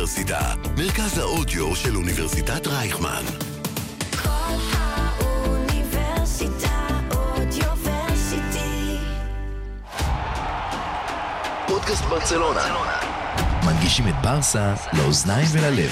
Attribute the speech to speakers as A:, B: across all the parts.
A: האוניברסיטה, מרכז האודיו של אוניברסיטת רייכמן.
B: כל האוניברסיטה אודיוורסיטי.
A: פודקאסט ברצלונה. מנגישים את ברסה לאוזניים וללב.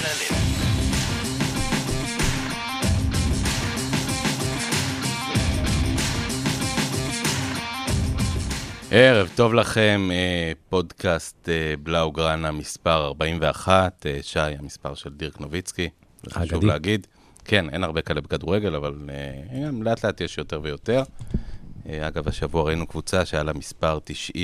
C: ערב טוב לכם, פודקאסט בלאוגרנה מספר 41, שי המספר של דירק נוביצקי, זה חשוב להגיד. כן, אין הרבה כאלה בכדורגל, אבל לאט לאט יש יותר ויותר. אגב, השבוע ראינו קבוצה שהיה לה מספר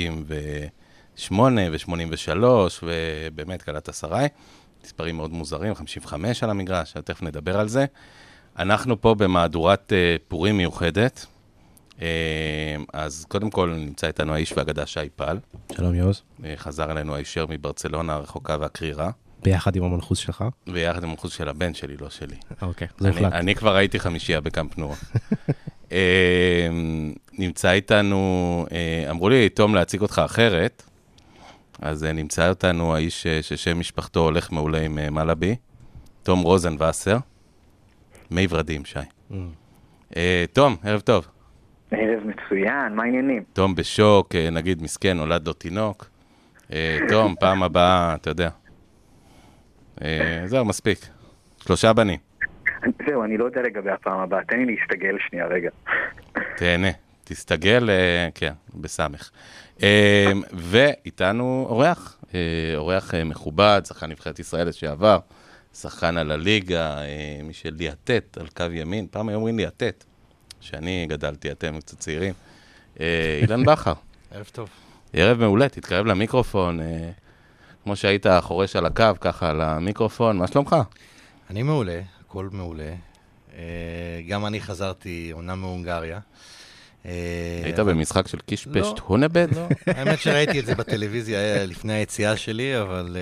C: 98 ו-83, ובאמת קלת עשרה, מספרים מאוד מוזרים, 55 על המגרש, תכף נדבר על זה. אנחנו פה במהדורת פורים מיוחדת, אז קודם כל נמצא איתנו האיש והאגדה שי פל.
D: שלום יוז.
C: חזר אלינו הישר מברצלונה הרחוקה והקרירה.
D: ביחד עם המנחוס שלך?
C: ביחד עם המנחוס של הבן שלי, לא שלי.
D: אוקיי, זה הוחלט.
C: אני כבר הייתי חמישייה בקמפ נו. נמצא איתנו, אמרו לי, תום, להציג אותך אחרת, אז נמצא איתנו האיש ששם משפחתו הולך מעולה עם מלאבי, תום רוזנווסר, מי ורדים, שי. תום, ערב טוב.
E: ערב מצוין, מה העניינים?
C: תום בשוק, נגיד מסכן, נולד לו תינוק. תום, פעם הבאה, אתה יודע. זהו, מספיק. 3 בנים.
E: זהו, אני לא יודע לגבי הפעם הבאה, תן לי להסתגל שנייה רגע.
C: תהנה, תסתגל, כן, בסמך. ואיתנו אורח מכובד, שחקן נבחרת ישראל לשעבר, שחקן על הליגה, מי שליאטט על קו ימין, פעם היום אומרים ליאטט. שאני גדלתי, אתם קצת צעירים. אילן בכר.
F: ערב טוב.
C: ערב מעולה, תתקרב למיקרופון, כמו שהיית חורש על הקו, ככה על המיקרופון, מה שלומך?
F: אני מעולה, הכל מעולה. גם אני חזרתי עונה מהונגריה.
C: היית במשחק של קישפשט הונבד?
F: לא, האמת שראיתי את זה בטלוויזיה לפני היציאה שלי,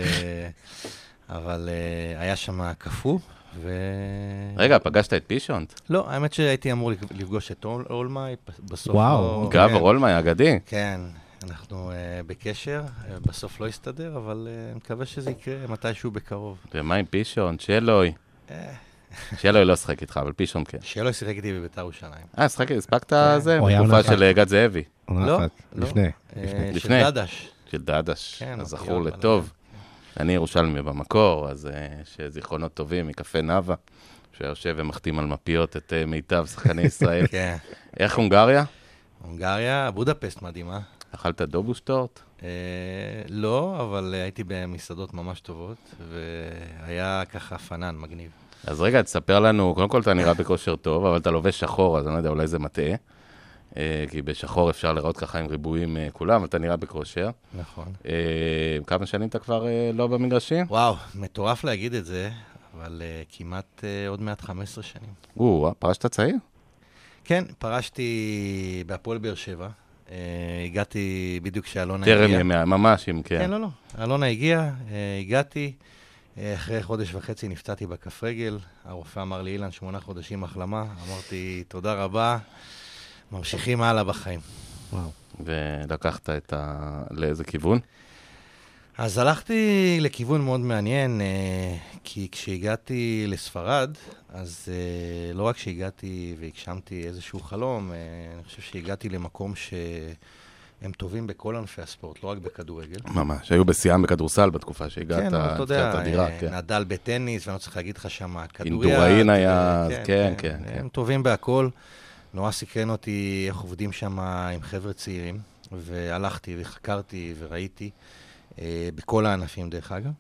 F: אבל היה שם קפוא.
C: רגע, פגשת את פישונט?
F: לא, האמת שהייתי אמור לפגוש את אולמאי, בסוף
D: וואו,
C: גבר אולמאי אגדי.
F: כן, אנחנו בקשר, בסוף לא יסתדר, אבל מקווה שזה יקרה מתישהו בקרוב.
C: ומה עם פישונט? שלוי? שלוי לא שחק איתך, אבל פישונט כן.
F: שלוי שיחק איתי בבית"ר ירושלים.
C: שחק, הספקת זה? בתקופה של גד זאבי.
F: לא,
D: לפני.
F: של דדש.
C: של דדש,
F: כן,
C: אז זכור לטוב. אני ירושלמי במקור, אז שזיכרונות טובים מקפה נאווה, שיושב ומחתים על מפיות את מיטב שחקני ישראל.
F: כן.
C: איך הונגריה?
F: הונגריה, בודפסט מדהימה.
C: אכלת דובושטורט?
F: לא, אבל הייתי במסעדות ממש טובות, והיה ככה פנן מגניב.
C: אז רגע, תספר לנו, קודם כל אתה נראה בכושר טוב, אבל אתה לובש שחור, אז אני לא יודע, אולי זה מטעה. כי בשחור אפשר לראות ככה עם ריבועים כולם, אתה נראה בכושר.
F: נכון.
C: כמה שנים אתה כבר לא במגרשים?
F: וואו, מטורף להגיד את זה, אבל כמעט עוד מעט 15 שנים.
C: פרשת צעיר?
F: כן, פרשתי בהפועל באר שבע. הגעתי בדיוק כשאלונה הגיע.
C: טרם ימיה, ממש אם כן.
F: כן, לא. אלונה הגיע, הגעתי, אחרי חודש וחצי נפצעתי בכף רגל. הרופא אמר לי, אילן, 8 חודשים החלמה. אמרתי, תודה רבה. ממשיכים הלאה בחיים.
C: וואו. ולקחת לאיזה כיוון?
F: אז הלכתי לכיוון מאוד מעניין, כי כשהגעתי לספרד, אז לא רק שהגעתי והגשמתי איזשהו חלום, אני חושב שהגעתי למקום שהם טובים בכל ענפי הספורט, לא רק בכדורגל.
C: ממש, היו בשיאם בכדורסל בתקופה שהגעת.
F: כן, אבל אתה יודע,
C: כן.
F: נדל בטניס, ואני לא צריך להגיד לך שם, כדוריד.
C: אינדוראין היה, כן.
F: הם טובים בהכל. נורא סקרן אותי איך עובדים שם עם חבר'ה צעירים, והלכתי וחקרתי וראיתי בכל הענפים דרך אגב,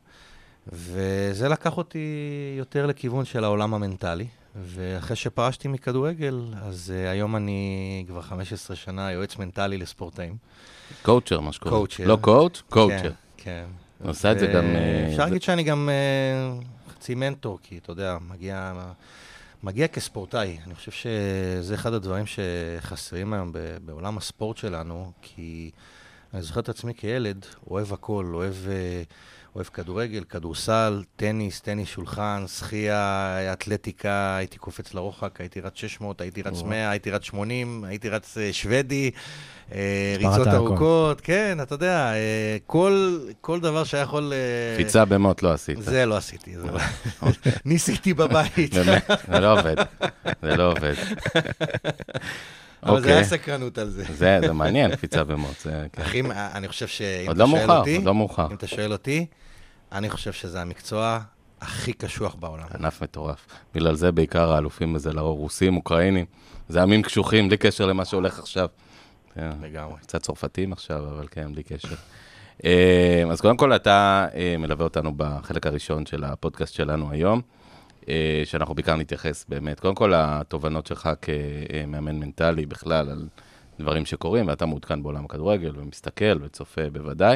F: וזה לקח אותי יותר לכיוון של העולם המנטלי, ואחרי שפרשתי מכדורגל, אז היום אני כבר 15 שנה יועץ מנטלי לספורטאים.
C: קואוצ'ר, מה שקורה.
F: קואוצ'ר.
C: לא קואוצ', קואוצ'ר.
F: כן.
C: עושה את זה גם...
F: אפשר להגיד שאני גם חצי מנטור, כי אתה יודע, מגיע כספורטאי. אני חושב שזה אחד הדברים שחסרים היום בעולם הספורט שלנו, כי אני זוכר את עצמי כילד, אוהב הכל, אוהב כדורגל, כדורסל, טניס שולחן, שחייה, אתלטיקה, הייתי קופץ לרוחק, הייתי רץ 600, הייתי רץ 100, הייתי רץ 80, הייתי רץ שוודי, ריצות ארוכות, כן, אתה יודע, כל דבר שיכול...
C: קפיצה במות לא עשית.
F: זה לא עשיתי, ניסיתי בבית.
C: באמת, זה לא עובד.
F: אבל זה היה סקרנות על זה.
C: זה מעניין, קפיצה במות.
F: אחים, אני חושב שאם אתה שואל אותי, אני חושב שזה המקצוע הכי קשוח בעולם.
C: ענף מטורף. בגלל זה בעיקר האלופים בזה, רוסים, אוקראינים, זה עמים קשוחים, בלי קשר למה שהולך עכשיו.
F: לגמרי.
C: קצת צרפתים עכשיו, אבל כן, בלי קשר. אז קודם כל, אתה מלווה אותנו בחלק הראשון של הפודקאסט שלנו היום, שאנחנו בעיקר נתייחס באמת. קודם כל, התובנות שלך כמאמן מנטלי בכלל, על דברים שקורים, ואתה מעודכן בעולם הכדורגל, ומסתכל וצופה בוודאי.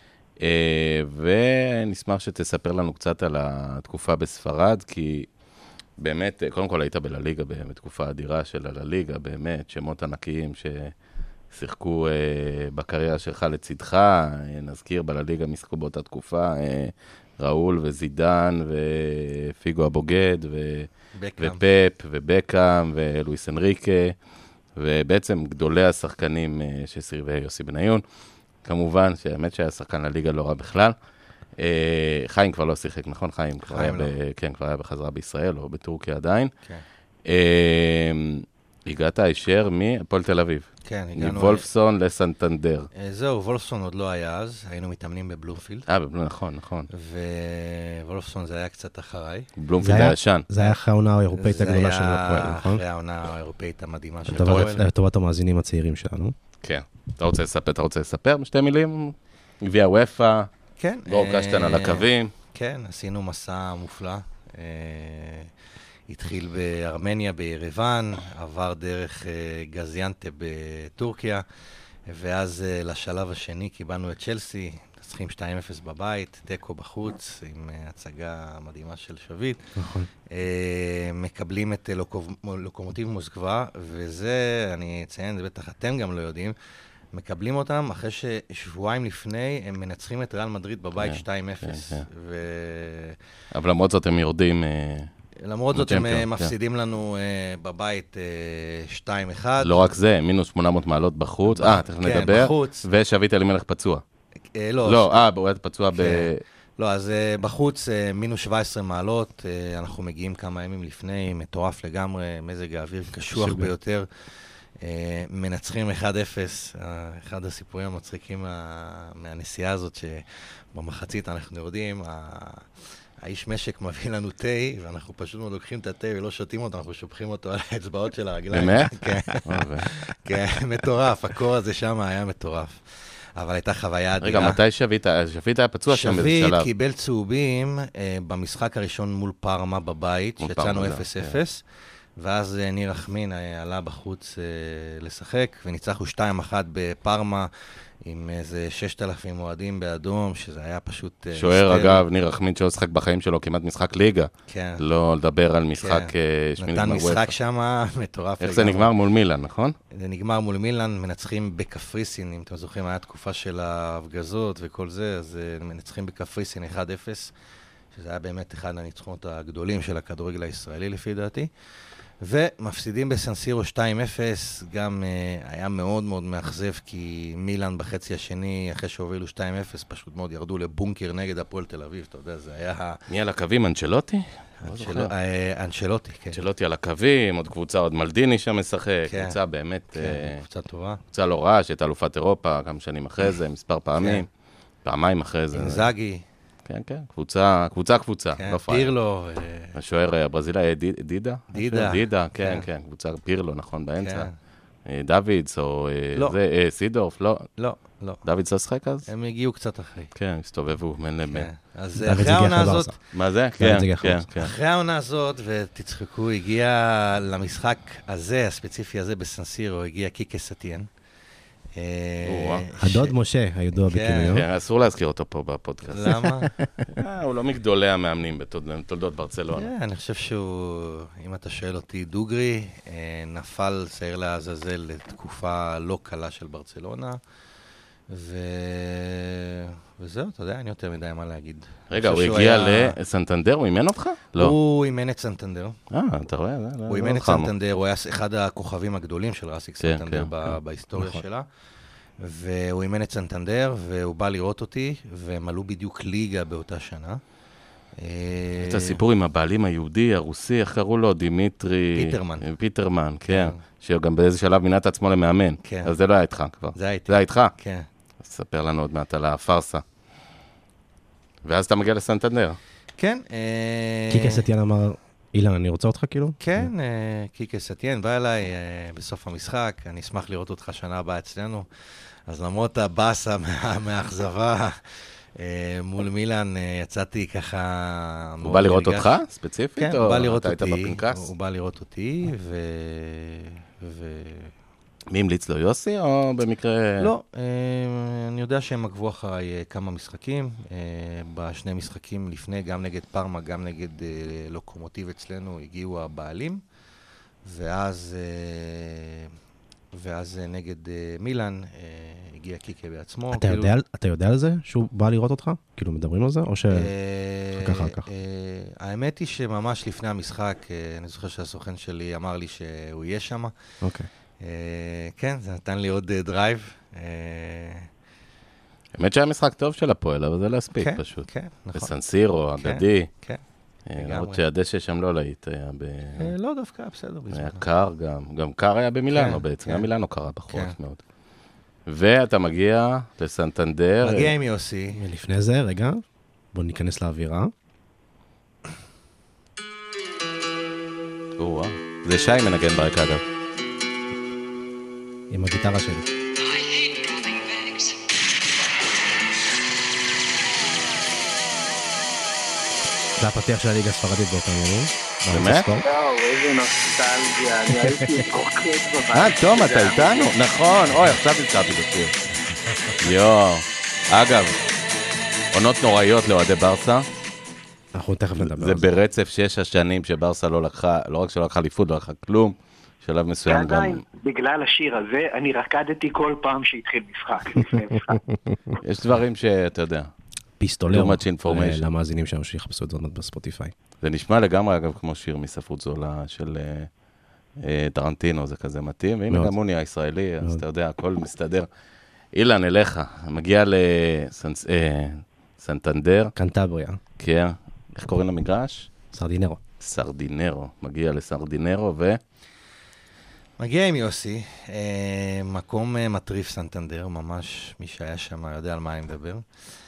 C: ונשמח שתספר לנו קצת על התקופה בספרד, כי באמת, קודם כל היית בלליגה, בתקופה אדירה של הלליגה, באמת, שמות ענקיים ששיחקו בקריירה שלך לצדך, נזכיר בלליגה משחקו באותה תקופה, ראול וזידן ופיגו הבוגד ופפ ובקאם ולואיס אנריקה, ובעצם גדולי השחקנים שסירבי יוסי בניון. כמובן, שהאמת שהיה שחקן לליגה לא רע בכלל. חיים כבר לא שיחק, נכון? חיים כבר היה בחזרה בישראל, או בטורקיה עדיין. הגעת הישר מהפועל תל אביב.
F: כן, הגענו...
C: מוולפסון לסנטנדר.
F: זהו, וולפסון עוד לא היה אז, היינו מתאמנים בבלומפילד.
C: נכון.
F: ווולפסון זה היה קצת אחריי.
C: בלומפילד היה ישן.
D: זה היה אחרי העונה האירופאית הגדולה של הפועל, נכון?
F: זה היה אחרי העונה האירופאית המדהימה של הפועל.
D: לטובת המאזינים הצעירים שלנו.
C: כן. אתה רוצה לספר בשתי מילים? גביע וופא,
F: כן.
C: דרור קשטן על הקווים.
F: כן, עשינו מסע מופלא. התחיל בארמניה, בירוון, עבר דרך גזיאנטה בטורקיה, ואז לשלב השני קיבלנו את צ'לסי, מנצחים 2-0 בבית, טקו בחוץ, עם הצגה מדהימה של שביט.
D: נכון.
F: מקבלים את לוקומוטיב מוסקבה, וזה, אני אציין, זה בטח אתם גם לא יודעים, מקבלים אותם אחרי ששבועיים לפני הם מנצחים את ריאל מדריד בבית 2-0.
C: אבל למרות זאת הם יורדים...
F: למרות זאת הם מפסידים לנו בבית 2-1.
C: לא רק זה, מינוס 800 מעלות בחוץ. תכף נדבר.
F: בחוץ.
C: ושבית אלימלך פצוע.
F: לא,
C: הוא היה פצוע ב...
F: לא, אז בחוץ מינוס 17 מעלות, אנחנו מגיעים כמה ימים לפני, מטורף לגמרי, מזג האוויר קשוח ביותר. מנצחים 1-0, אחד הסיפורים המצחיקים מהנסיעה הזאת, שבמחצית אנחנו יורדים, האיש משק מביא לנו תה, ואנחנו פשוט מאוד לוקחים את התה ולא שותים אותו, אנחנו שופכים אותו על האצבעות של הרגליים.
C: באמת?
F: כן, כן, מטורף, הקור הזה שם היה מטורף. אבל הייתה חוויה אדירה.
C: רגע, מתי שביט היה פצוע שם באיזה שלב?
F: שביט קיבל צהובים במשחק הראשון מול פארמה בבית, שיצאנו 0-0, ואז ניר רחמין עלה בחוץ לשחק, וניצחנו 2-1 בפארמה, עם איזה 6,000 אוהדים באדום, שזה היה פשוט...
C: שוער, אגב, ניר רחמין שלא שחק בחיים שלו, כמעט משחק ליגה.
F: כן.
C: לא לדבר על משחק שמינית
F: נתן משחק שם מטורף.
C: איך זה נגמר מול מילאן, נכון?
F: זה נגמר מול מילאן, מנצחים בקפריסין, אם אתם זוכרים, היה תקופה של ההפגזות וכל זה, אז מנצחים בקפריסין 1-0, שזה היה באמת אחד הניצחונות הגדולים של הכדורגל הישראלי, לפי דעתי. ומפסידים בסנסירו 2-0, גם היה מאוד מאוד מאכזב, כי מילאן בחצי השני, אחרי שהובילו 2-0, פשוט מאוד ירדו לבונקר נגד הפועל תל אביב, אתה יודע, זה היה...
C: מי על הקווים, אנצ'לוטי?
F: אנצ'לוטי, כן.
C: אנצ'לוטי על הקווים, עוד קבוצה, עוד מלדיני שם משחק, קבוצה באמת...
F: קבוצה טובה. קבוצה
C: לא רעה, שהייתה אלופת אירופה כמה שנים אחרי זה, מספר פעמים, פעמיים אחרי זה.
F: אינזאגי.
C: כן, כן, קבוצה, לא פרייר.
F: פירלו.
C: השוער הברזילאי, דידה?
F: דידה,
C: כן, כן, קבוצה פירלו, נכון, באמצע. דוידס או סידורף, לא.
F: לא.
C: דוידס לא שחק אז?
F: הם הגיעו קצת אחרי.
C: כן, הסתובבו בין לבין.
F: אז אחרי העונה הזאת...
C: מה זה? כן.
F: אחרי העונה הזאת, ותצחקו, הגיע למשחק הזה, הספציפי הזה בסנסירו, הגיע קיקה סטיאן.
D: הדוד משה, הידוע בכינויו.
C: כן, אסור להזכיר אותו פה בפודקאסט.
F: למה?
C: הוא לא מגדולי המאמנים בתולדות ברצלונה.
F: אני חושב שהוא, אם אתה שואל אותי, דוגרי, נפל שעיר לעזאזל לתקופה לא קלה של ברצלונה, וזהו, אתה יודע, אין יותר מדי מה להגיד.
C: רגע, הוא הגיע לסנטנדר, הוא אימן אותך? לא.
F: הוא אימן את סנטנדר.
C: אתה רואה?
F: הוא אימן את סנטנדר, הוא היה אחד הכוכבים הגדולים של ראסיק סנטנדר בהיסטוריה שלה. והוא אימן את סנטנדר, והוא בא לראות אותי, והם עלו בדיוק ליגה באותה שנה.
C: את הסיפור עם הבעלים היהודי, הרוסי, איך קראו לו? דימיטרי... פיטרמן, כן. שגם באיזה שלב מינה את עצמו למאמן. אז זה לא היה איתך כבר.
F: זה היה
C: איתך?
F: כן.
C: אז ספר לנו עוד מעט על הפרסה. ואז אתה מגיע לסנטנדר.
F: כן.
D: קיקה סטיאן אמר, אילן, אני רוצה אותך כאילו?
F: כן, קיקה סטיאן בא אליי בסוף המשחק, אני אשמח לראות אותך שנה הבאה אצלנו. אז למרות הבאסה מהאכזבה, מול מילאן יצאתי ככה...
C: הוא בא לראות אותך ספציפית?
F: כן, הוא בא לראות
C: אותי.
F: אותי.
C: אתה היית בפנקס?
F: הוא בא לראות אותי,
C: מי המליץ לו, יוסי, או במקרה...
F: לא, אני יודע שהם עקבו אחריי כמה משחקים, בשני משחקים לפני, גם נגד פרמה, גם נגד לוקומוטיב אצלנו, הגיעו הבעלים, ואז נגד מילאן הגיע קיקה בעצמו.
D: אתה יודע על זה שהוא בא לראות אותך? כאילו מדברים על זה? או שחכה כך?
F: האמת היא שממש לפני המשחק, אני זוכר שהסוכן שלי אמר לי שהוא יהיה שם.
D: אוקיי.
F: כן, זה נתן לי עוד דרייב.
C: האמת שהיה משחק טוב של הפועל, אבל זה לא הספיק פשוט.
F: כן, נכון.
C: בסנסירו, אגדי.
F: כן.
C: למרות שהדשא שם לא להיט היה
F: לא, דווקא בסדר.
C: היה קר גם קר היה במילאנו בעצם, גם מילאנו קרה בחורף מאוד. ואתה מגיע לסנטנדר.
F: מגיע עם יוסי.
D: ולפני זה, רגע, בוא ניכנס לאווירה.
C: זה שי מנגן ברקע אגב.
D: עם הגיטרה שלי. זה הפתיח של הליגה הספרדית באותם ימים.
C: באמת?
E: וואו, איזה נוסטלגיה, אני הייתי רוקד בבית.
C: תום, אתה איתנו? נכון, אוי, עכשיו נזכרתי בשיר. אגב, עונות נוראיות לאוהדי ברסה.
D: אנחנו תכף נדבר
C: זה
D: על זה.
C: ברצף 6 השנים שברסה לא לקחה, לא רק שלא לקחה אליפות, לא לקחה כלום. שלב מסוים גם...
E: ועדיין, בגלל השיר הזה, אני רקדתי כל פעם שהתחיל משחק, לפני משחק.
C: יש דברים שאתה יודע.
D: פיסטולר,
C: too much information.
D: למאזינים שלנו שיחפשו את זה בספוטיפיי.
C: זה נשמע לגמרי, אגב, כמו שיר מספרות זולה של טרנטינו, זה כזה מתאים, והנה גם הוא נהיה ישראלי, אז אתה יודע, הכל מסתדר. אילן, אליך, מגיע לסנטנדר.
D: קנטבריה.
C: כן, איך קוראים למגרש?
D: סרדינרו.
C: סרדינרו, מגיע לסרדינרו ו...
F: מגיע עם יוסי, מקום מטריף סנטנדר, ממש מי שהיה שם יודע על מה אני מדבר.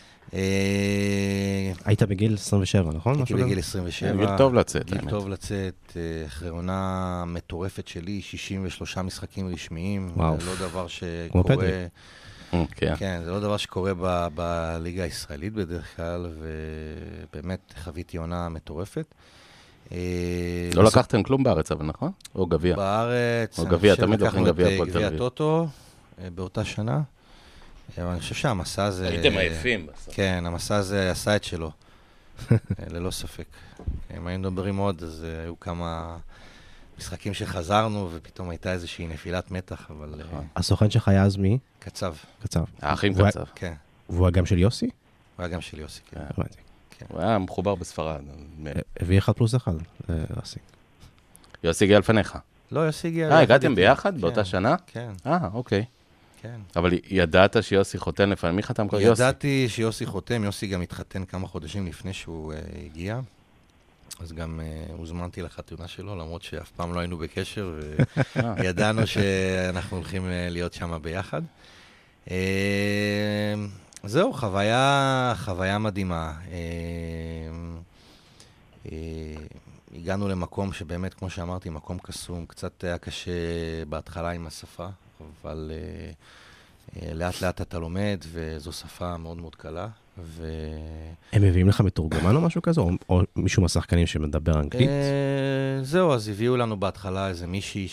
D: היית בגיל 27, נכון?
F: הייתי בגיל 27.
C: גיל טוב לצאת.
F: גיל טוב לצאת, אחרי עונה מטורפת שלי, 63 משחקים רשמיים.
D: וואו.
F: זה לא דבר שקורה...
D: כמו פדרי.
F: כן, זה לא דבר שקורה בליגה הישראלית בדרך כלל, ובאמת חוויתי עונה מטורפת.
C: לא לקחתם כלום בארץ, אבל נכון? או גביע?
F: בארץ,
C: או גביע, תמיד לוקחים גביע פה תל אביב.
F: גביע טוטו באותה שנה. אבל אני חושב שהמסע הזה...
C: הייתם עייפים בסוף.
F: כן, המסע הזה עשה את שלו, ללא ספק. אם היינו מדברים עוד, אז היו כמה משחקים שחזרנו, ופתאום הייתה איזושהי נפילת מתח, אבל...
D: הסוכן שלך היה אז מי?
F: קצב.
D: קצב.
C: האחים קצב.
F: כן.
D: והוא היה גם של יוסי?
F: הוא היה גם של יוסי, כן.
D: הבנתי.
C: הוא היה מחובר בספרד.
D: הביא 1+1 לרסינג.
C: יוסי הגיע לפניך.
F: לא, יוסי הגיע...
C: הגעתם ביחד באותה שנה?
F: כן.
C: אוקיי.
F: כן.
C: אבל ידעת שיוסי חותן לפני, מי חתם כבר? יוסי.
F: ידעתי שיוסי חותם, יוסי גם התחתן כמה חודשים לפני שהוא הגיע, אז גם הוזמנתי לחתונה שלו, למרות שאף פעם לא היינו בקשר, וידענו שאנחנו הולכים להיות שם ביחד. זהו, חוויה מדהימה. הגענו למקום שבאמת, כמו שאמרתי, מקום קסום, קצת היה קשה בהתחלה עם השפה, אבל לאט לאט אתה לומד, וזו שפה מאוד מאוד קלה.
D: הם מביאים לך מתורגמן או משהו כזה? או מישהו מהשחקנים שמדבר אנגלית?
F: זהו, אז הביאו לנו בהתחלה איזה מישהי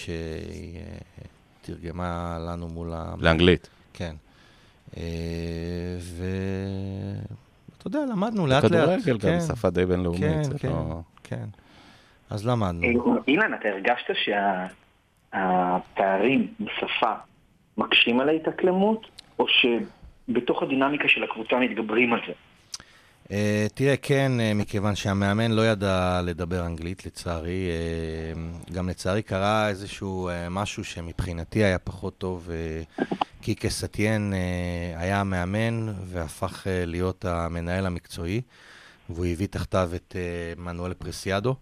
F: שתרגמה לנו מול
C: לאנגלית.
F: כן. ואתה יודע, למדנו לאט לאט.
C: כדורגל גם, שפה די בינלאומית.
F: כן. אז למדנו.
E: אילן, אתה הרגשת שהפערים בשפה מקשים על ההתאקלמות, או בתוך הדינמיקה של הקבוצה מתגברים על זה?
F: תראה, כן, מכיוון שהמאמן לא ידע לדבר אנגלית, לצערי. גם לצערי קרה איזשהו משהו שמבחינתי היה פחות טוב. קיקה סטיין היה המאמן והפך להיות המנהל המקצועי, והוא הביא תחתיו את מנואל פרסיאדו.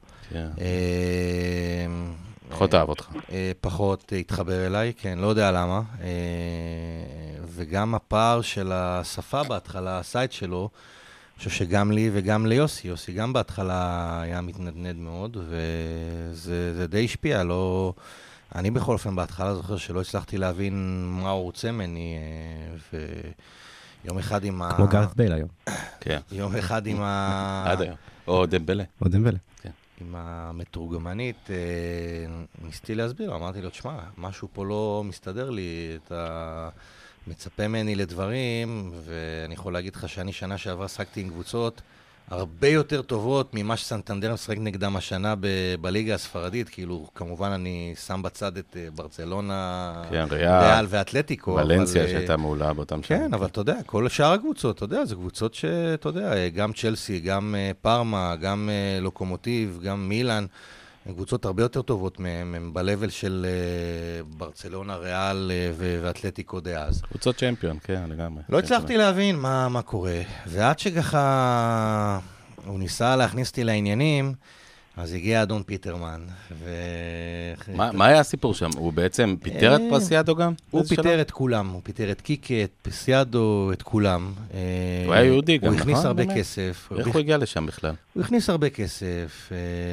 C: פחות אהב אותך.
F: פחות התחבר אליי, כן, לא יודע למה. וגם הפער של השפה בהתחלה, הסייט שלו, אני חושב שגם לי וגם ליוסי, יוסי גם בהתחלה היה מתנדנד מאוד, וזה די השפיע, לא... אני בכל אופן בהתחלה זוכר שלא הצלחתי להבין מה הוא רוצה ממני, ויום אחד עם
D: כמו גארת בייל היום.
C: כן.
F: יום אחד עם
C: עד היום. או דמבלה.
D: או דמבלה.
C: כן.
F: עם המתורגמנית, ניסיתי להסביר, אמרתי לו, תשמע, משהו פה לא מסתדר לי, אתה מצפה ממני לדברים, ואני יכול להגיד לך שאני שנה שעברה שחקתי עם קבוצות הרבה יותר טובות ממה שסנטנדר משחק נגדם השנה בליגה הספרדית, כאילו, כמובן אני שם בצד את ברצלונה,
C: כן,
F: ריאל ואתלטיקו.
C: ולנסיה שהייתה מעולה באותם שנים.
F: כן, אבל אתה יודע, כל שאר הקבוצות, אתה יודע, זה קבוצות שאתה יודע, גם צ'לסי, גם פארמה, גם לוקומוטיב, גם מילאן, קבוצות הרבה יותר טובות מהם, הם בלבל של ברצלונה, ריאל ואתלטיקו דאז.
C: קבוצות צ'מפיון, כן, לגמרי.
F: לא הצלחתי להבין מה קורה, ועד שככה הוא ניסה להכניס אותי לעניינים, אז הגיע אדון פיטרמן.
C: מה היה הסיפור שם? הוא בעצם פיטר את פרסיאדו גם?
F: הוא פיטר את כולם, הוא פיטר את קיקה, את פרסיאדו, את כולם.
C: הוא היה יהודי גם, נכון?
F: הוא הכניס הרבה כסף.
C: איך הוא הגיע לשם בכלל?
F: הוא הכניס הרבה כסף,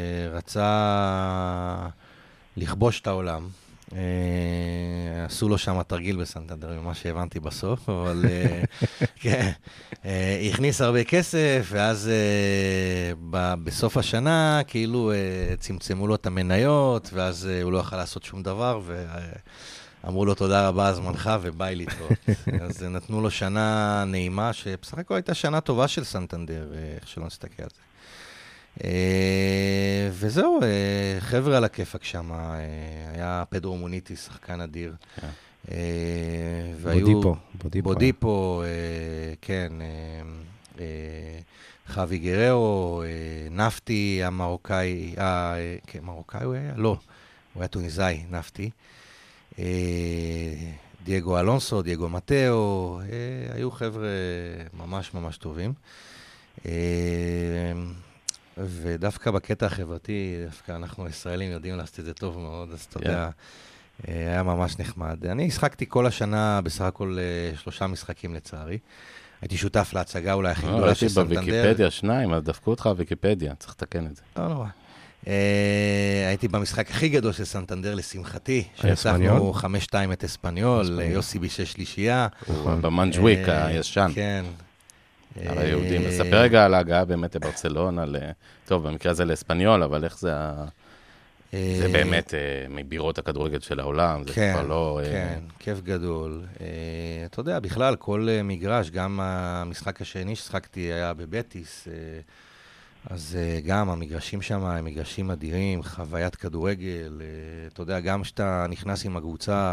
F: רצה לכבוש את העולם. עשו לו שם תרגיל בסנטנדר, ממה שהבנתי בסוף, אבל כן, הכניס הרבה כסף, ואז בסוף השנה, כאילו צמצמו לו את המניות, ואז הוא לא יכול לעשות שום דבר, ואמרו לו תודה רבה על זמנך, וביי להתראות. אז נתנו לו שנה נעימה, שבסך הכל הייתה שנה טובה של סנטנדר, איך שלא נסתכל על זה. וזהו, חבר'ה על הכיפק שם, היה פדרו מוניטי, שחקן אדיר. בודיפו, כן, חווי גררו, נפטי המרוקאי, מרוקאי הוא היה? לא, הוא היה טוניסאי, נפטי. דייגו אלונסו, דייגו מטאו, היו חבר'ה ממש ממש טובים. ודווקא בקטע החברתי, דווקא אנחנו ישראלים יודעים לעשות את זה טוב מאוד, אז אתה יודע, היה ממש נחמד. אני השחקתי כל השנה בסך הכל 3 משחקים לצערי. הייתי שותף להצגה אולי הכי גדולה של סנטנדר.
C: הייתי בוויקיפדיה 2, אז דפקו אותך בוויקיפדיה, צריך לתקן את זה.
F: לא נורא. הייתי במשחק הכי גדול של סנטנדר לשמחתי, שהצלחנו 5-2 את אספניול, יוסי בישש שלישייה.
C: במנג'וויק הישן.
F: כן.
C: על היהודים. נספר רגע על ההגעה באמת לברצלונה, טוב, במקרה הזה לאספניול, אבל איך זה זה באמת מבירות הכדורגל של העולם, זה כבר לא...
F: כן, כיף גדול. אתה יודע, בכלל, כל מגרש, גם המשחק השני ששחקתי היה בבטיס, אז גם המגרשים שם הם מגרשים אדירים, חוויית כדורגל, אתה יודע, גם כשאתה נכנס עם הקבוצה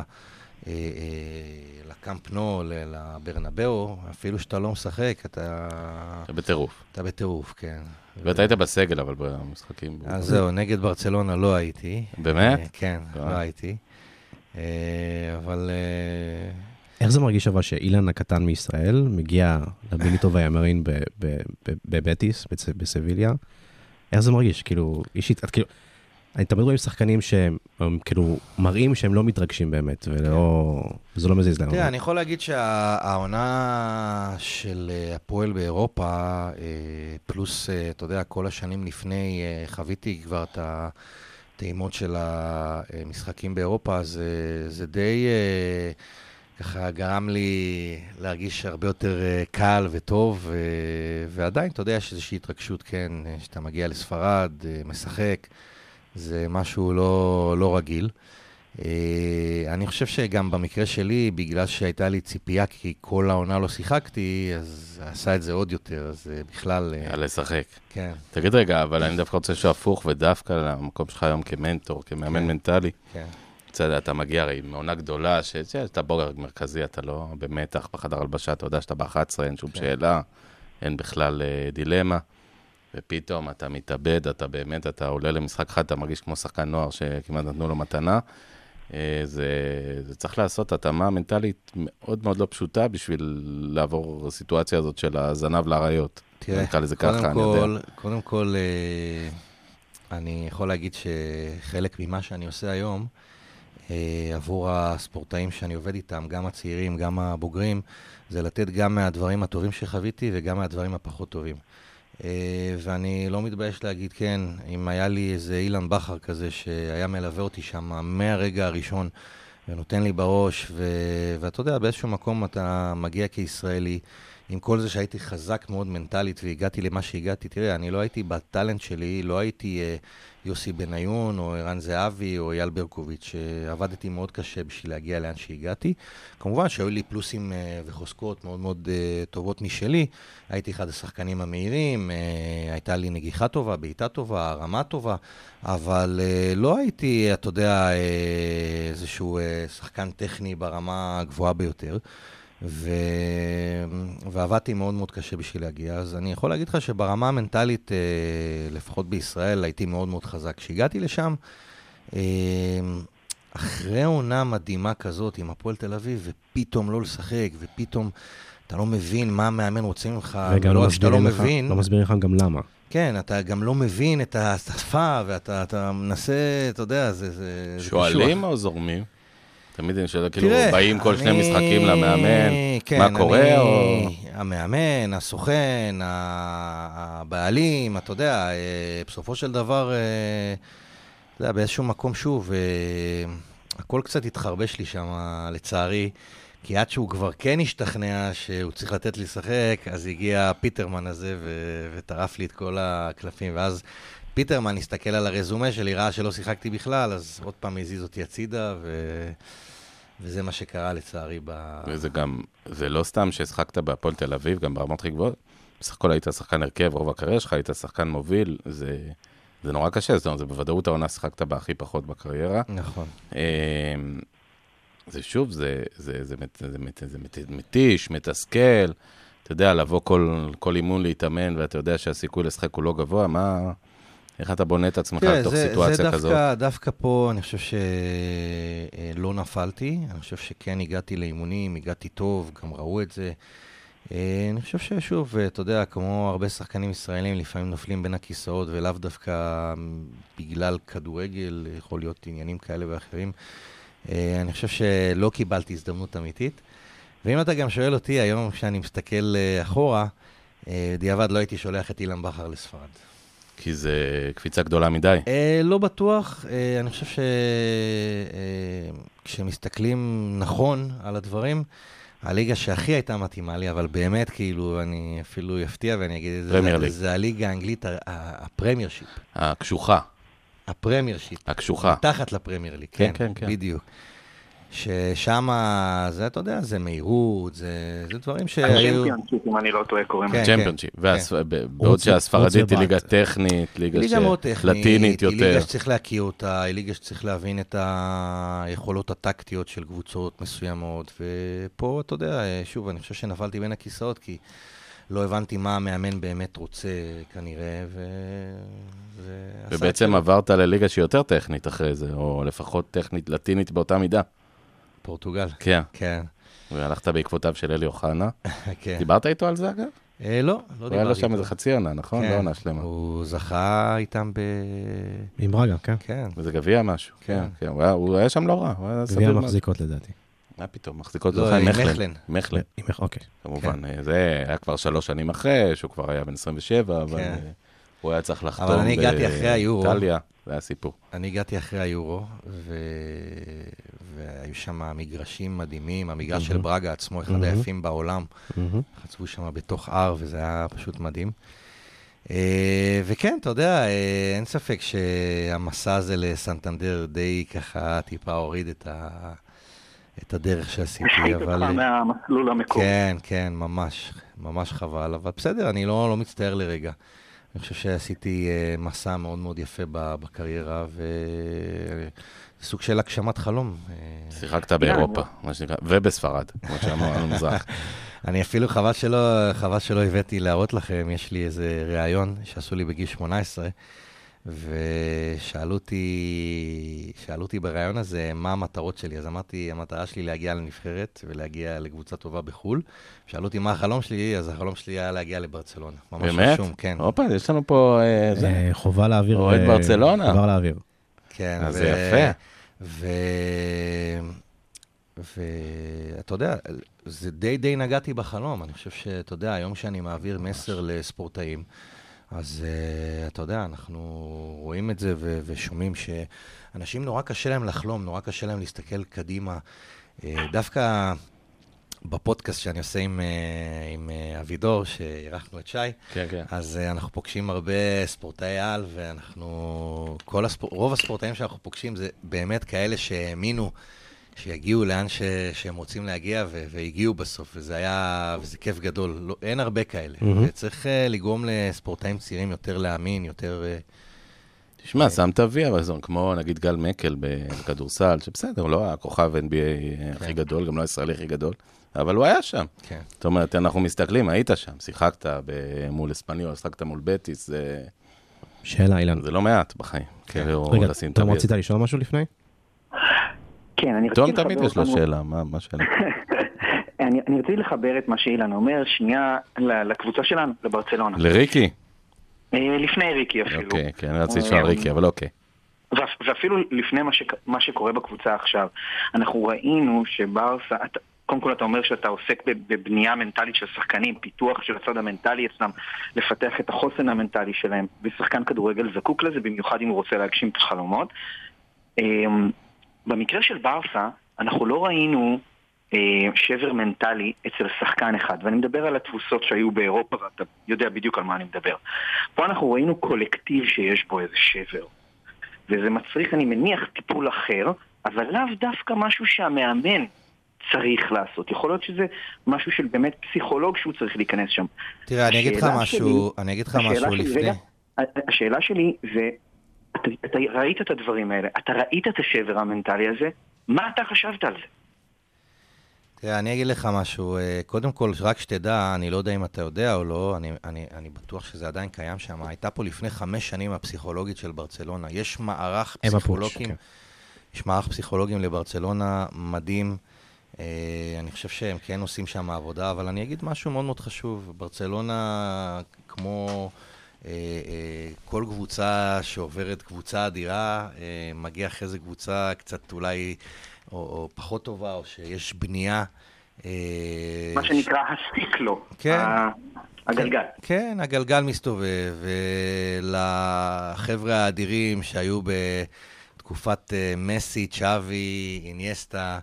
F: לקאמפ נו, לברנבאו, אפילו שאתה לא משחק, אתה
C: בטירוף.
F: אתה בטירוף, כן.
C: ואתה היית בסגל, אבל במשחקים...
F: אז זהו, נגד ברצלונה לא הייתי.
C: באמת?
F: כן, לא הייתי. אבל...
D: איך זה מרגיש אבל שאילן הקטן מישראל מגיע לבניטו ויאמרין בבטיס, בסביליה? איך זה מרגיש? כאילו, אישית, את כאילו... אני תמיד רואים שחקנים שהם כאילו מראים שהם לא מתרגשים באמת, וזה לא מזיז להם.
F: תראה, אני יכול להגיד שהעונה של הפועל באירופה, פלוס, אתה יודע, כל השנים לפני, חוויתי כבר את הטעימות של המשחקים באירופה, אז זה די ככה גרם לי להרגיש הרבה יותר קל וטוב, ועדיין, אתה יודע, יש איזושהי התרגשות, כן, שאתה מגיע לספרד, משחק, זה משהו לא רגיל. אני חושב שגם במקרה שלי, בגלל שהייתה לי ציפייה, כי כל העונה לא שיחקתי, אז עשה את זה עוד יותר, אז בכלל...
C: לשחק.
F: כן.
C: תגיד רגע, אבל אני דווקא רוצה שהפוך, ודווקא למקום שלך היום כמנטור, כמאמן מנטלי.
F: כן.
C: אתה מגיע הרי מעונה גדולה, שאתה בוגר מרכזי, אתה לא במתח בחדר הלבשה, אתה יודע שאתה ב-11, אין שום שאלה, אין בכלל דילמה, ופתאום אתה מתאבד, אתה באמת, אתה עולה למשחק אחד, אתה מרגיש כמו שחקן נוער שכמעט נתנו לו מתנה, זה צריך לעשות התאמה מנטלית מאוד מאוד לא פשוטה בשביל לעבור הסיטואציה הזאת של הזנב לאריות.
F: תראה, קודם כל, אני יכול להגיד שחלק ממה שאני עושה היום, עבור הספורטאים שאני עובד איתם, גם הצעירים, גם הבוגרים, זה לתת גם מהדברים הטובים שחוויתי וגם מהדברים הפחות טובים. ואני לא מתבייש להגיד כן, אם היה לי איזה אילן בחר כזה שהיה מלווה אותי שם מהרגע הראשון ונותן לי בראש, ואתה יודע, באיזשהו מקום אתה מגיע כישראלי, עם כל זה שהייתי חזק מאוד מנטלית והגעתי למה שהגעתי, תראה, אני לא הייתי בטלנט שלי, לא הייתי יוסי בניון או ערן זהבי או אייל ברקוביץ', שעבדתי מאוד קשה בשביל להגיע לאן שהגעתי. כמובן שהיו לי פלוסים וחוזקות מאוד מאוד טובות משלי, הייתי אחד השחקנים המהירים, הייתה לי נגיחה טובה, בעיטה טובה, רמה טובה, אבל לא הייתי, אתה יודע, איזשהו שחקן טכני ברמה הגבוהה ביותר. ועבדתי מאוד מאוד קשה בשביל להגיע, אז אני יכול להגיד לך שברמה המנטלית, לפחות בישראל, הייתי מאוד מאוד חזק. כשהגעתי לשם, אחרי עונה מדהימה כזאת עם הפועל תל אביב, ופתאום לא לשחק, ופתאום אתה לא מבין מה המאמן רוצה ממך,
D: ולא שאתה לא מבין. לא מסביר לך גם למה.
F: כן, אתה גם לא מבין את השפה, ואתה מנסה, אתה יודע, זה
C: שואלים או זורמים? תמיד אני שואל, כאילו, באים כל שני משחקים למאמן, מה קורה או...
F: המאמן, הסוכן, הבעלים, אתה יודע, בסופו של דבר, אתה יודע, באיזשהו מקום שוב, הכל קצת התחרבש לי שם, לצערי, כי עד שהוא כבר כן השתכנע שהוא צריך לתת לי לשחק, אז הגיע פיטרמן הזה וטרף לי את כל הקלפים, ואז פיטרמן הסתכל על הרזומה שלי, ראה שלא שיחקתי בכלל, אז עוד פעם הזיז אותי הצידה, וזה מה שקרה לצערי
C: וזה גם, זה לא סתם שהשחקת בהפועל תל אביב, גם ברמות הכי גבוהות, בסך הכל היית שחקן הרכב, רוב הקריירה שלך, היית שחקן מוביל, זה נורא קשה, זאת אומרת, זה בוודאות העונה שחקת בהכי פחות בקריירה.
F: נכון.
C: זה שוב, זה מתיש, מתסכל, אתה יודע, לבוא כל אימון להתאמן, ואתה יודע שהסיכוי לשחק הוא לא גבוה, איך אתה בונה את עצמך לתוך סיטואציה כזאת?
F: דווקא פה אני חושב שלא נפלתי, אני חושב שכן הגעתי לאימונים, הגעתי טוב, גם ראו את זה. אני חושב ששוב, אתה יודע, כמו הרבה שחקנים ישראלים, לפעמים נופלים בין הכיסאות, ולאו דווקא בגלל כדורגל, יכול להיות עניינים כאלה ואחרים. אני חושב שלא קיבלתי הזדמנות אמיתית. ואם אתה גם שואל אותי, היום כשאני מסתכל אחורה, דיעבד לא הייתי שולח את אילן בחר לספרד.
C: כי זה קפיצה גדולה מדי.
F: לא בטוח, אני חושב שכשמסתכלים נכון על הדברים, הליגה שהכי הייתה מתאימה לי, אבל באמת כאילו אני אפילו יפתיע ואני אגיד את זה, זה הליגה האנגלית, הפרמייר שיפ.
C: הקשוחה.
F: הפרמייר שיפ.
C: הקשוחה.
F: מתחת לפרמייר ליג, כן, בדיוק. ששם, זה, אתה יודע, זה מהירות, זה דברים שהיו...
E: צ'מפיונשיפ, אם אני לא טועה, קוראים.
C: צ'מפיונשיפ, בעוד שהספרדית היא ליגה טכנית, ליגה
F: מאוד טכנית,
C: לטינית יותר.
F: היא ליגה שצריך להכיר אותה, היא ליגה שצריך להבין את היכולות הטקטיות של קבוצות מסוימות, ופה, אתה יודע, שוב, אני חושב שנפלתי בין הכיסאות, כי לא הבנתי מה המאמן באמת רוצה כנראה,
C: ובעצם עברת לליגה שהיא יותר טכנית אחרי זה, או לפחות טכנית לטינית באותה מידה.
F: פורטוגל.
C: כן.
F: כן.
C: והלכת בעקבותיו של אלי אוחנה.
F: כן.
C: דיברת איתו על זה אגב?
F: לא דיברתי איתו.
C: הוא היה לו שם איזה חצי עונה, נכון? לא עונה שלמה.
F: הוא זכה איתם
D: עם ברגה, כן.
F: כן.
C: וזה גביע משהו. כן. הוא היה שם לא רע.
D: גביע מחזיקות לדעתי.
C: מה פתאום? מחזיקות
F: לא, עם מחלן.
C: מחלן.
D: אוקיי.
C: כמובן. זה היה כבר 3 שנים אחרי, שהוא כבר היה בן 27, אבל הוא היה צריך לחתום
F: אבל אני הגעתי אחרי היורו.
C: באיטליה, זה היה סיפור.
F: אני הגעתי אחרי היורו, והיו שם מגרשים מדהימים, המגרש של ברגה עצמו, אחד היפים בעולם. חצבו שם בתוך הר, וזה היה פשוט מדהים. וכן, אתה יודע, אין ספק שהמסע הזה לסנטנדר די ככה טיפה הוריד את הדרך שעשיתי, אבל...
E: השחית אותך מהמסלול המקורי.
F: כן, כן, ממש, ממש חבל, אבל בסדר, אני לא מצטער לרגע. אני חושב שעשיתי מסע מאוד מאוד יפה בקריירה, וסוג של הגשמת חלום.
C: שיחקת באירופה, מה שנקרא, ובספרד, כמו שאמרנו על המזרח.
F: אני אפילו חבל שלא הבאתי להראות לכם, יש לי איזה ראיון שעשו לי בגיל 18, ושאלו אותי בראיון הזה מה המטרות שלי. אז אמרתי, המטרה שלי להגיע לנבחרת ולהגיע לקבוצה טובה בחול. שאלו אותי מה החלום שלי, אז החלום שלי היה להגיע לברצלונה.
C: באמת?
F: כן.
C: אופה, יש לנו פה...
D: חובה להעביר.
C: אוהד ברצלונה.
D: חובה להעביר.
F: כן.
C: אז זה יפה.
F: ואתה יודע, זה די נגעתי בחלום. אני חושב שאתה יודע, היום שאני מעביר מסר לספורטאים, אז אתה יודע, אנחנו רואים את זה ושומעים שאנשים נורא קשה להם לחלום, נורא קשה להם להסתכל קדימה. דווקא בפודקאסט שאני עושה עם אבידור, שערכנו את שי,
C: כן.
F: אז אנחנו פוגשים הרבה ספורטאי על, רוב הספורטאים שאנחנו פוגשים זה באמת כאלה שהאמינו שיגיעו לאן שהם רוצים להגיע, והגיעו בסוף, וזה כיף גדול. לא, אין הרבה כאלה. וצריך לגרום לספורטאים צעירים יותר להאמין, יותר...
C: תשמע, שמת וי, אבל זה כמו נגיד גל מקל בכדורסל, שבסדר, לא הכוכב NBA הכי גדול, גם לא הישראלי הכי גדול, אבל הוא היה שם.
F: כן.
C: זאת אומרת, אנחנו מסתכלים, היית שם, שיחקת מול אספניול, שיחקת מול בטיס,
D: שאלה, אילן.
C: זה לא מעט בחיים.
D: רגע, תום רצית לשאול משהו לפני?
E: כן, אני
C: תום תמיד יש לו שאלה, מה השאלה?
E: אני רציתי לחבר את מה שאילן אומר, שנייה לקבוצה שלנו, לברצלונה.
C: לריקי?
E: לפני ריקי אפילו.
C: אוקיי, כן, אני רציתי לשאול ריקי, אבל אוקיי.
E: ואפילו לפני מה שקורה בקבוצה עכשיו, אנחנו ראינו שברסה, קודם כל אתה אומר שאתה עוסק בבנייה מנטלית של שחקנים, פיתוח של הצד המנטלי אצלם, לפתח את החוסן המנטלי שלהם, ושחקן כדורגל זקוק לזה, במיוחד אם הוא רוצה להגשים את החלומות. במקרה של ברסה, אנחנו לא ראינו שבר מנטלי אצל שחקן אחד, ואני מדבר על התבוסות שהיו באירופה, ואתה יודע בדיוק על מה אני מדבר. פה אנחנו ראינו קולקטיב שיש בו איזה שבר, וזה מצריך, אני מניח, טיפול אחר, אבל לאו דווקא משהו שהמאמן צריך לעשות. יכול להיות שזה משהו של באמת פסיכולוג שהוא צריך להיכנס שם.
F: תראה, אני אגיד לך משהו לפני.
E: השאלה שלי זה, אתה ראית את הדברים האלה, אתה ראית את השבר המנטלי הזה, מה אתה חשבת על זה?
F: תראה, אני אגיד לך משהו, קודם כל, רק שתדע, אני לא יודע אם אתה יודע או לא, אני בטוח שזה עדיין קיים שם, הייתה פה לפני 5 שנים הפסיכולוגית של ברצלונה, יש מערך פסיכולוגים, יש מערך פסיכולוגים לברצלונה מדהים, אני חושב שהם כן עושים שם עבודה, אבל אני אגיד משהו מאוד מאוד חשוב, ברצלונה כמו כל קבוצה שעוברת קבוצה אדירה, מגיע אחרי זה קבוצה קצת אולי או פחות טובה, או שיש בנייה.
E: מה שנקרא הסיקלו, הגלגל.
F: כן, הגלגל מסתובב, ולחבר'ה האדירים שהיו בתקופת מסי, צ'אבי, אינייסטה,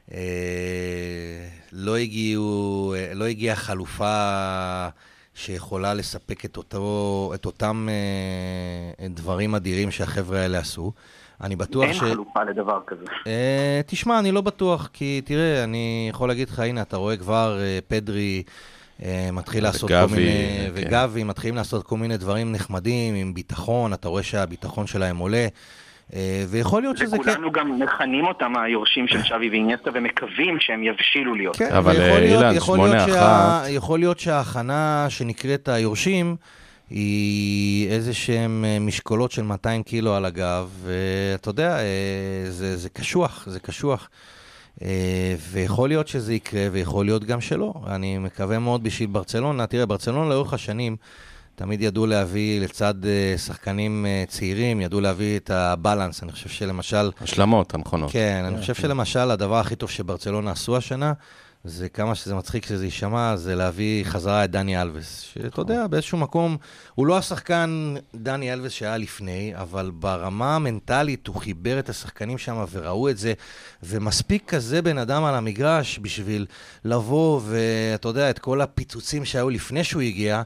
F: לא הגיעה חלופה שיכולה לספק את אותם דברים אדירים שהחבר'ה האלה עשו. אני בטוח
E: אין חלופה לדבר כזה.
F: תשמע, אני לא בטוח, כי תראה, אני יכול להגיד לך, הנה, אתה רואה כבר פדרי מתחיל לעשות כל מיני, וגבי מתחילים לעשות כל מיני דברים נחמדים, עם ביטחון, אתה רואה שהביטחון שלהם עולה, ויכול להיות שזה...
E: וכולנו גם מכנים אותם היורשים של צ'אבי ואינייסטה, ומקווים שהם יבשילו להיות.
F: כן,
C: אבל אילן, 8-1.
F: יכול להיות שההכנה שנקראת היורשים, היא איזה שהם משקולות של 200 קילו על הגב, ואתה יודע, זה קשוח, זה קשוח. ויכול להיות שזה יקרה, ויכול להיות גם שלא. אני מקווה מאוד בשביל ברצלונה. תראה, ברצלונה לאורך השנים, תמיד ידעו להביא לצד שחקנים צעירים, ידעו להביא את הבלנס. אני חושב שלמשל...
C: השלמות, הנכונות.
F: כן, אני חושב שלמשל הדבר הכי טוב שברצלונה עשו השנה, זה כמה שזה מצחיק שזה יישמע, זה להביא חזרה את דני אלווס, שאתה יודע, באיזשהו מקום, הוא לא השחקן דני אלווס שהיה לפני, אבל ברמה המנטלית הוא חיבר את השחקנים שם וראו את זה, ומספיק כזה בן אדם על המגרש בשביל לבוא, ואתה יודע, את כל הפיצוצים שהיו לפני שהוא הגיע,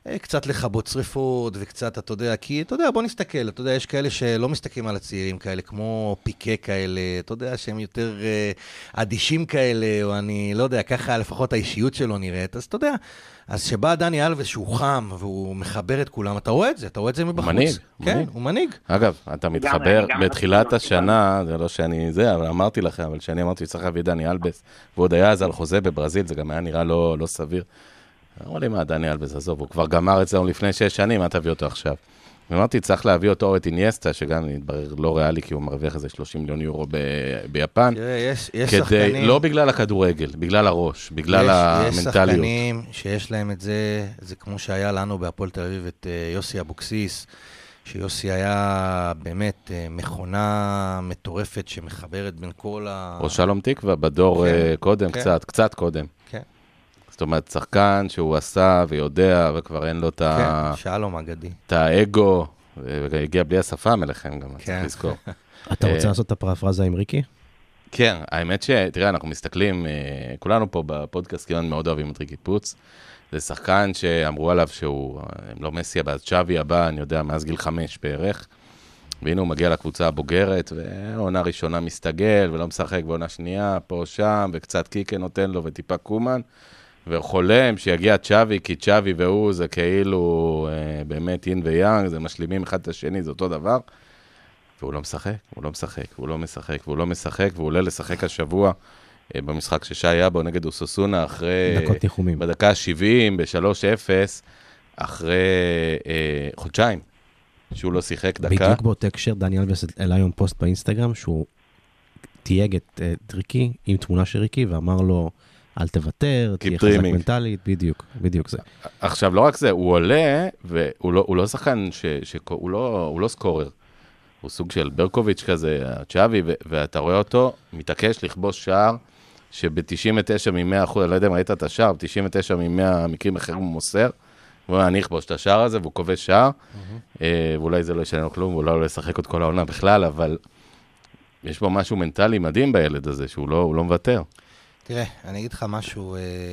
F: קצת לכבות שריפות וקצת, אתה יודע, כי, אתה יודע, בוא נסתכל, אתה יודע, יש כאלה שלא מסתכלים על הצעירים כאלה, כמו פיקה כאלה, אתה יודע, שהם יותר אדישים כאלה, או אני לא יודע, ככה לפחות האישיות שלו נראית, אז אתה יודע, אז שבא דני אלבס שהוא חם, והוא מחבר את כולם, אתה רואה את זה, מבחוץ.
C: מנהיג.
F: כן, הוא מנהיג.
C: אגב, אתה מתחבר בתחילת השנה, זה לא שאני זה, אבל אמרתי לכם, אבל שאני אמרתי שצריך להביא דני אלבס, ועוד היה אז על חוזה בברזיל, זה גם היה נראה לא סביר. אמרו לי, מה, דני אלבס, עזוב, הוא כבר גמר את זה לפני 6 שנים, מה תביא אותו עכשיו? ואמרתי, צריך להביא אותו את אינייסטה, שגם התברר לא ריאלי, כי הוא מרוויח איזה 30 מיליון יורו ביפן.
F: יש שחקנים...
C: לא בגלל הכדורגל, בגלל הראש, בגלל המנטליות.
F: יש שחקנים שיש להם את זה, זה כמו שהיה לנו בהפועל תל אביב את יוסי אבוקסיס, שיוסי היה באמת מכונה מטורפת שמחברת בין כל
C: או שלום תקווה, בדור קודם, קצת קודם.
F: כן.
C: זאת אומרת, שחקן שהוא עשה ויודע, וכבר אין לו את
F: שלום אגדי.
C: את האגו, והגיע בלי השפם אליכם גם, צריך לזכור.
D: אתה רוצה לעשות את הפרפרזה עם ריקי?
C: כן, האמת תראה, אנחנו מסתכלים, כולנו פה בפודקאסט כמעט מאוד אוהבים את ריקי פוץ, זה שחקן שאמרו עליו שהוא לא מסי הבא, אז צ'אבי הבא, אני יודע, מאז גיל 5 בערך, והנה הוא מגיע לקבוצה הבוגרת, ועונה ראשונה מסתגל, ולא משחק בעונה שנייה, פה שם, וקצת קיקה נותן לו, וטיפה קומן, וחולם שיגיע צ'אבי, כי צ'אבי והוא זה כאילו באמת אין ויאנג, זה משלימים אחד את השני, זה אותו דבר, והוא לא משחק, והוא לא משחק, והוא עולה לשחק השבוע, במשחק ששי היה בו נגד אוסוסונה, אחרי...
D: דקות ניחומים.
C: בדקה 70, ב-3-0, אחרי חודשיים, שהוא לא שיחק דקה.
D: בדיוק באותו הקשר, דני אלבס העלה היום פוסט באינסטגרם, שהוא תייג את ריקי, עם תמונה של ריקי, ואמר לו, אל תוותר, תהיה חזק מנטלית, בדיוק זה.
C: עכשיו, לא רק זה, הוא עולה, והוא לא שחקן, הוא לא סקורר. הוא סוג של ברקוביץ' כזה, צ'אבי, ואתה רואה אותו, מתעקש לכבוש שער, שב-99 מ-100%, אני לא יודע אם ראית את השער, ב-99 מ-100 מקרים אחרים הוא מוסר, ואני אכבוש את השער הזה, והוא כובש שער, ואולי זה לא ישנה לו כלום, ואולי לא ישחק עוד כל העונה בכלל, אבל יש בו משהו מנטלי מדהים בילד הזה, שהוא לא מוותר.
F: תראה, אני אגיד לך משהו,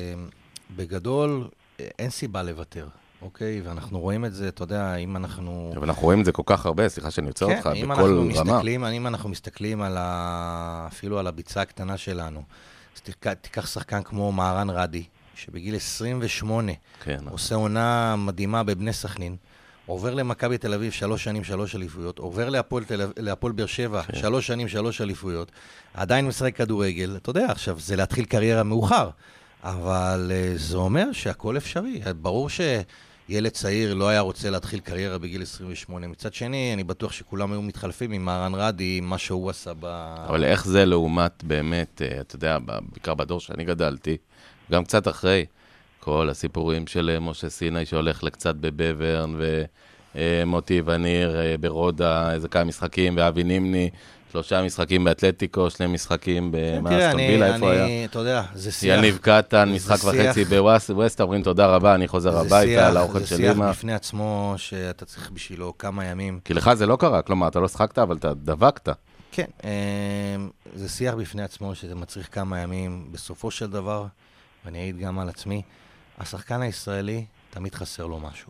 F: בגדול, אין סיבה לוותר. אוקיי, ואנחנו רואים את זה, אתה יודע, אם אנחנו...
C: אבל אנחנו רואים את זה כל כך הרבה, סליחה שאני יוצא אותך, בכל רמה.
F: אם אנחנו מסתכלים אפילו על הביצה הקטנה שלנו, אז תיקח שחקן כמו מהרן רדי, שבגיל 28 עושה עונה מדהימה בבני סכנין, עובר למכבי תל אביב 3 שנים 3 אליפויות, עובר להפועל באר שבע 3 שנים 3 אליפויות, עדיין משחק כדורגל, אתה יודע, עכשיו זה להתחיל קריירה מאוחר, אבל זה אומר שהכל אפשרי. ברור שילד צעיר לא היה רוצה להתחיל קריירה בגיל 28. מצד שני, אני בטוח שכולם היו מתחלפים עם מהרן רדי, עם מה שהוא עשה
C: אבל איך זה לעומת באמת, אתה יודע, בעיקר בדור שאני גדלתי, גם קצת אחרי, כל הסיפורים של משה סיני שהולך לקצת בבברן, ומוטי וניר ברודה, איזה כמה משחקים, ואבי נימני, 3 משחקים באתלטיקו, 2 משחקים במאסטון וילה, איפה היה?
F: אתה יודע, זה שיח.
C: יניב קטן, משחק וחצי בווסט, אומרים תודה רבה, אני חוזר הביתה, לאוכל של אמא.
F: זה שיח בפני עצמו, שאתה צריך בשבילו כמה ימים.
C: כי לך זה לא קרה, כלומר, אתה לא שחקת, אבל אתה דבקת.
F: כן, זה שיח בפני עצמו, שזה מצריך כמה ימים. בסופו של דבר, ואני אעיד גם על עצמי, השחקן הישראלי תמיד חסר לו משהו.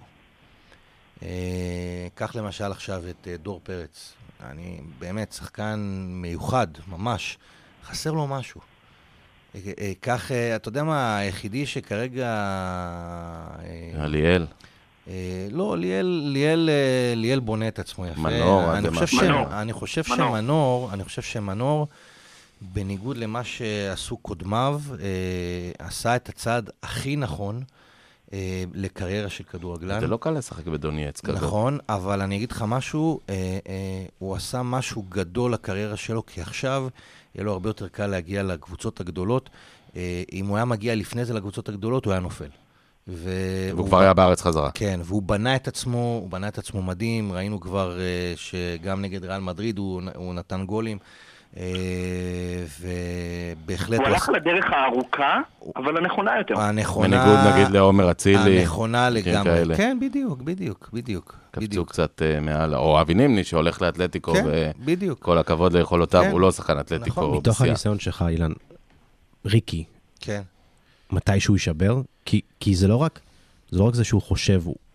F: קח למשל עכשיו את דור פרץ. אני באמת שחקן מיוחד, ממש, חסר לו משהו. כך, אתה יודע מה, היחידי שכרגע...
C: ליאל.
F: לא, ליאל בונה את עצמו יפה.
C: מנור,
F: אני חושב שמנור, בניגוד למה שעשו קודמיו, עשה את הצעד הכי נכון, לקריירה של כדורגלן.
C: זה לא קל לשחק בדונייץ כזאת.
F: נכון, אבל אני אגיד לך משהו, הוא עשה משהו גדול לקריירה שלו, כי עכשיו יהיה לו הרבה יותר קל להגיע לקבוצות הגדולות. אם הוא היה מגיע לפני זה לקבוצות הגדולות, הוא היה נופל.
C: והוא כבר היה בארץ חזרה.
F: כן, והוא בנה את עצמו, מדהים. ראינו כבר שגם נגד ריאל מדריד הוא נתן גולים. ובהחלט...
E: הוא הלך לדרך הארוכה, אבל הנכונה יותר.
C: בניגוד נגיד לעומר אצילי.
F: הנכונה לגמרי. כן, בדיוק.
C: קפצו קצת מעל, או אבי נימני שהולך לאתלטיקו, וכל הכבוד ליכולותיו, הוא לא שחקן אתלטיקו.
D: מתוך הניסיון שלך, אילן, ריקי, מתי שהוא יישבר, כי זה לא רק זה שהוא חושב,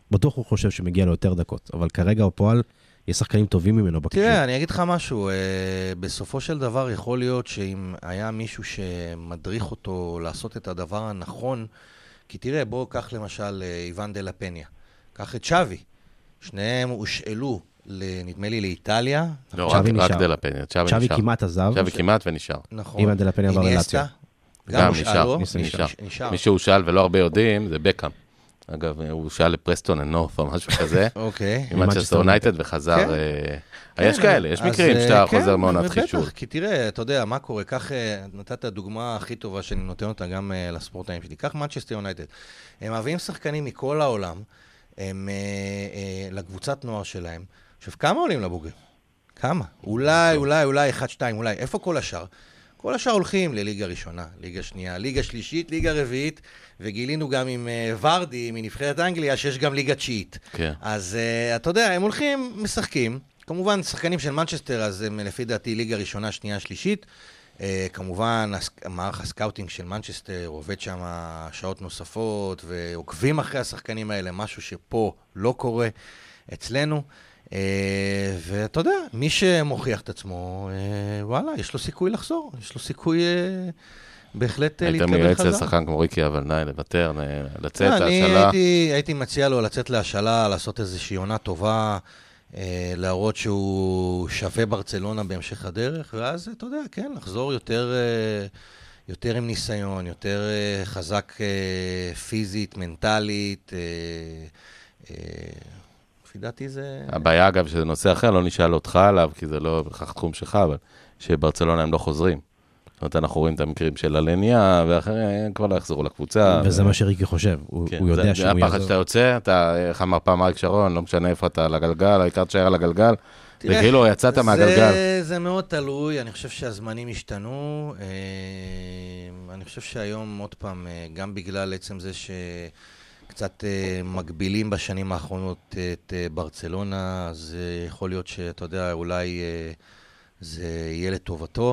D: בטוח הוא חושב שמגיע לו יותר דקות, אבל כרגע בפועל יש שחקנים טובים ממנו בקישור.
F: תראה, אני אגיד לך משהו, בסופו של דבר יכול להיות שאם היה מישהו שמדריך אותו לעשות את הדבר הנכון, כי תראה, בואו קח למשל איוון דה לפניה, קח את שווי, שניהם הושאלו, נדמה לי לאיטליה.
C: לא, רק דה לפניה,
D: שווי כמעט עזב.
C: שווי כמעט ונשאר.
F: נכון.
D: איוון דה לפניה עבר ללאציו.
C: גם נשאר. מי שהושאל ולא הרבה יודעים, זה בקאם. אגב, הוא שאל לפרסטון אנוף או משהו כזה.
F: אוקיי.
C: עם מנצ'סטר יונייטד וחזר. יש כאלה, יש מקרים שאתה חוזר מעונת חישול.
F: כי תראה, אתה יודע, מה קורה? כך נתת את הדוגמה הכי טובה שאני נותן אותה גם לספורטאים שלי. כך מנצ'סטר יונייטד. הם מביאים שחקנים מכל העולם, הם לקבוצת נוער שלהם. עכשיו, כמה עולים לבוגרים? כמה? אולי 1-2, אולי. איפה כל השאר? כל השאר הולכים לליגה ראשונה, ליגה שנייה, ליגה שלישית, ליגה רביעית, וגילינו גם עם ורדי, מנבחרת אנגליה, שיש גם ליגה תשיעית.
C: כן.
F: אז אתה יודע, הם הולכים, משחקים. כמובן, שחקנים של מנצ'סטר, אז הם לפי דעתי ליגה ראשונה, שנייה, שלישית. כמובן, מערך הסקאוטינג של מנצ'סטר עובד שם שעות נוספות, ועוקבים אחרי השחקנים האלה, משהו שפה לא קורה אצלנו. ואתה יודע, מי שמוכיח את עצמו, וואלה, יש לו סיכוי לחזור, יש לו סיכוי בהחלט להתקבל חזרה.
C: היית מייעץ לשחקן כמו ריקי, אבל די, לוותר, לצאת להשאלה.
F: הייתי מציע לו לצאת להשאלה, לעשות איזושהי עונה טובה, להראות שהוא שווה ברצלונה בהמשך הדרך, ואז, אתה יודע, כן, לחזור יותר עם ניסיון, יותר חזק פיזית, מנטלית, לפי דעתי זה...
C: הבעיה, אגב, שזה נושא אחר, לא נשאל אותך עליו, כי זה לא בכך תחום שלך, אבל שברצלונה הם לא חוזרים. זאת אומרת, אנחנו רואים את המקרים של אלניה, ואחרים כבר לא יחזרו לקבוצה.
D: וזה מה שריקי חושב, הוא יודע שהוא יחזור.
C: זה הפחד שאתה יוצא, איך אמר פעם אריק שרון, לא משנה איפה אתה על הגלגל, העיקר תשאר על הגלגל, וכאילו יצאת מהגלגל.
F: זה מאוד תלוי, אני חושב שהזמנים השתנו, אני חושב שהיום, עוד פעם, גם בגלל עצם זה קצת מגבילים בשנים האחרונות את ברצלונה, אז יכול להיות שאתה יודע, אולי זה יהיה לטובתו,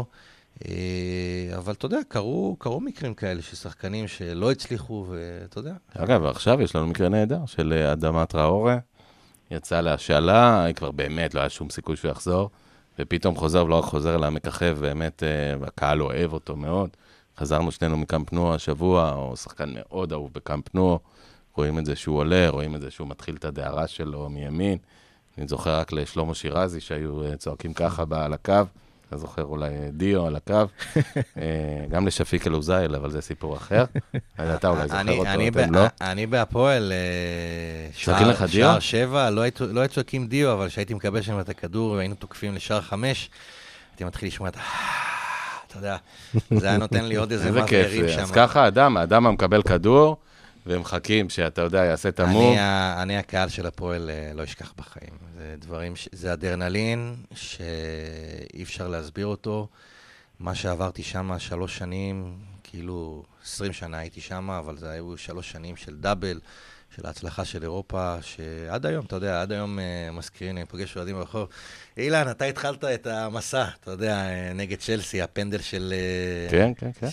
F: אבל אתה יודע, קרו מקרים כאלה ששחקנים שלא הצליחו, ואתה יודע.
C: אגב, עכשיו יש לנו מקרה נהדר של אדמה טראורה, יצא להשאלה, כבר באמת לא היה שום סיכוי שהוא יחזור, ופתאום חוזר ולא רק חוזר אלא מככב, באמת הקהל אוהב אותו מאוד. חזרנו שנינו מקאמפ נו השבוע, או שחקן מאוד אהוב בקאמפ נו, רואים את זה שהוא עולה, רואים את זה שהוא מתחיל את הדהרה שלו מימין. אני זוכר רק לשלמה שירזי שהיו צועקים ככה על הקו, אני זוכר אולי דיו על הקו, גם לשפיק אלוזייל, אבל זה סיפור אחר. אתה אולי זוכר אותו, אתם לא?
F: אני בהפועל, שער 7, לא היו צועקים דיו, אבל כשהייתי מקבל שם את הכדור והיינו תוקפים לשער 5, הייתי מתחיל לשמוע את אתה יודע, זה היה נותן לי עוד איזה מבקרים שם.
C: אז ככה האדם המקבל כדור, והם מחכים שאתה יודע, יעשה את המוב.
F: אני הקהל של הפועל לא ישכח בחיים. זה דברים, זה אדרנלין שאי אפשר להסביר אותו. מה שעברתי שם 3 שנים, כאילו 20 שנה הייתי שם, אבל זה היו 3 שנים של דאבל, של ההצלחה של אירופה, שעד היום, אתה יודע, עד היום מזכירים, אני פוגש אוהדים ברחוב. אילן, אתה התחלת את המסע, אתה יודע, נגד צ'לסי, הפנדל של...
C: כן.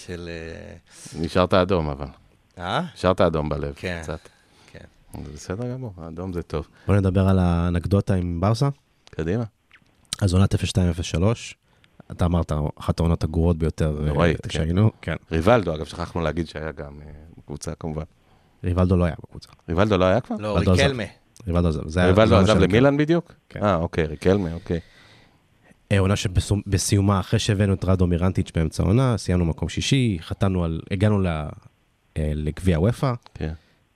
C: נשארת אדום, אבל. נשארת אדום בלב, קצת.
F: כן.
C: זה בסדר גמור, האדום זה טוב.
D: בוא נדבר על האנקדוטה עם ברסה.
C: קדימה.
D: אז עונת 02-03, אתה אמרת, אחת העונות הגרועות ביותר שהיינו. כן.
C: ריבלדו, אגב, שכחנו להגיד שהיה גם בקבוצה, כמובן.
D: ריבלדו לא היה בקבוצה.
C: ריבלדו לא היה כבר?
F: לא, ריקלמה.
D: ריבלדו
C: עזב למילאן בדיוק?
D: כן.
C: אוקיי, ריקלמה, אוקיי.
D: עונה שבסיומה, אחרי שהבאנו את רדו מירנטיץ' באמצע העונה, סיימנו מקום 6, הגענו לגביע וופא.
C: כן.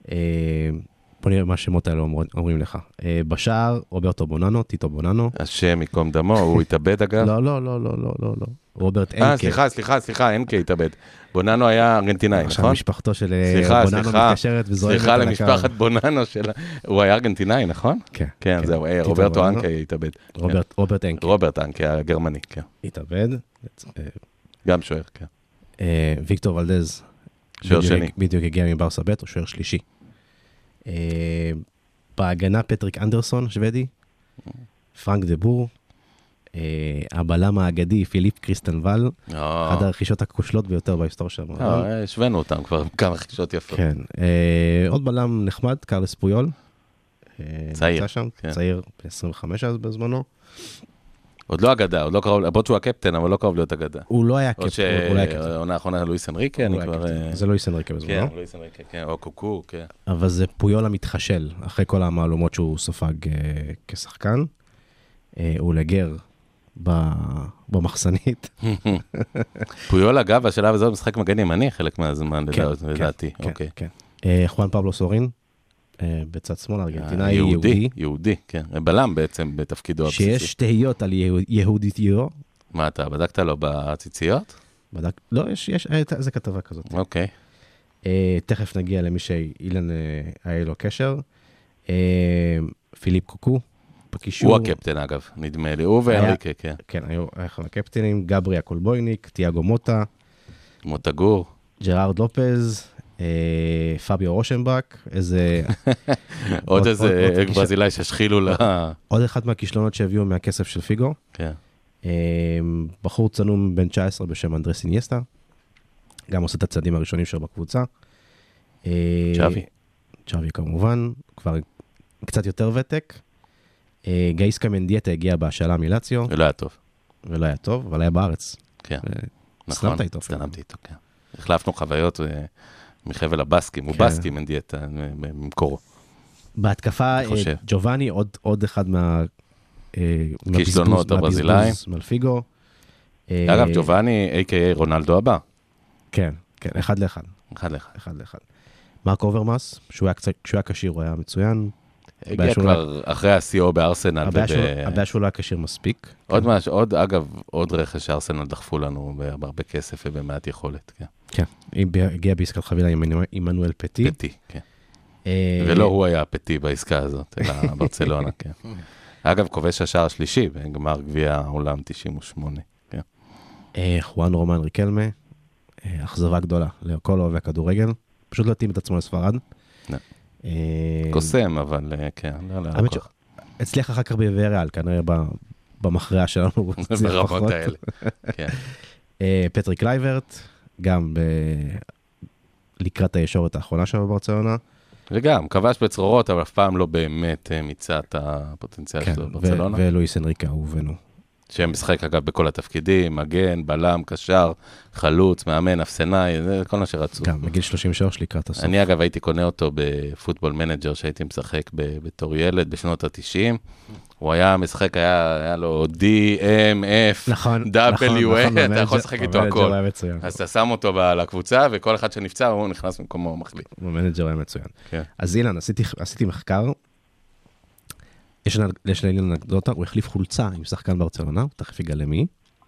D: בוא נראה מה השמות האלה אומרים לך. בשער, רוברטו בוננו, טיטו בוננו.
C: השם יקום דמו, הוא התאבד אגב?
D: לא. רוברט אנקה.
C: סליחה, אנקה התאבד. בוננו היה ארגנטינאי, נכון?
D: עכשיו משפחתו של בוננו מתקשרת וזורמת
C: על הקו. סליחה למשפחת בוננו שלה. הוא היה ארגנטינאי, נכון?
D: כן.
C: כן, זהו, רוברטו אנקה התאבד.
D: רוברט אנקה.
C: רוברט אנקה, הגרמני, כן.
D: התאבד.
C: גם שוער, כן.
D: ויקטור ולדז.
C: שוער שני.
D: בדיוק הגיע מברסה ב', הוא שוער שלישי. בהגנה פטריק אנדרסון, שוודי. פרנק דבור. הבלם האגדי, פיליפ קריסטנבל. אחד הרכישות הכושלות ביותר בהיסטוריה של המועדון.
C: השווינו אותם כבר כמה רכישות יפות.
D: כן. עוד בלם נחמד, קרלס פויול.
C: צעיר,
D: שם,
C: כן.
D: צעיר 25 אז בזמנו.
C: עוד לא אגדה, עוד לא קרוב, למרות שהוא הקפטן, אבל לא קרוב להיות אגדה.
D: הוא לא היה
C: או
D: קפטן, הוא לא היה קפטן.
C: שעונה האחרונה לואיס אנריקה, אני כבר...
D: זה לואיס אנריקה בזמנו.
C: כן, לואיס אנריקה, כן, או קוקו, כן.
D: אבל זה פויול המתחשל, אחרי כל המעלומות שהוא סופג כשחקן. הוא לגר במחסנית.
C: פויול, אגב, השלב הזה הוא משחק מגן ימני, חלק מהזמן, לדעתי.
D: כן. חואן פבלו סורין, בצד שמאל, ארגנטינאי יהודי.
C: יהודי, כן. בלם בעצם בתפקידו הבסיסי.
D: שיש תהיות על יהודיתיו.
C: מה, אתה בדקת לו בציציות?
D: לא, יש איזה כתבה כזאת.
C: אוקיי.
D: תכף נגיע למי שאילן היה לו קשר. פיליפ קוקו, בקישור.
C: הוא הקפטן, אגב, נדמה לי. הוא ואנריקה, כן.
D: כן, היו הקפטנים, גברי הקולבויניק, תיאגו מוטה.
C: מוטגור.
D: ג'רארד לופז, פביו רושנבק, איזה...
C: עוד איזה ברזילאי ששחילו לה...
D: עוד אחד מהכישלונות שהביאו מהכסף של פיגו.
C: כן.
D: בחור צנום בן 19 בשם אנדרס אינייסטה, גם עושה את הצעדים הראשונים שלו בקבוצה. צ'אבי כמובן, כבר קצת יותר ותק. גייסקה מנדיאטה הגיע בהשאלה מלאציו.
C: ולא היה טוב.
D: ולא היה טוב, אבל היה בארץ.
C: כן,
D: נכון,
C: סלמתי איתו, כן. החלפנו חוויות מחבל הבסקים, הוא בסקי מנדיאטה ממקורו.
D: בהתקפה, ג'ובאני, עוד אחד
C: כישלונות הברזילאים.
D: מלפיגו.
C: אגב, ג'ובאני, a.k.a. רונלדו הבא.
D: כן, אחד לאחד. מרק אוברמאס, כשהוא היה קשיר, הוא היה מצוין.
C: הגיע כבר אחרי ה-CO בארסנל.
D: הבעיה שהוא לא היה קשיר מספיק.
C: עוד רכש שארסנל דחפו לנו בהרבה כסף ובמעט יכולת.
D: כן, הגיע בעסקת חבילה עם עמנואל פטי.
C: פטי, כן. ולא הוא היה פטי בעסקה הזאת, אלא ברצלונה, כן. אגב, כובש השער השלישי, בגמר גביע העולם 98.
D: חואן רומן ריקלמה, אכזבה גדולה לכל אוהבי הכדורגל, פשוט לא התאים את עצמו לספרד.
C: קוסם, אבל כן, לא לקוח.
D: הצליח אחר כך בוויאריאל, כנראה במכריעה שלנו.
C: ברמות האלה, כן.
D: פטרי קלייברט, גם לקראת הישורת האחרונה שלו בברצלונה.
C: וגם, כבש בצרורות, אבל אף פעם לא באמת מיצה את הפוטנציאל שלו בברצלונה.
D: ולואיס אנריקה, אהובנו.
C: שמשחק אגב בכל התפקידים, מגן, בלם, קשר, חלוץ, מאמן, אפסנאי, זה כל מה שרצו.
D: גם, בגיל 33 לקראת הסוף.
C: אני אגב הייתי קונה אותו בפוטבול מנג'ר, שהייתי משחק בתור ילד בשנות ה-90. הוא היה משחק, היה לו DMF, WA, אתה יכול לשחק איתו הכל. אז אתה שם אותו לקבוצה, וכל אחד שנפצע, הוא נכנס במקומו מחליט.
D: במנג'ר היה מצוין. אז אילן, עשיתי מחקר, יש לאילן אנקדוטה, הוא החליף חולצה עם שחקן ברצלונה, הוא תכף יגלה מי.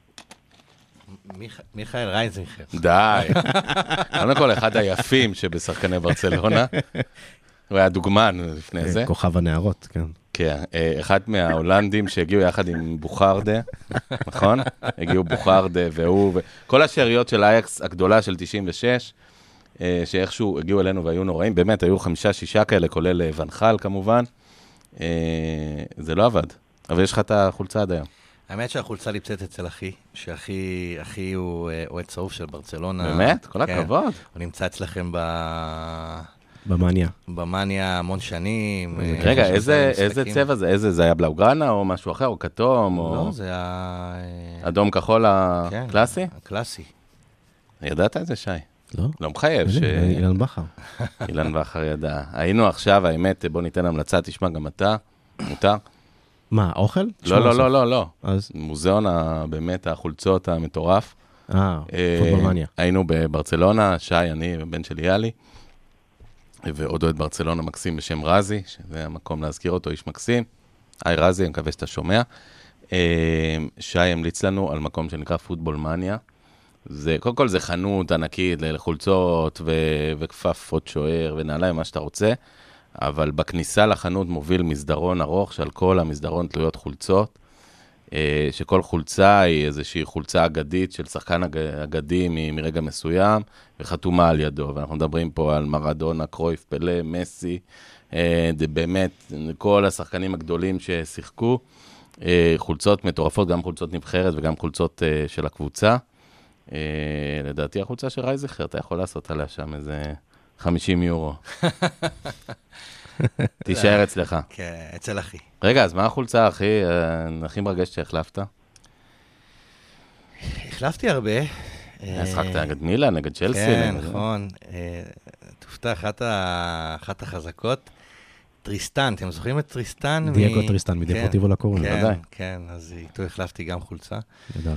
F: מיכאל רייזנכר.
C: די. קודם כל, אחד היפים שבשחקני ברצלונה, הוא היה דוגמן לפני זה.
D: כוכב הנערות, כן.
C: כן, אחד מההולנדים שהגיעו יחד עם בוכרדה, נכון? הגיעו בוכרדה והוא, כל השאריות של אייקס הגדולה של 96, שאיכשהו הגיעו אלינו והיו נוראים, באמת היו 5-6 כאלה, כולל ונחל כמובן, זה לא עבד, אבל יש לך את החולצה עד היום.
F: האמת שהחולצה נמצאת אצל אחי, שאחי הוא אוהד צרוף של ברצלונה.
C: באמת? כל הכבוד.
F: הוא נמצא אצלכם
D: במאניה.
F: במאניה המון שנים.
C: רגע, איזה צבע זה? זה היה בלאוגרנה או משהו אחר, או כתום?
F: לא, זה היה...
C: אדום כחול הקלאסי?
F: הקלאסי.
C: ידעת את זה, שי?
D: לא.
C: לא מחייב.
D: אילן בכר.
C: אילן בכר ידע. היינו עכשיו, האמת, בוא ניתן המלצה, תשמע גם אתה, מותר.
D: מה, אוכל?
C: לא. מוזיאון באמת החולצות המטורף.
D: פוטבולמניה.
C: היינו בברצלונה, שי, אני, בן שלי יאלי. ועוד אוהד ברצלונה מקסים בשם רזי, שזה המקום להזכיר אותו, איש מקסים. היי רזי, אני מקווה שאתה שומע. שי המליץ לנו על מקום שנקרא פוטבולמניה. קודם כל זה חנות ענקית לחולצות וכפפות שוער ונעליים, מה שאתה רוצה, אבל בכניסה לחנות מוביל מסדרון ארוך, שעל כל המסדרון תלויות חולצות, שכל חולצה היא איזושהי חולצה אגדית של שחקן אגדי מרגע מסוים, וחתומה על ידו, ואנחנו מדברים פה על מרדונה, קרויף, פלה, מסי, באמת כל השחקנים הגדולים ששיחקו, חולצות מטורפות, גם חולצות נבחרת וגם חולצות של הקבוצה, לדעתי החולצה של רייזכר, אתה יכול לעשות עליה שם איזה 50 יורו. תישאר אצלך.
F: כן, אצל אחי.
C: רגע, אז מה החולצה, הכי מרגש שהחלפת?
F: החלפתי הרבה.
C: השחקת נגד מילאן, נגד צ'לסי.
F: כן, נכון. תופתע, אחת החזקות. טריסטן, אתם זוכרים את טריסטן?
D: דייגו טריסטן, מדפורטיבו לקורונה.
F: כן, כן, אז איתו החלפתי גם חולצה.
D: נדל.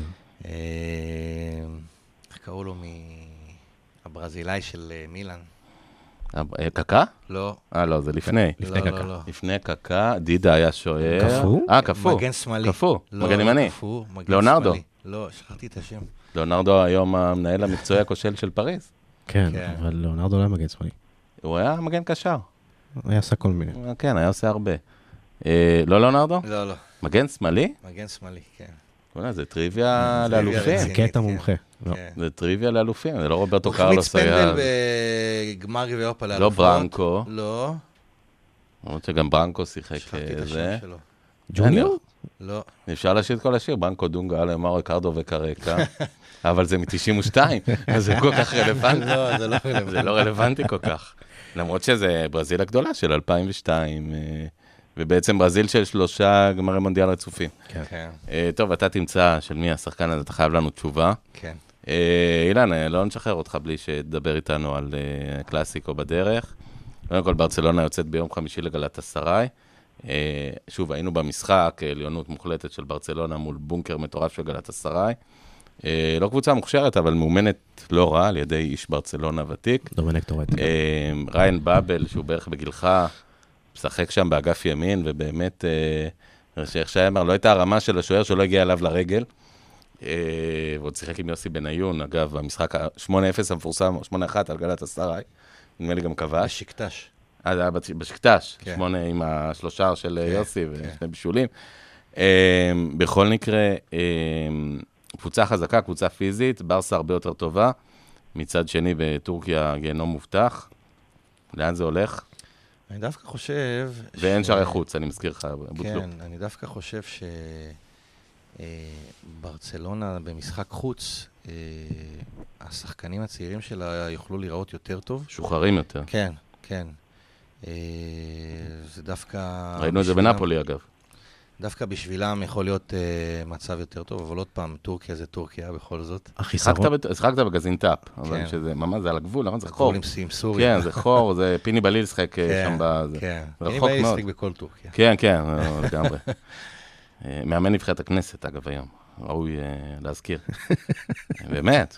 F: איך קראו לו הברזילאי של מילאן?
C: קקה?
F: לא.
C: לא, זה לפני.
D: לפני קקה.
F: לא.
C: לפני קקה, דידה היה שוער.
D: קפוא?
C: קפוא.
F: מגן שמאלי.
C: קפוא,
F: לא,
C: מגן ימני.
F: קפוא, מגן
C: ליאונרדו.
F: שמאלי. לא, שכחתי את השם.
C: ליאונרדו היום המנהל המקצועי הכושל של פריז.
D: כן,
F: כן.
D: אבל ליאונרדו לא היה מגן שמאלי.
C: הוא היה מגן קשר.
D: היה עשה כל מיני.
C: כן, היה עושה הרבה. לא ליאונרדו?
F: לא, לא.
C: מגן שמאלי?
F: מגן שמאלי, כן.
C: זה טריוויה לאלופים.
F: רצינית,
D: קטע
F: כן.
D: מומחה. לא.
F: כן.
C: זה טריוויה לאלופים, זה לא רוברטו
F: הוא החמיץ
C: קרלוס היה.
F: פנדל בגמר גביע אירופה
C: לא
F: לאלופות.
C: ברנקו.
F: לא.
C: למרות שגם ברנקו שיחק
F: שכחתי את
C: זה.
F: השם שלו.
D: ג'וניור?
F: לא.
C: אפשר לשיר את כל השיר, ברנקו דונגה, אלמר ריקרדו וקרקה, אבל זה מ-92, אז זה כל כך רלוונטי.
F: לא, זה לא רלוונטי.
C: זה לא רלוונטי כל כך. למרות שזה ברזיל הגדולה של 2002, ובעצם ברזיל של 3 גמרי מונדיאל רצופים.
F: כן,
C: טוב, אתה תמצא של מי השחקן הזה, אתה חייב לנו תשובה.
F: כן.
C: אילן, לא נשחרר אותך בלי שתדבר איתנו על קלאסיקו בדרך. קודם כל, ברצלונה יוצאת ביום חמישי לגלאטסראי. שוב, היינו במשחק, עליונות מוחלטת של ברצלונה מול בונקר מטורף של גלאטסראי. לא קבוצה מוכשרת, אבל מאומנת לא רע על ידי איש ברצלונה ותיק.
D: דומינק טורט.
C: ריין באבל, שהוא בערך בגילך, משחק שם באגף ימין, ובאמת, איך שאמר, לא הייתה הרמה של השוער שלא הגיע אליו לרגל. ועוד שיחק עם יוסי בניון, אגב, במשחק 8-0 המפורסם, 8-1 על גלאטסראי. נדמה לי גם כבש.
F: בשקטש.
C: זה היה בשקטש,
F: כן.
C: 8 עם השלושה של יוסי
F: כן.
C: ושני בישולים. בכל מקרה, קבוצה חזקה, קבוצה פיזית, ברסה הרבה יותר טובה. מצד שני, בטורקיה גיהנום מובטח. לאן זה הולך?
F: אני דווקא חושב...
C: ואין שערי חוץ, אני מזכיר לך.
F: כן, אני דווקא חושב ברצלונה במשחק חוץ, השחקנים הצעירים שלה יוכלו לראות יותר טוב.
C: שוחררים יותר.
F: כן, כן. זה דווקא...
C: ראינו את זה בנפולי, אגב.
F: דווקא בשבילם יכול להיות מצב יותר טוב, אבל עוד פעם, טורקיה זה טורקיה בכל זאת.
C: שחקת בגזינטאפ, אבל שזה ממש, זה על הגבול, נכון? זה חור.
F: גבול עם סוריה.
C: כן, זה חור, זה פיני בליל שחק שם בזה.
F: כן,
C: פיני
F: בליל שחק בכל טורקיה.
C: כן, כן, לגמרי. מאמן נבחרת הכנסת, אגב, היום. ראוי להזכיר. באמת.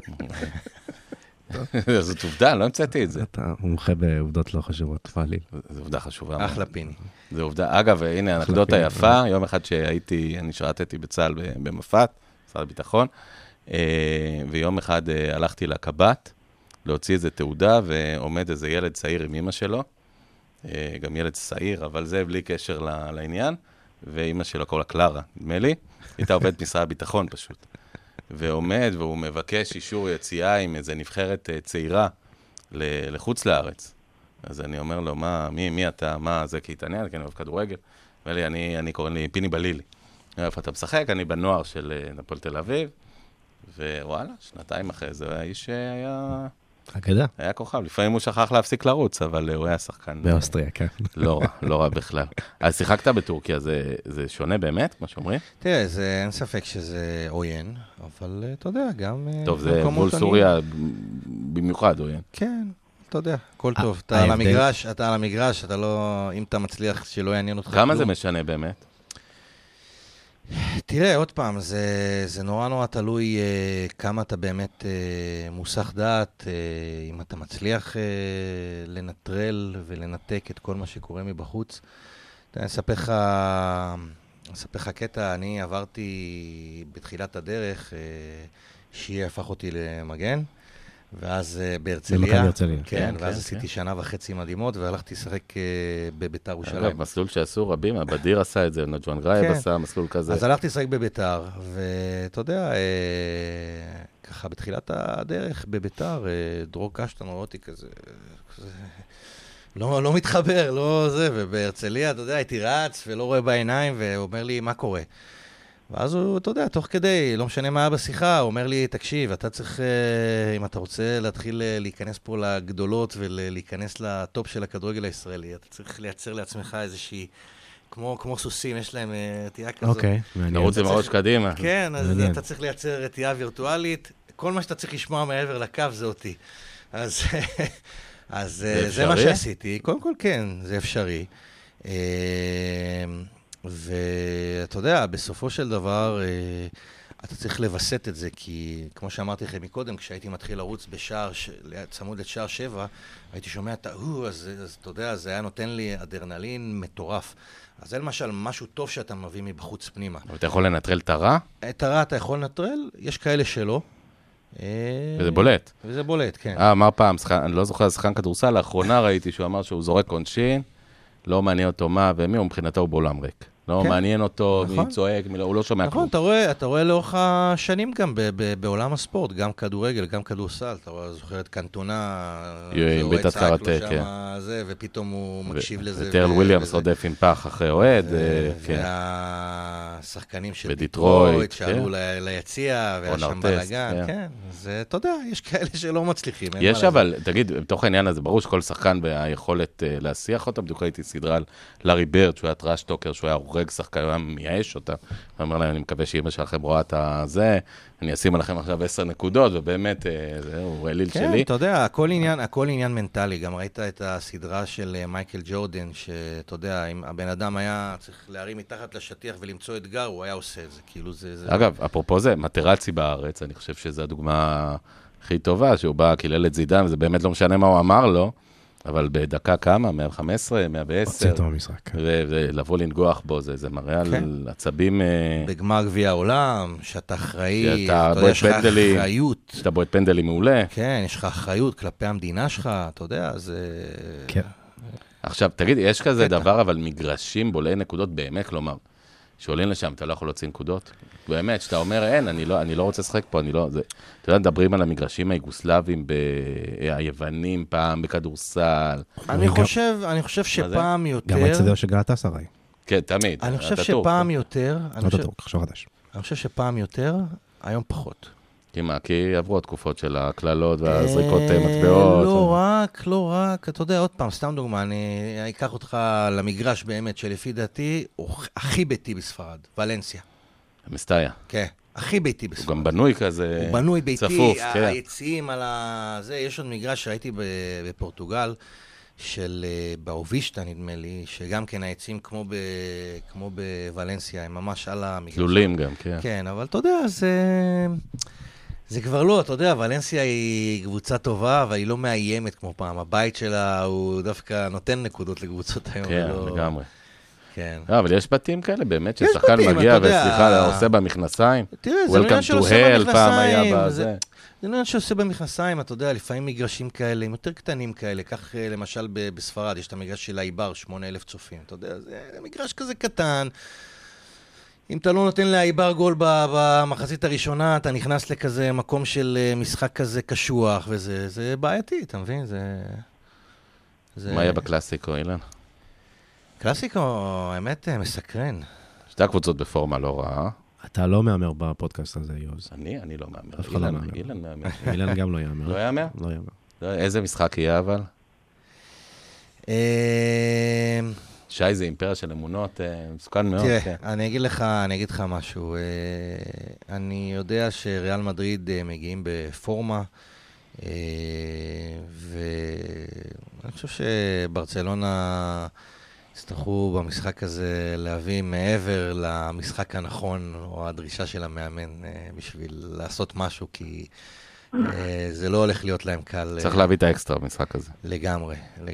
C: זאת עובדה, לא המצאתי את זה.
D: אתה מומחה בעובדות לא חשובות, מעליל.
C: זו עובדה חשובה.
F: אחלה פיני.
C: זו עובדה. אגב, הנה, האנקדוטה יפה. יום אחד אני שרתתי בצה"ל במפת, משרד הביטחון, ויום אחד הלכתי לקב"ט, להוציא איזה תעודה, ועומד איזה ילד צעיר עם אמא שלו, גם ילד צעיר, אבל זה בלי קשר לעניין, ואמא שלו, קורא לה קלרה, נדמה לי, הייתה עובדת משרד הביטחון פשוט. ועומד, והוא מבקש אישור יציאה עם איזו נבחרת צעירה לחוץ לארץ. אז אני אומר לו, מי אתה? מה זה? כי התעניין, כי אני אוהב כדורגל. אומר לי, אני קוראים לי פיני בלילי. איפה אתה משחק? אני בנוער של הפועל תל אביב. ווואלה, 2 אחרי זה, האיש היה...
D: אגדה.
C: היה כוכב. לפעמים הוא שכח להפסיק לרוץ, אבל הוא היה שחקן...
D: באוסטריה, כן.
C: לא רע בכלל. אז שיחקת בטורקיה, זה שונה באמת, כמו שאומרים?
F: תראה, אין ספק שזה עוין, אבל אתה יודע, גם...
C: טוב, זה מול סוריה במיוחד עוין.
F: כן, אתה יודע, הכל טוב. אתה על המגרש, אתה לא... אם אתה מצליח שלא יעניין אותך כלום.
C: כמה זה משנה באמת?
F: תראה, עוד פעם, זה נורא תלוי כמה אתה באמת מוסך דעת, אם אתה מצליח לנטרל ולנתק את כל מה שקורה מבחוץ. אני אספר לך קטע, אני עברתי בתחילת הדרך, שיהיה הפך אותי למגן, ואז בהרצליה, כן, ואז עשיתי 1.5 שנה מדהימות, והלכתי לשחק בביתר ירושלים.
C: אגב, מסלול שעשו רבים, בדיר עשה את זה, נג'ואן גרייב עשה מסלול כזה.
F: אז הלכתי לשחק בביתר, ואתה יודע, ככה בתחילת הדרך בביתר, דרור קשטן רואה אותי כזה, לא מתחבר, לא זה, ובהרצליה, אתה יודע, הייתי רץ ולא רואה בעיניים, ואומר לי, מה קורה? ואז הוא, אתה יודע, תוך כדי, לא משנה מה היה בשיחה, הוא אומר לי, תקשיב, אתה צריך, אם אתה רוצה להתחיל להיכנס פה לגדולות ולהיכנס לטופ של הכדורגל הישראלי, אתה צריך לייצר לעצמך איזושהי, כמו סוסים, יש להם רתיעה כזאת.
D: אוקיי, מעניין.
C: נרוץ עם הראש קדימה.
F: כן, אז אתה צריך לייצר רתיעה וירטואלית, כל מה שאתה צריך לשמוע מעבר לקו זה אותי. אז זה מה שעשיתי. קודם כל כן, זה אפשרי. ואתה יודע, בסופו של דבר, אתה צריך לבסט את זה, כי כמו שאמרתי לכם מקודם, כשהייתי מתחיל לרוץ בשער, צמוד לשער 7, הייתי שומע את אז אתה יודע, זה היה נותן לי אדרנלין מטורף. אז זה למשל משהו טוב שאתה מביא מבחוץ פנימה.
C: אבל אתה יכול לנטרל את הרע?
F: את הרע אתה יכול לנטרל, יש כאלה שלא.
C: וזה בולט.
F: וזה בולט, כן.
C: אמר פעם, אני לא זוכר, שחקן כדורסל, לאחרונה ראיתי שהוא אמר שהוא זורק עונשין, לא מעניין אותו מה ומי, ומבחינתו הוא בעולם ריק. לא מעניין אותו, מי צועק, הוא לא שומע כלום.
F: נכון, אתה רואה לאורך השנים גם בעולם הספורט, גם כדורגל, גם כדורסל, אתה רואה, זוכר את קנטונה,
C: בית הקראטה, כן.
F: ופתאום הוא מקשיב לזה.
C: וטרל וויליאמס רודף עם פח אחרי אוהד.
F: והשחקנים של דיטרויט, שעלו ליציע, והשם בלגן, כן. אז אתה יודע, יש כאלה שלא מצליחים.
C: יש אבל, תגיד, בתוך העניין הזה, ברור שכל שחקן והיכולת להסיח אותה, בדיוק הייתי סדרה על לארי ברד, שהוא היה טראש טוקר, שהוא היה הורג שחקן, הוא היה מייאש אותה. הוא אומר להם, אני מקווה שאמא שלכם רואה את זה, אני אשים עליכם עכשיו 10 נקודות, ובאמת, זהו, אליל שלי.
F: כן, אתה יודע, הכל עניין מנטלי. גם ראית את הסדרה של מייקל ג'ורדן, שאתה יודע, אם הבן אדם היה צריך להרים מתחת לשטיח ולמצוא אתגר, הוא היה עושה את זה. כאילו זה...
C: אגב, אפרופו זה, מטרצי בארץ, אני חושב שזו הדוגמה הכי טובה, שהוא בא, קילל את זידן, וזה באמת לא משנה מה הוא אמר לו, אבל בדקה כמה? 115, 110.
D: הוציא אותו במשחק.
C: ולבוא לנגוח בו, זה מראה על עצבים...
F: בגמר גביע העולם, שאתה אחראי,
C: שאתה
F: יש לך אחריות.
C: שאתה בועט פנדלי מעולה.
F: כן, יש לך אחריות כלפי המדינה שלך, אתה יודע, זה...
D: כן.
C: עכשיו, תגיד, יש כזה דבר, אבל מגרשים בולעי נקודות באמת, כלומר, שעולים לשם, אתה לא יכול להוציא נקודות? באמת, שאתה אומר, אין, אני לא רוצה לשחק פה, אתה יודע, מדברים על המגרשים היוגוסלביים, היוונים פעם, בכדורסל.
F: אני חושב שפעם יותר...
D: גם הצדו של גלאטסראי.
C: כן, תמיד.
F: אני חושב שפעם יותר...
D: לא תטורק, עכשיו חדש.
F: אני חושב שפעם יותר, היום פחות.
C: כי עברו התקופות של הכללות והזריקות מטבעות.
F: לא רק, אתה יודע, עוד פעם, סתם דוגמה, אני אקח אותך למגרש באמת, שלפי דעתי, הוא הכי ביתי בספרד, ולנסיה.
C: המסטאיה.
F: כן, הכי ביתי בספרד.
C: הוא גם בנוי כזה,
F: הוא בנוי ביתי,
C: צפוף, כן.
F: היציאים על זה, יש עוד מגרש שראיתי בפורטוגל, של באובישטה נדמה לי, שגם כן היציאים כמו בוולנסיה, הם ממש על המגרש.
C: תלולים גם, כן.
F: כן, אבל אתה יודע, זה כבר לא, אתה יודע, ולנסיה היא קבוצה טובה, אבל היא לא מאיימת כמו פעם. הבית שלה הוא דווקא נותן נקודות לקבוצות היום.
C: כן, לגמרי.
F: כן.
C: אבל יש בתים כאלה, באמת, ששחקן מגיע וסליחה, עושה במכנסיים.
F: תראה, זה עניין שעושה במכנסיים. זה עניין שעושה במכנסיים, אתה יודע, לפעמים מגרשים כאלה, הם יותר קטנים כאלה. כך למשל בספרד, יש את המגרש של האיבר, 8,000 צופים. אתה יודע, זה מגרש כזה קטן. אם אתה לא נותן לאיבר גול במחצית הראשונה, אתה נכנס לכזה מקום של משחק כזה קשוח, וזה בעייתי, אתה מבין?
C: מה יהיה בקלאסיקו, אילן?
F: קלאסיקו, האמת, מסקרן.
C: שתי הקבוצות בפורמה לא רעה.
D: אתה לא מאמר בפודקאסט הזה, יוז.
C: אני לא מאמר.
D: אף אחד לא מאמר.
C: אילן מאמר.
D: אילן גם לא יאמר.
C: לא יאמר?
D: לא יאמר.
C: איזה משחק יהיה אבל? שי זה אימפריה של אמונות, מסוכן מאוד.
F: תראה, אני אגיד לך משהו. אני יודע שריאל מדריד מגיעים בפורמה, ואני חושב שברצלונה יצטרכו במשחק הזה להביא מעבר למשחק הנכון, או הדרישה של המאמן, בשביל לעשות משהו, כי זה לא הולך להיות להם קל.
C: צריך להביא את האקסטרה במשחק הזה.
F: לגמרי.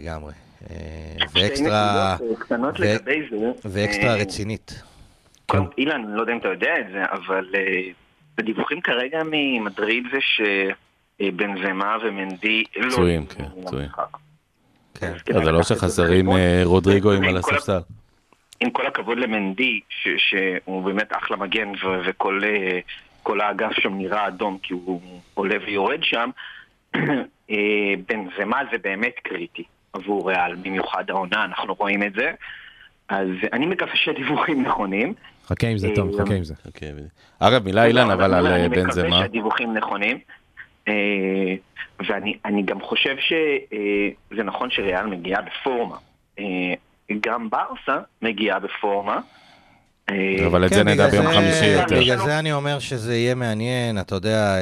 F: ואקסטרה רצינית.
E: אילן, אני לא יודע אם אתה יודע את זה, אבל בדיווחים כרגע ממדריד זה שבנזמה ומנדי לא...
C: פצועים, כן, פצועים. זה לא שחסרים רודריגוים על הספסל.
E: עם כל הכבוד למנדי, שהוא באמת אחלה מגן, וכל האגף שם נראה אדום, כי הוא עולה ויורד שם, בנזמה זה באמת קריטי עבור ריאל, במיוחד העונה, אנחנו רואים את זה. אז אני מקווה שהדיווחים נכונים.
D: חכה עם זה, טוב, חכה עם זה.
C: אגב, מילה אילן, אבל על בנזמה.
E: אני מקווה שהדיווחים נכונים. ואני גם חושב שזה נכון שריאל מגיעה בפורמה. גם ברסה מגיעה בפורמה.
C: אבל את זה נדע ביום חמישי יותר.
F: בגלל זה אני אומר שזה יהיה מעניין, אתה יודע,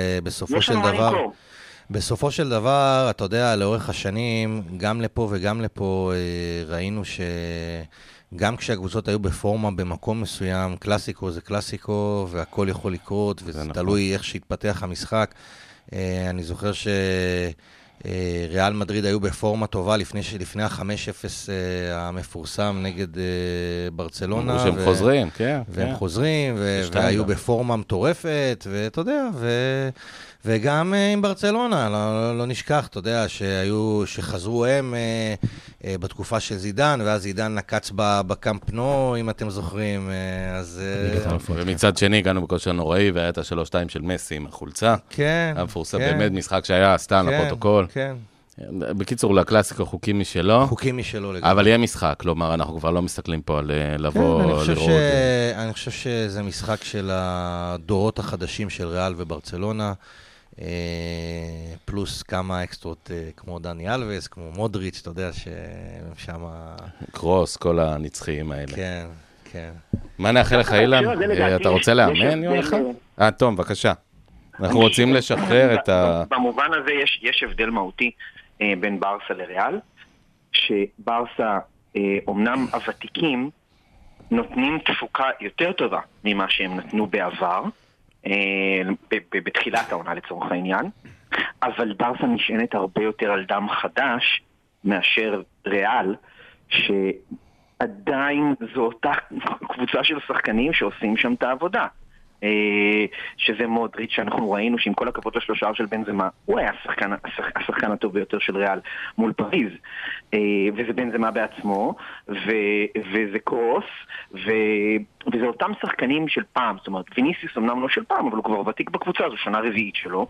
F: בסופו של דבר, אתה יודע, לאורך השנים, גם לפה וגם לפה, ראינו שגם כשהקבוצות היו בפורמה במקום מסוים, קלאסיקו זה קלאסיקו, והכל יכול לקרות, וזה תלוי איך שהתפתח המשחק. אני זוכר ריאל מדריד היו בפורמה טובה לפני ה-5-0 המפורסם נגד ברצלונה.
C: שהם חוזרים, כן.
F: והם חוזרים, והיו בפורמה מטורפת, ואתה יודע, וגם עם ברצלונה, לא נשכח, אתה יודע, שחזרו הם בתקופה של זידן, ואז זידן נקץ בקאמפ נו, אם אתם זוכרים, אז...
C: ומצד שני, הגענו בכושר נוראי, והיה את ה-3-2 של מסי עם החולצה.
F: כן.
C: המפורסם, באמת משחק שהיה סתם לפרוטוקול.
F: כן.
C: בקיצור, לקלאסיקו חוקים משלו.
F: חוקים משלו לגמרי.
C: אבל יהיה משחק, כלומר, אנחנו כבר לא מסתכלים פה על לבוא לראות.
F: אני חושב שזה משחק של הדורות החדשים של ריאל וברצלונה, פלוס כמה אקסטרות כמו דני אלווס, כמו מודריץ', אתה יודע ששם...
C: קרוס, כל הנצחיים האלה.
F: כן, כן.
C: מה נאחל לך, אילן? אתה רוצה לאמן יום אחד? תום, בבקשה. אנחנו רוצים לשחרר את ה...
E: במובן הזה יש הבדל מהותי בין ברסה לריאל, שברסה, אומנם הוותיקים, נותנים תפוקה יותר טובה ממה שהם נתנו בעבר, בתחילת העונה לצורך העניין, אבל ברסה נשענת הרבה יותר על דם חדש מאשר ריאל, שעדיין זו אותה קבוצה של שחקנים שעושים שם את העבודה. שזה מודריץ' שאנחנו ראינו שעם כל הכבוד לשלושה של בנזמה הוא היה השחקן הטוב ביותר של ריאל מול פריז, וזה בנזמה בעצמו, וזה קרוס, וזה אותם שחקנים של פעם. זאת אומרת, ויניסיוס אמנם לא של פעם, אבל הוא כבר ותיק בקבוצה, זו שנה רביעית שלו,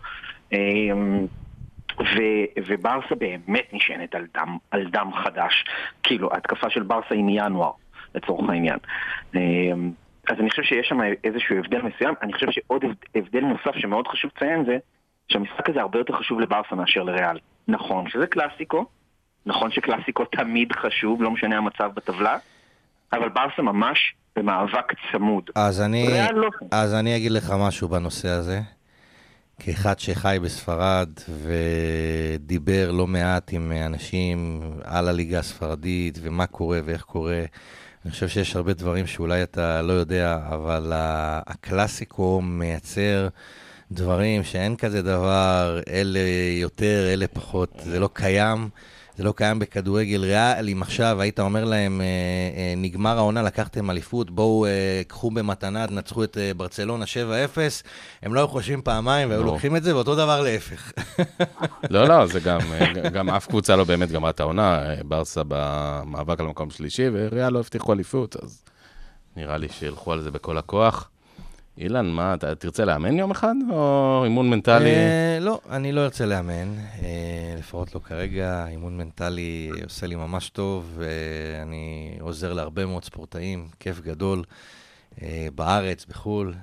E: וברסה באמת נשענת על דם חדש, כאילו ההתקפה של ברסה היא מינואר לצורך העניין. אז אני חושב שיש שם איזשהו הבדל מסוים. אני חושב שעוד הבדל נוסף שמאוד חשוב לציין זה שהמשחק הזה הרבה יותר חשוב לברסה מאשר לריאל. נכון שזה קלאסיקו, נכון שקלאסיקו תמיד חשוב, לא משנה המצב בטבלה, אבל ברסה ממש במאבק צמוד.
F: אז אני אגיד לך משהו בנושא הזה. כאחד שחי בספרד ודיבר לא מעט עם אנשים על הליגה הספרדית ומה קורה ואיך קורה, אני חושב שיש הרבה דברים שאולי אתה לא יודע, אבל הקלאסיקו מייצר דברים שאין כזה דבר, אלה יותר, אלה פחות, זה לא קיים. זה לא קיים בכדורגל ריאל. אם עכשיו היית אומר להם, נגמר העונה, לקחתם אליפות, בואו קחו במתנה, נצחו את ברצלונה 7-0, הם לא היו חושבים פעמיים והיו לוקחים את זה, ואותו דבר להפך.
C: לא, זה גם אף קבוצה לא באמת גמרה את העונה, ברסה במאבק על המקום שלישי, וריאל לא הבטיחו אליפות, אז נראה לי שילכו על זה בכל הכוח. אילן, מה, אתה תרצה לאמן יום אחד, או אימון מנטלי?
F: לא, אני לא ארצה לאמן, לפחות לא כרגע. אימון מנטלי עושה לי ממש טוב, ואני עוזר להרבה מאוד ספורטאים, כיף גדול, בארץ, בחול,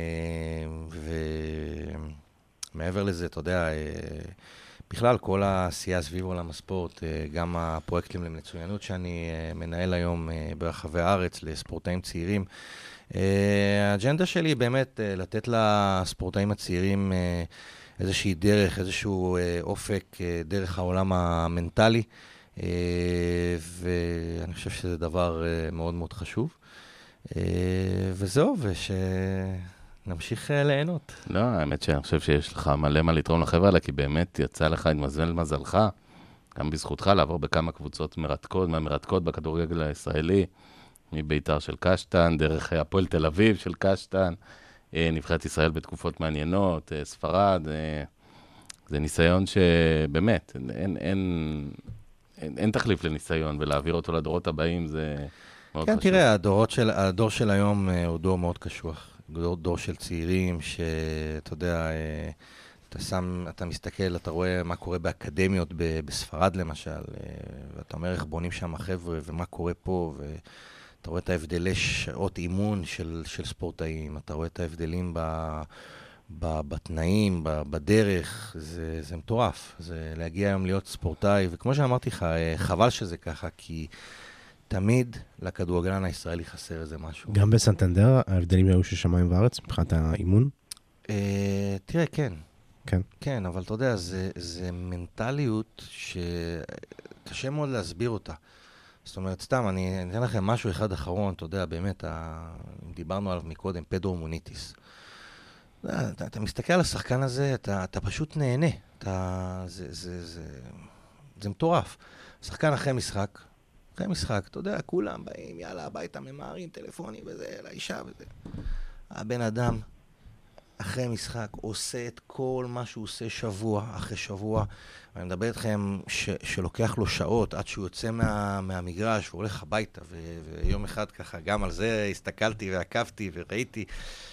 F: ומעבר לזה, אתה יודע, בכלל כל העשייה סביב עולם הספורט, גם הפרויקטים למצוינות שאני מנהל היום ברחבי הארץ לספורטאים צעירים, האג'נדה שלי היא באמת לתת לספורטאים הצעירים איזושהי דרך, איזשהו אופק דרך העולם המנטלי, ואני חושב שזה דבר מאוד מאוד חשוב. וזהו, ושנמשיך ליהנות.
C: לא, האמת שאני חושב שיש לך מלא מה לתרום לחברה, כי באמת יצא לך, התמזל מזלך, גם בזכותך לעבור בכמה קבוצות מרתקות בכדורגל הישראלי, מביתר של קשטן, דרך הפועל תל אביב של קשטן, נבחרת ישראל בתקופות מעניינות, ספרד, זה ניסיון שבאמת, אין תחליף לניסיון, ולהעביר אותו לדורות הבאים זה מאוד חשוב.
F: כן, תראה, הדור של היום הוא דור מאוד קשוח, דור של צעירים שאתה יודע, אתה מסתכל, אתה רואה מה קורה באקדמיות בספרד למשל, ואתה אומר איך בונים שם החבר'ה ומה קורה פה, אתה רואה את ההבדלי שעות אימון של ספורטאים, אתה רואה את ההבדלים בתנאים, בדרך, זה מטורף. זה להגיע היום להיות ספורטאי, וכמו שאמרתי לך, חבל שזה ככה, כי תמיד לכדורגלן הישראלי חסר איזה משהו.
D: גם בסנטנדר, ההבדלים היו של שמיים וארץ, מבחינת האימון?
F: תראה, כן.
D: כן.
F: כן, אבל אתה יודע, זה מנטליות שקשה מאוד להסביר אותה. זאת אומרת, סתם, אני אתן לכם משהו אחד אחרון, אתה יודע, באמת, דיברנו עליו מקודם, פדרו מוניטיס. אתה מסתכל על השחקן הזה, אתה פשוט נהנה. זה מטורף. שחקן אחרי משחק, אתה יודע, כולם באים, יאללה, הביתה, ממהרים, טלפונים וזה, לאישה וזה. הבן אדם, אחרי משחק, עושה את כל מה שהוא עושה שבוע אחרי שבוע. אני מדבר איתכם שלוקח לו שעות עד שהוא יוצא מהמגרש והולך הביתה, ויום אחד ככה, גם על זה הסתכלתי ועקבתי וראיתי.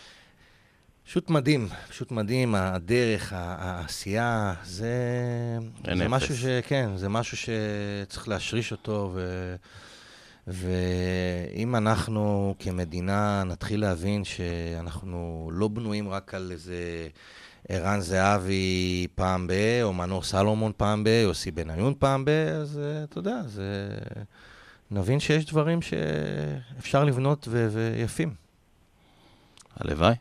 F: פשוט מדהים, הדרך, העשייה, זה משהו זה משהו שצריך להשריש אותו, ואם אנחנו כמדינה נתחיל להבין שאנחנו לא בנויים רק על איזה ערן זהבי פעם ב, או מנור סלומון פעם ב, או יוסי בניון פעם ב, אז אתה יודע, נבין שיש דברים שאפשר לבנות ויפים.
C: הלוואי.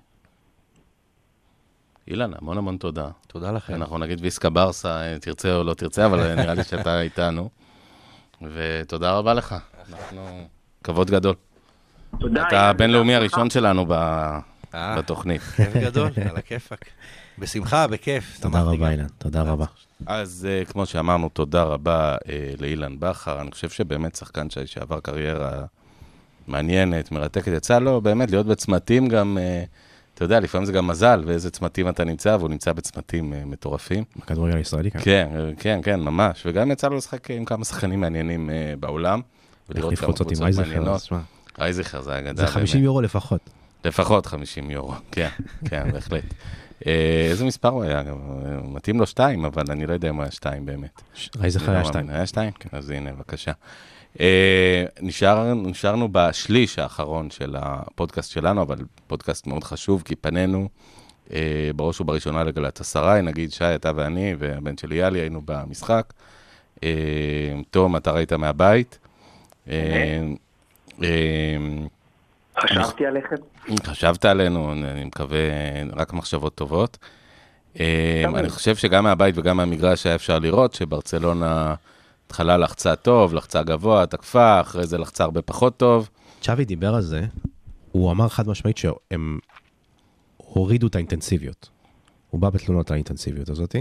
C: אילן, המון תודה.
F: תודה לכם.
C: אנחנו נגיד ויסקה ברסה, תרצה או לא תרצה, אבל נראה לי שאתה איתנו. ותודה רבה לך. אנחנו כבוד גדול.
E: תודה.
C: אתה הבינלאומי הראשון שלנו בתוכנית.
F: כיף גדול, על הכיפק. בשמחה, בכיף.
D: תודה רבה, אילן. תודה רבה.
C: אז כמו שאמרנו, תודה רבה לאילן בכר. אני חושב שבאמת שחקן שעבר קריירה מעניינת, מרתקת. יצא לו באמת להיות בצמתים גם... אתה יודע, לפעמים זה גם מזל, ואיזה צמתים אתה נמצא, והוא נמצא בצמתים מטורפים.
D: בכדורגל הישראלי,
C: כן. כן, ממש. וגם יצא לו לשחק עם כמה שחקנים מעניינים בעולם, ולראות כמה קבוצות מעניינות. רייזיכר, זה אגדה.
D: זה 50 יורו לפחות.
C: לפחות 50 יורו, כן, בהחלט. איזה מספר הוא היה? מתאים לו 2, אבל אני לא יודע אם הוא היה 2 באמת.
D: רייזיכר היה 2.
C: היה 2? כן, אז הנה, בבקשה. נשארנו בשליש האחרון של הפודקאסט שלנו, אבל פודקאסט מאוד חשוב, כי פנינו בראש ובראשונה לגלאטסראי, נגיד שי, אתה ואני, והבן שלי יאלי, היינו במשחק. תום, אתה ראית מהבית.
E: חשבתי עליכם.
C: חשבת עלינו, אני מקווה, רק מחשבות טובות. אני חושב שגם מהבית וגם מהמגרש היה אפשר לראות שברצלונה... התחלה לחצה טוב, לחצה גבוה, תקפה, אחרי זה לחצה הרבה פחות טוב.
D: צ'אבי דיבר על זה, הוא אמר חד משמעית שהם הורידו את האינטנסיביות. הוא בא בתלונות על האינטנסיביות הזאת,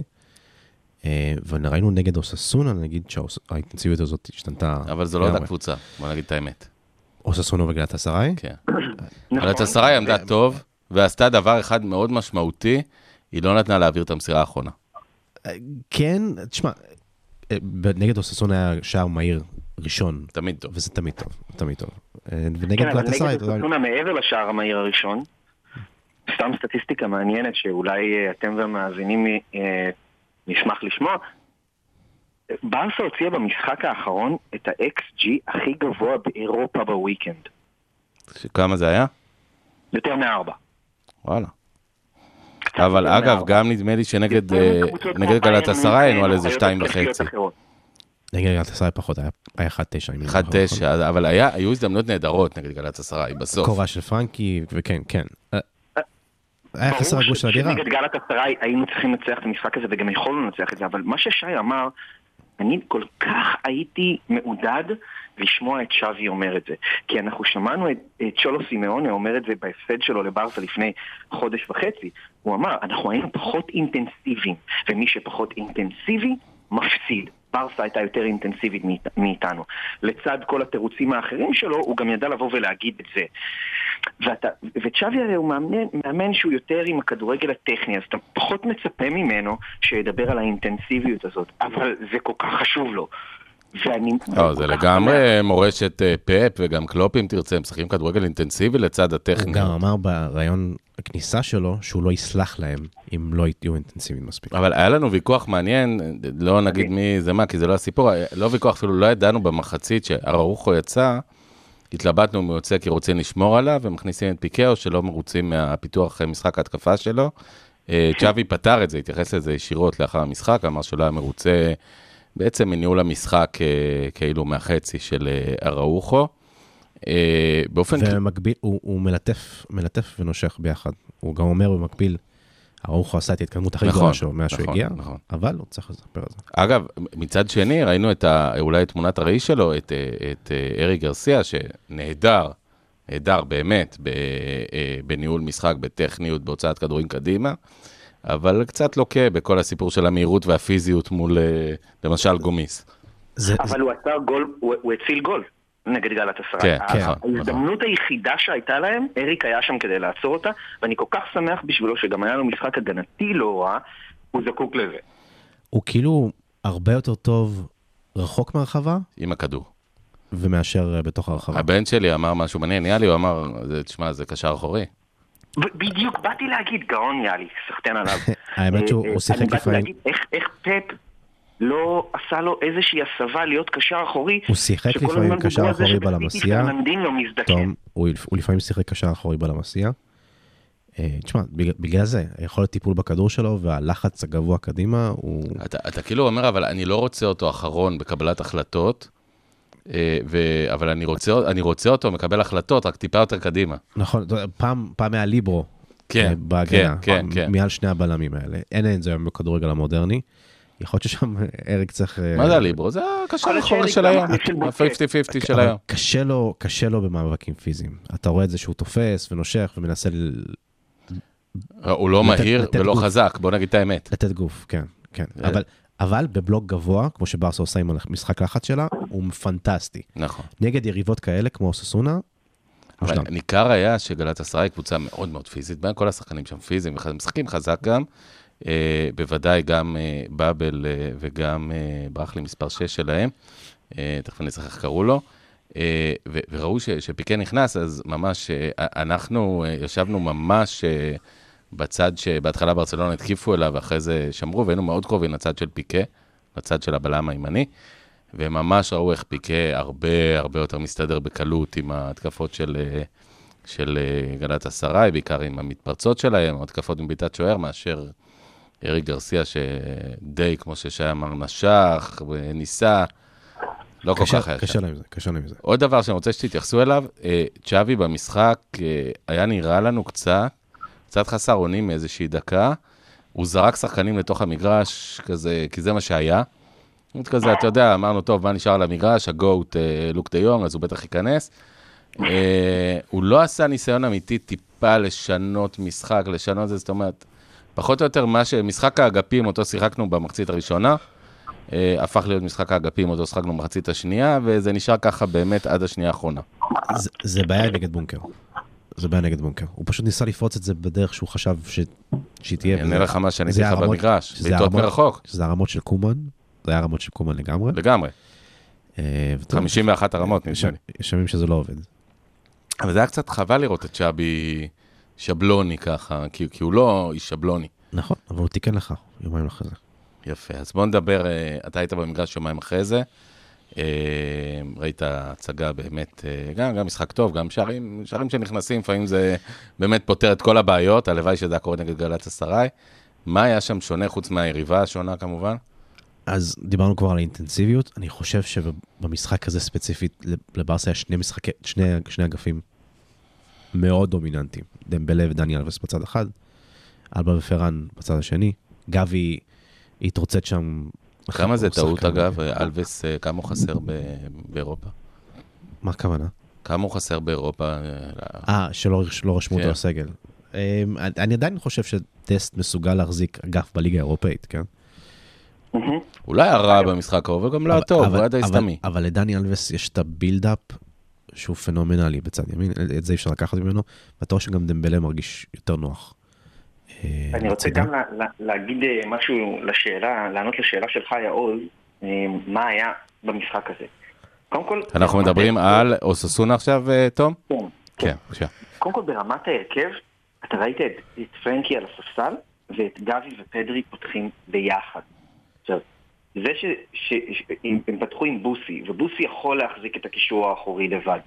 D: וראינו נגד אוססונה, נגיד שהאינטנסיביות הזאת השתנתה.
C: אבל זו לא אותה קבוצה, בוא נגיד את האמת.
D: אוססונה וגלאטסראי?
C: כן. גלאטסראי עמדה טוב, ועשתה דבר אחד מאוד משמעותי, היא לא נתנה להעביר את המסירה האחרונה.
D: כן, תשמע, נגד אוססונה היה שער מהיר ראשון.
C: תמיד טוב.
D: וזה תמיד טוב.
E: ונגד גלאטסראי... נגד אוססונה מעבר לשער המהיר הראשון, סתם סטטיסטיקה מעניינת שאולי אתם והמאזינים נשמח לשמוע, ברסה הוציאה במשחק האחרון את ה-XG הכי גבוה באירופה בוויקנד.
C: כמה זה היה?
E: יותר מ4.
C: וואלה. אבל אגב, גם נדמה לי שנגד גלאטסראי היינו על איזה 2.5.
D: נגד גלאטסראי פחות, היה 1-9.
C: 1-9, אבל היו הזדמנות נהדרות נגד גלאטסראי בסוף.
D: קורה של פרנקי, וכן. היה חסר הגוש של הדירה.
E: נגד גלאטסראי היינו צריכים לנצח את המשחק הזה, וגם יכולנו לנצח את זה, אבל מה ששי אמר, אני כל כך הייתי מעודד לשמוע את שווי אומר את זה. כי אנחנו שמענו את צ'ולו סימאונה אומר את זה בהפסד שלו לברסה לפני חודש וחצי. הוא אמר, אנחנו היינו פחות אינטנסיביים, ומי שפחות אינטנסיבי, מפסיד. ברסה הייתה יותר אינטנסיבית מאיתנו. לצד כל התירוצים האחרים שלו, הוא גם ידע לבוא ולהגיד את זה. וצ'אבי הרי הוא מאמן שהוא יותר עם הכדורגל הטכני, אז אתה פחות מצפה ממנו שידבר על האינטנסיביות הזאת, אבל זה כל כך חשוב לו.
C: זה לגמרי מורשת פאפ וגם קלופ אם תרצה, משחקים כדורגל אינטנסיבי לצד הטכני.
D: הוא גם אמר ברעיון הכניסה שלו שהוא לא יסלח להם אם לא יהיו אינטנסיביים מספיק.
C: אבל היה לנו ויכוח מעניין, לא נגיד מי זה מה, כי זה לא הסיפור, לא ויכוח, אפילו לא ידענו במחצית שהראוכו יצא, התלבטנו אם הוא יוצא כי רוצים לשמור עליו, ומכניסים את פיקה, או שלא מרוצים מהפיתוח משחק ההתקפה שלו. צ'אבי פתר את זה, התייחס לזה ישירות לאחר המשחק, אמר שלא היה מרוצה בעצם מניהול המשחק כאילו מהחצי של אראוחו.
D: ומקביל, הוא מלטף ונושך ביחד. הוא גם אומר במקביל, אראוחו עשה את ההתקדמות הכי גדולה שלו מאז שהוא הגיע, אבל הוא צריך לספר על זה.
C: אגב, מצד שני, ראינו אולי את תמונת הראי שלו, את ארי גרסיה, שנהדר, נהדר באמת, בניהול משחק, בטכניות, בהוצאת כדורים קדימה, אבל קצת לוקה בכל הסיפור של המהירות והפיזיות מול, למשל, גומיס.
E: אבל הוא עשה גול, הוא הציל גול נגד גלת אסריי.
C: כן,
E: ההזדמנות היחידה שהייתה להם, אריק היה שם כדי לעצור אותה, ואני כל כך שמח בשבילו שגם היה לו משחק הגנתי לא רע, הוא זקוק לזה.
D: הוא כאילו הרבה יותר טוב רחוק מהרחבה?
C: עם הכדור.
D: ומאשר בתוך הרחבה.
C: הבן שלי אמר משהו מעניין, יאלי, הוא אמר, תשמע, זה קשר אחורי.
E: בדיוק, באתי להגיד, גאון יאלי, סחטן עליו.
D: האמת שהוא שיחק לפעמים.
E: אני באתי להגיד, איך פפ לא עשה לו איזושהי הסבה להיות קשר אחורי.
D: הוא שיחק לפעמים קשר אחורי בלמסייה. תום, הוא לפעמים שיחק קשר אחורי בלמסייה. תשמע, בגלל זה, יכול להיות טיפול בכדור שלו, והלחץ הגבוה קדימה הוא...
C: אתה כאילו אומר, אבל אני לא רוצה אותו אחרון בקבלת החלטות, אבל אני רוצה אותו מקבל החלטות, רק טיפה יותר קדימה.
D: נכון, פעם היה ליברו.
C: כן, כן.
D: מעל שני הבלמים האלה. אין זה היום בכדורגל המודרני. יכול להיות ששם אריק צריך...
C: מה זה הליברו? זה הקשר האחורי של היום, ה-50-50 של היום.
D: קשה לו במאבקים פיזיים. אתה רואה את זה שהוא תופס ונושך ומנסה...
C: הוא לא מהיר ולא חזק, בוא נגיד את האמת.
D: לתת גוף, כן. אבל בבלוק גבוה, כמו שברסה עושה עם המשחק לחץ שלה, הוא פנטסטי.
C: נכון.
D: נגד יריבות כאלה, כמו סוסונה,
C: אבל ניכר היה שגלת אסריי קבוצה מאוד מאוד פיזית, בין כל השחקנים שם פיזיים, משחקים חזק גם, בוודאי גם באבל וגם ברח לי מספר 6 שלהם, תכף אני צריך איך קראו לו, וראו שפיקה נכנס, אז ממש אנחנו ישבנו ממש בצד שבהתחלה ברצלונה התקיפו אליו, ואחרי זה שמרו, והיינו מאוד קרובים לצד של פיקה, לצד של הבלם הימני, וממש ראו איך פיקה הרבה יותר מסתדר בקלות עם ההתקפות של גלת אסריי, בעיקר עם המתפרצות שלהם, התקפות עם ביטת שוער, מאשר אריק גרסיה, שדי, כמו ששי אמר, נשך וניסה, לא כל כך היה שם.
D: קשה להם זה.
C: עוד דבר שאני רוצה שתתייחסו אליו, צ'אבי במשחק היה נראה לנו קצת חסר אונים מאיזושהי דקה, הוא זרק שחקנים לתוך המגרש, כזה, כי זה מה שהיה. כזה, אתה יודע, אמרנו, טוב, מה נשאר על המגרש, הגוט לוק דה יונג, אז הוא בטח ייכנס. הוא לא עשה ניסיון אמיתי טיפה לשנות משחק, לשנות זה, זאת אומרת, פחות או יותר משחק האגפים, אותו שיחקנו במחצית הראשונה, הפך להיות משחק האגפים, אותו שיחקנו במחצית השנייה, וזה נשאר ככה באמת עד השנייה האחרונה.
D: זה בעיה נגד בונקר. הוא פשוט ניסה לפרוץ את זה בדרך שהוא חשב שתהיה...
C: אני אראה לך מה שאני צריך במגרש, בעיטות מרחוק.
D: שזה הרמות של קומן, זה היה הרמות של קומן לגמרי.
C: לגמרי. 51 הרמות, נשמע לי.
D: יש ימים שזה לא עובד.
C: אבל זה היה קצת חבל לראות את צ'אבי שבלוני ככה, כי הוא לא איש שבלוני.
D: נכון, אבל הוא תיקן לך יומיים אחרי זה.
C: יפה, אז בוא נדבר, אתה היית במגרש יומיים אחרי זה, ראית הצגה באמת, גם משחק טוב, גם שערים שנכנסים, לפעמים זה באמת פותר את כל הבעיות, הלוואי שזה היה קורה נגד גלת אסריי. מה היה שם שונה חוץ מהיריבה השונה כמובן?
D: אז דיברנו כבר על האינטנסיביות, אני חושב שבמשחק הזה ספציפית, לברסה יש שני אגפים מאוד דומיננטיים, דמבלה ודני אלווס בצד אחד, אלבה ופרן בצד השני, גבי התרוצת שם...
C: כמה זה טעות אגב? אלווס, כמה הוא חסר באירופה?
D: מה הכוונה?
C: כמה הוא חסר באירופה?
D: שלא רשמו אותו לסגל. אני עדיין חושב שטסט מסוגל להחזיק אגף בליגה האירופאית, כן?
C: אולי הרע במשחק ההוא, וגם לא טוב, הוא היה די סתמי.
D: אבל לדני אלווס יש את הבילדאפ שהוא פנומנלי בצד ימין, את זה אפשר לקחת ממנו, ואתה רואה שגם דמבלה מרגיש יותר נוח.
E: אני רוצה גם להגיד משהו לשאלה, לענות לשאלה שלך, יעוז, מה היה במשחק הזה. קודם כל...
C: אנחנו מדברים על אוססונה עכשיו, תום?
E: כן.
C: בבקשה.
E: קודם כל, ברמת ההרכב, אתה ראית את פרנקי על הספסל, ואת גבי ופדרי פותחים ביחד. עכשיו, זה שהם פתחו עם בוסי, ובוסי יכול להחזיק את הקישור האחורי לבד,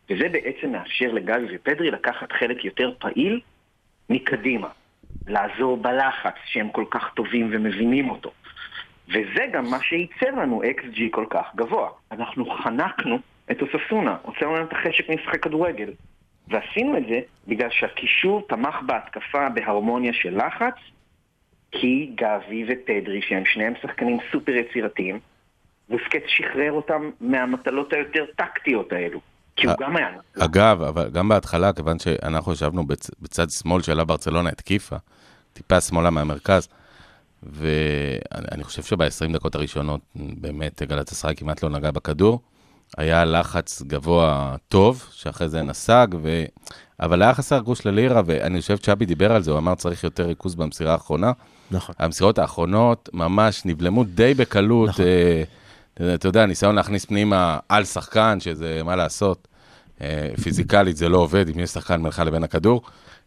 E: וזה בעצם מאפשר לגבי ופדרי לקחת חלק יותר פעיל מקדימה, לעזור בלחץ שהם כל כך טובים ומבינים אותו. וזה גם מה שייצר לנו XG כל כך גבוה. אנחנו חנקנו את אוססונה, הוצאנו לנו את החשק משחק כדורגל. ועשינו את זה בגלל שהקישור תמך בהתקפה בהרמוניה של לחץ, כי גבי ופדרי, שהם שניהם שחקנים סופר יצירתיים, בוסקץ שחרר אותם מהמטלות היותר טקטיות האלו. כי הוא גם היה.
C: אגב, אבל גם בהתחלה, כיוון שאנחנו ישבנו בצד שמאל שלה ברצלונה התקיפה, טיפה שמאלה מהמרכז, ואני חושב שב-20 דקות הראשונות, באמת גלאטסראי כמעט לא נגע בכדור, היה לחץ גבוה טוב, שאחרי זה נסג, אבל היה חסר גוש ללירה, ואני חושב צ'אבי דיבר על זה, הוא אמר צריך יותר ריכוז במסירה האחרונה.
D: נכון.
C: המסירות האחרונות ממש נבלמו די בקלות, נכון. אתה יודע, ניסיון להכניס פנימה על שחקן, שזה מה לעשות, פיזיקלית זה לא עובד, אם יש שחקן מלכה לבין הכדור.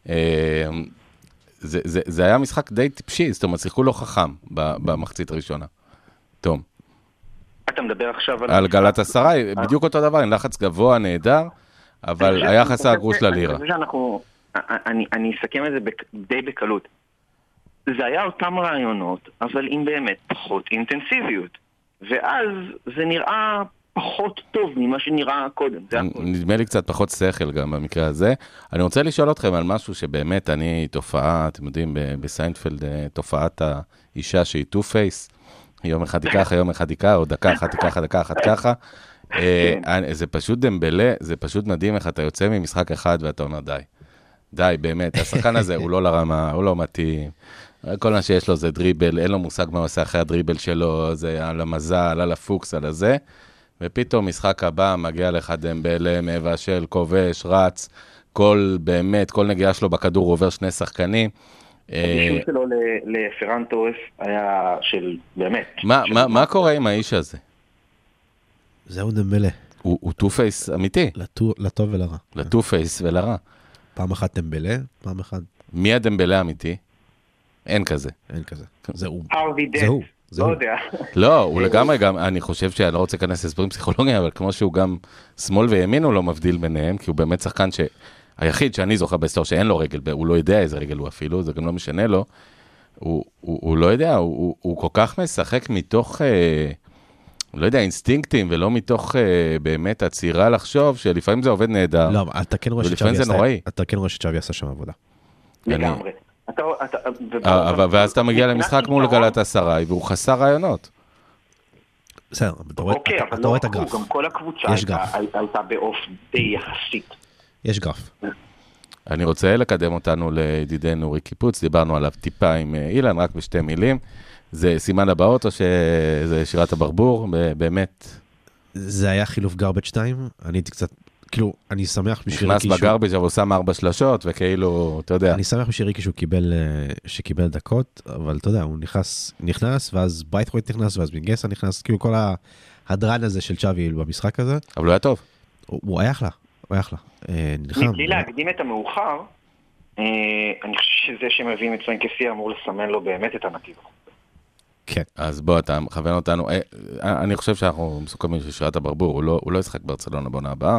C: זה היה משחק די טיפשי, זאת אומרת, שיחקו לא חכם במחצית הראשונה. תום.
E: אתה מדבר עכשיו
C: על גלאטסראי, בדיוק אותו דבר, עם לחץ גבוה, נהדר, אבל היה חסר גרוש ללירה.
E: אני אסכם את זה די בקלות. זה היה אותם רעיונות, אבל עם באמת פחות אינטנסיביות. ואז זה נראה פחות טוב ממה שנראה קודם.
C: נדמה לי קצת פחות שכל גם במקרה הזה. אני רוצה לשאול אתכם על משהו שבאמת אני תופעה, אתם יודעים, בסיינפלד, תופעת האישה שהיא טו פייס, יום אחד היא ככה, יום אחד היא ככה, או דקה אחת היא ככה, דקה אחת ככה. זה פשוט דמבלה, זה פשוט מדהים איך אתה יוצא ממשחק אחד ואתה אומר די. די, באמת, השחקן הזה הוא לא לרמה, הוא לא מתאים. כל מה שיש לו זה דריבל, אין לו מושג מה עושה אחרי הדריבל שלו, זה על המזל, על הפוקס, על הזה. ופתאום משחק הבא מגיע לך דמבלה, מבשל, כובש, רץ, באמת, כל נגיעה שלו בכדור עובר שני שחקנים.
E: הבישול שלו לפרן טורס היה של, באמת.
C: מה קורה עם האיש הזה?
D: זהו דמבלה.
C: הוא טו פייס אמיתי.
D: לטוב ולרע.
C: לטו פייס ולרע.
D: פעם אחת דמבלה, פעם אחת.
C: מי הדמבלה האמיתי? אין כזה.
D: אין כזה. זהו.
E: הרווי דנט.
D: זהו.
E: לא יודע.
C: לא, הוא לגמרי גם, אני חושב שאני לא רוצה להיכנס לסברים פסיכולוגיים, אבל כמו שהוא גם שמאל וימין הוא לא מבדיל ביניהם, כי הוא באמת שחקן היחיד שאני זוכר בהיסטוריה שאין לו רגל, הוא לא יודע איזה רגל הוא אפילו, זה גם לא משנה לו, הוא לא יודע, הוא כל כך משחק מתוך, לא יודע, אינסטינקטים, ולא מתוך באמת הצירה לחשוב, שלפעמים זה עובד נהדר.
D: לא, אתה כן רואה שצ'אבי עשה שם עבודה.
E: לגמרי.
C: ואז אתה מגיע למשחק מול גלאטסראי, והוא חסר רעיונות.
D: בסדר, אתה רואה את הגרף.
E: גם כל הקבוצה הייתה באוף די יחסית.
D: יש גרף.
C: אני רוצה לקדם אותנו לידידנו ריקי פוץ, דיברנו עליו טיפה עם אילן, רק בשתי מילים. זה סימן הבאות או שזה שירת הברבור? באמת.
D: זה היה חילוף גרבג' 2, אני הייתי קצת, כאילו, אני שמח בשביל
C: ריקי. נכנס בגרבג' אבל שם 4 שלשות, וכאילו, אתה יודע.
D: אני שמח בשביל ריקי שקיבל דקות, אבל אתה יודע, הוא נכנס, ואז בייטרויט נכנס, ואז מינגסה נכנס, כאילו כל הדרן הזה של צ'אבי במשחק הזה.
C: אבל הוא היה טוב.
D: הוא היה אחלה.
E: מבלי להקדים את המאוחר, אני חושב שזה שמביאים את פרנקסי אמור לסמן לו באמת את הנתיב.
C: כן. אז בוא, אתה מכוון אותנו, אני חושב שאנחנו מסוכמים של שירת הברבור, הוא לא ישחק ברצלונה בעונה הבאה.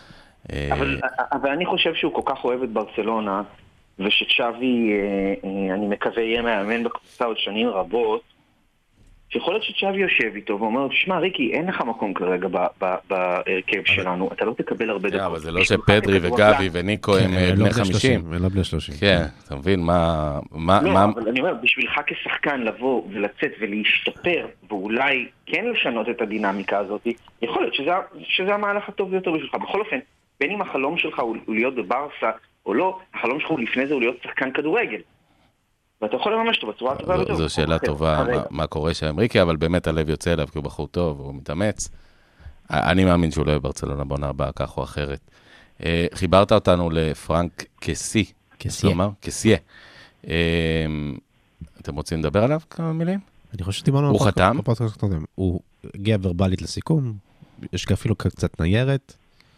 E: אבל אני חושב שהוא כל כך אוהב את ברצלונה, ושצ'אבי, אני מקווה, יהיה מאמן בקבוצה עוד שנים רבות, שיכול להיות שצ'אבי יושב איתו ואומר, תשמע ריקי, אין לך מקום כרגע בהרכב שלנו, אתה לא תקבל הרבה דקות.
C: אבל זה לא שפדרי וגבי וניקו הם בני 50.
D: הם לא בני 30.
C: כן, אתה מבין מה...
E: לא, אבל אני אומר, בשבילך כשחקן לבוא ולצאת ולהשתפר, ואולי כן לשנות את הדינמיקה הזאת, יכול להיות שזה המהלך הטוב ביותר בשבילך. בכל אופן, בין אם החלום שלך הוא להיות בברסה או לא, החלום שלך לפני זה הוא להיות שחקן כדורגל. ואתה יכול לממש אותו בצורה טובה יותר.
C: זו שאלה טובה, מה קורה שם ריקי, אבל באמת הלב יוצא אליו, כי הוא בחור טוב, הוא מתאמץ. אני מאמין שהוא לא יהיה ברצלונה בעונה הבאה, כך או אחרת. חיברת אותנו לפרנק קסי. קסיה. אתם רוצים לדבר עליו כמה מילים?
D: אני חושב שדיברנו על...
C: הוא חתם?
D: הוא הגיע ורבלית לסיכום, יש אפילו קצת ניירת.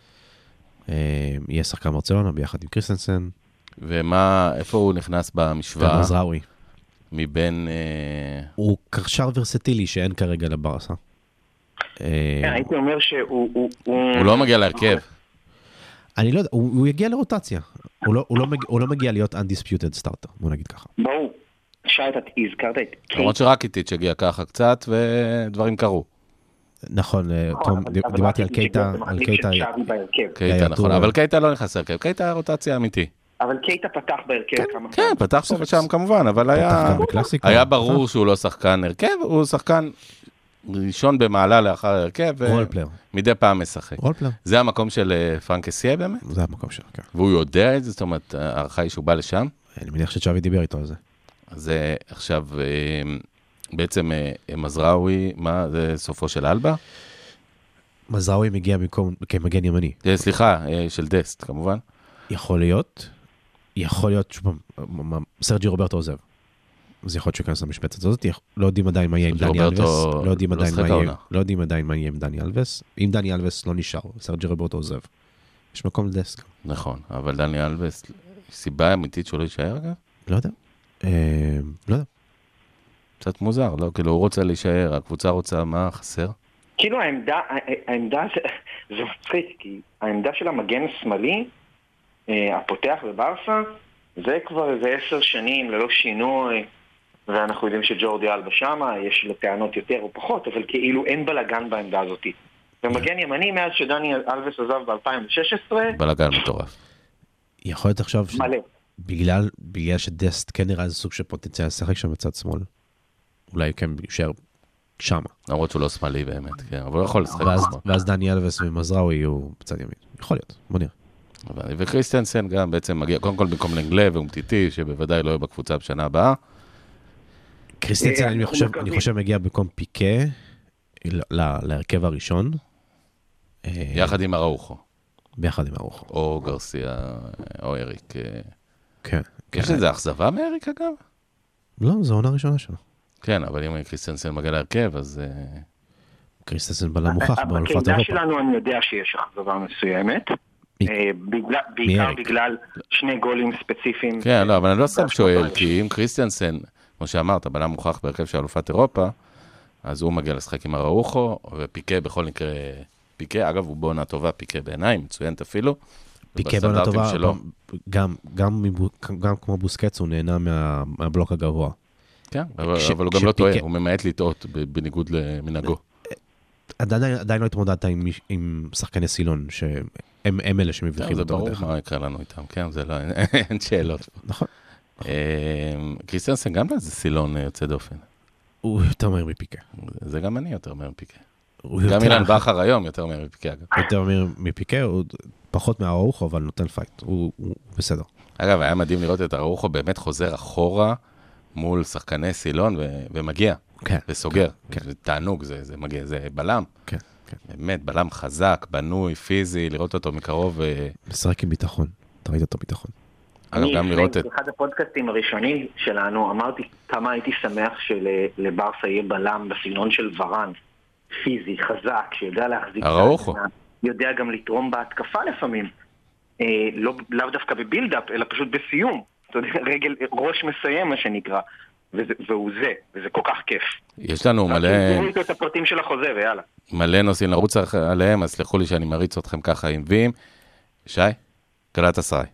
D: יהיה שחקן ברצלונה ביחד עם קריסטנסן.
C: איפה הוא נכנס במשוואה?
D: מזראוי.
C: מבין...
D: הוא קשר ורסטילי שאין כרגע לברסה.
E: הייתי אומר שהוא...
C: הוא לא מגיע להרכב.
D: אני לא יודע, הוא יגיע לרוטציה. הוא לא מגיע להיות undisputed starter, בוא נגיד ככה.
E: ברור. שאלת, הזכרת את קייט.
C: למרות שרק איטיץ' הגיע ככה קצת, ודברים קרו.
D: נכון, תום, דיברתי על קייטה.
C: קייטה, נכון, אבל קייטה לא נכנס להרכב, קייטה רוטציה אמיתי.
E: אבל קייטה פתח בהרכב כמה.
C: כן, פתח פה ושם כמובן, אבל היה ברור שהוא לא שחקן הרכב, הוא שחקן ראשון במעלה לאחר הרכב, ומדי פעם משחק. זה המקום של פרנק קסיה באמת?
D: זה המקום שלו, כן.
C: והוא יודע את זה, זאת אומרת, הערכה היא שהוא בא לשם?
D: אני מניח שצ'אבי דיבר איתו על זה.
C: אז עכשיו, בעצם מזראוי, מה, זה סופו של אלבה?
D: מזראוי מגיע כמגן ימני.
C: סליחה, של דסט, כמובן.
D: יכול להיות, סרג'י רוברטו עוזב. אז יכול להיות שכנס למשבצת הזאת, לא יודעים עדיין מה יהיה עם דני אלבס, לא יודעים עדיין מה יהיה עם דני אלבס. אם דני אלבס לא נשאר, סרג'י רוברטו עוזב. יש מקום לדסק.
C: נכון, אבל דני אלבס, סיבה אמיתית שהוא לא יישאר אגב?
D: לא יודע. לא יודע.
C: קצת מוזר, לא? כאילו הוא רוצה להישאר, הקבוצה רוצה, מה חסר?
E: כאילו העמדה, זה מצחיק, כי העמדה של המגן השמאלי, הפותח בברסה, זה כבר איזה 10 שנים ללא שינוי, ואנחנו יודעים שג'ורדי אלבה שמה, יש לו טענות יותר או פחות, אבל כאילו אין בלגן בעמדה הזאת. ומגן ימני מאז שדני אלבס עזב ב-2016...
C: בלגן מטורף.
D: יכול להיות עכשיו בגלל שדסט כן נראה איזה סוג של פוטנציאל לשחק שם בצד שמאל. אולי כן יישאר שם.
C: למרות שהוא לא שמאלי באמת, כן, אבל הוא יכול לשחק בשמאל.
D: ואז דני אלבס ומזראוי יהיו בצד ימין. יכול להיות, בוא נראה.
C: וקריסטנסן גם בעצם מגיע, קודם כל במקום לנגלה ואומטיטי, שבוודאי לא יהיה בקבוצה בשנה הבאה.
D: קריסטנסן, אני חושב מגיע במקום פיקה להרכב הראשון.
C: יחד עם אראוחו.
D: ביחד עם אראוחו.
C: או גרסיה, או אריק.
D: כן.
C: יש איזה אכזבה מאריק אגב?
D: לא, זו העונה הראשונה שלו.
C: כן, אבל אם קריסטנסן מגיע להרכב, אז...
D: קריסטנסן בלה מוכח באלופת אירופה.
E: בקהילה שלנו אני יודע שיש אכזבה מסוימת. בעיקר בגלל 2 גולים ספציפיים.
C: כן, לא, אבל אני לא סתם שואל, כי אם קריסטנסן, כמו שאמרת, בלה מוכח בהרכב של אלופת אירופה, אז הוא מגיע לשחק עם אראוחו, ופיקה בכל מקרה, פיקה, אגב, הוא בעונה טובה, פיקה בעיניים, מצוינת אפילו.
D: פיקה בעונה טובה, גם כמו בוסקץ, הוא נהנה מהבלוק הגבוה.
C: כן, אבל הוא גם לא טועה, הוא ממעט לטעות בניגוד למנהגו.
D: עדיין לא התמודדת עם שחקני סילון, שהם אלה שמבטחים
C: אותו בדרך. זה ברור מה יקרה לנו איתם, כן, זה לא, אין שאלות.
D: נכון.
C: קריסטנסן גם לא איזה סילון יוצא דופן.
D: הוא יותר מהר מפיקה.
C: זה גם אני יותר מהר מפיקה. גם אילן בכר היום יותר מהר מפיקה, אגב.
D: יותר מהר מפיקה, הוא פחות מהאראוחו, אבל נותן פייט, הוא בסדר.
C: אגב, היה מדהים לראות את אראוחו באמת חוזר אחורה מול שחקני סילון ומגיע. וסוגר, זה תענוג, זה מגיע, זה בלם.
D: כן.
C: באמת, בלם חזק, בנוי, פיזי, לראות אותו מקרוב.
D: משחק עם ביטחון, תראית אותו ביטחון.
C: אגב, גם לראות את...
E: אחד הפודקאסטים הראשונים שלנו, אמרתי כמה הייתי שמח שלברסה יהיה בלם בסגנון של ורן, פיזי, חזק, שיודע להחזיק...
C: אראוחו.
E: יודע גם לתרום בהתקפה לפעמים. לאו דווקא בבילדאפ, אלא פשוט בסיום. אתה יודע, רגל, ראש מסיים, מה שנקרא. וזה כל כך כיף.
C: יש לנו מלא...
E: תראו איתו את הפרטים של החוזה, ויאללה.
C: מלא נושאים לרוץ עליהם, אז סלחו לי שאני מריץ אתכם ככה עם וים. שי, גלאטסראי.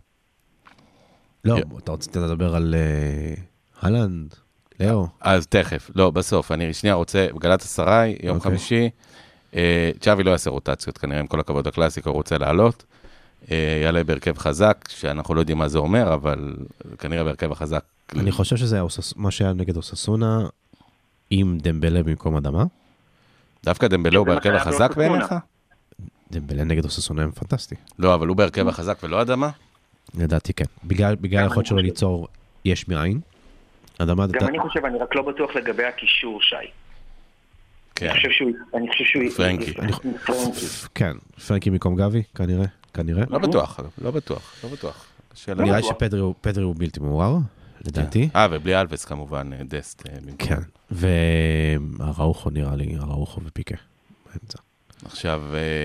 D: לא, אתה רצית לדבר על הלנד, לאו.
C: אז תכף, לא, בסוף. אני שנייה רוצה, גלאטסראי, יום חמישי, צ'אבי לא יעשה רוטציות, כנראה עם כל הכבוד הקלאסיקה, הוא רוצה לעלות. יעלה בהרכב חזק, שאנחנו לא יודעים מה זה אומר, אבל כנראה בהרכב החזק.
D: אני חושב שזה מה שהיה נגד אוססונה, עם דמבלה במקום אדמה.
C: דווקא דמבלה הוא בהרכב החזק בעיניך?
D: דמבלה נגד אוססונה הם פנטסטי.
C: לא, אבל הוא בהרכב החזק ולא אדמה?
D: לדעתי כן. בגלל היכולת שלו ליצור יש מאין.
E: גם אני חושב, אני רק לא בטוח לגבי הקישור, שי.
C: כן.
E: אני חושב שהוא...
C: פרנקי.
D: כן, פרנקי במקום גבי, כנראה.
C: לא בטוח, לא בטוח.
D: נראה שפדרי הוא בלתי מעורר, לדעתי.
C: ובלי אלבס כמובן, דסט.
D: כן, והראוחו נראה לי, הראוחו ופיקה.
C: עכשיו,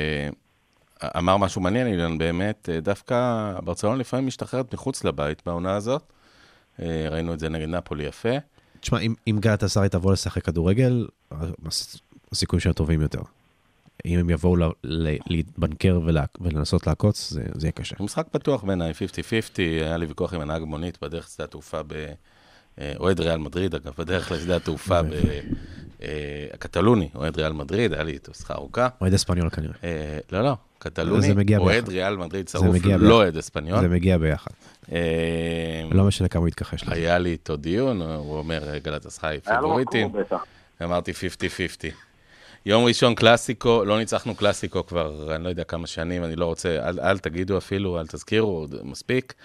C: אמר משהו מעניין, אילן, באמת, דווקא ברצלונה לפעמים משתחררת מחוץ לבית בעונה הזאת. ראינו את זה נגד נפולי יפה.
D: תשמע, אם גלאטסראי תבוא לשחק כדורגל, הסיכויים שלה טובים יותר. אם הם יבואו להתבנקר ולנסות לעקוץ, זה יהיה קשה.
C: משחק פתוח בעיניי, 50-50, היה לי ויכוח עם הנהג מונית בדרך לשדה התעופה אוהד ריאל מדריד, אגב, בדרך לשדה התעופה הקטלוני, אוהד ריאל מדריד, היה לי איתו שיחה ארוכה.
D: אוהד אספניול כנראה.
C: לא, קטלוני, אוהד ריאל מדריד צרוף, לא אוהד אספניול.
D: זה מגיע ביחד. לא משנה כמה הוא יתכחש לזה.
C: היה לי איתו דיון, הוא אומר, גלאטסראי פיבוריטים. אמרתי 50-50. יום ראשון קלאסיקו, לא ניצחנו קלאסיקו כבר, אני לא יודע כמה שנים, אני לא רוצה, אל תגידו אפילו, אל תזכירו, מספיק.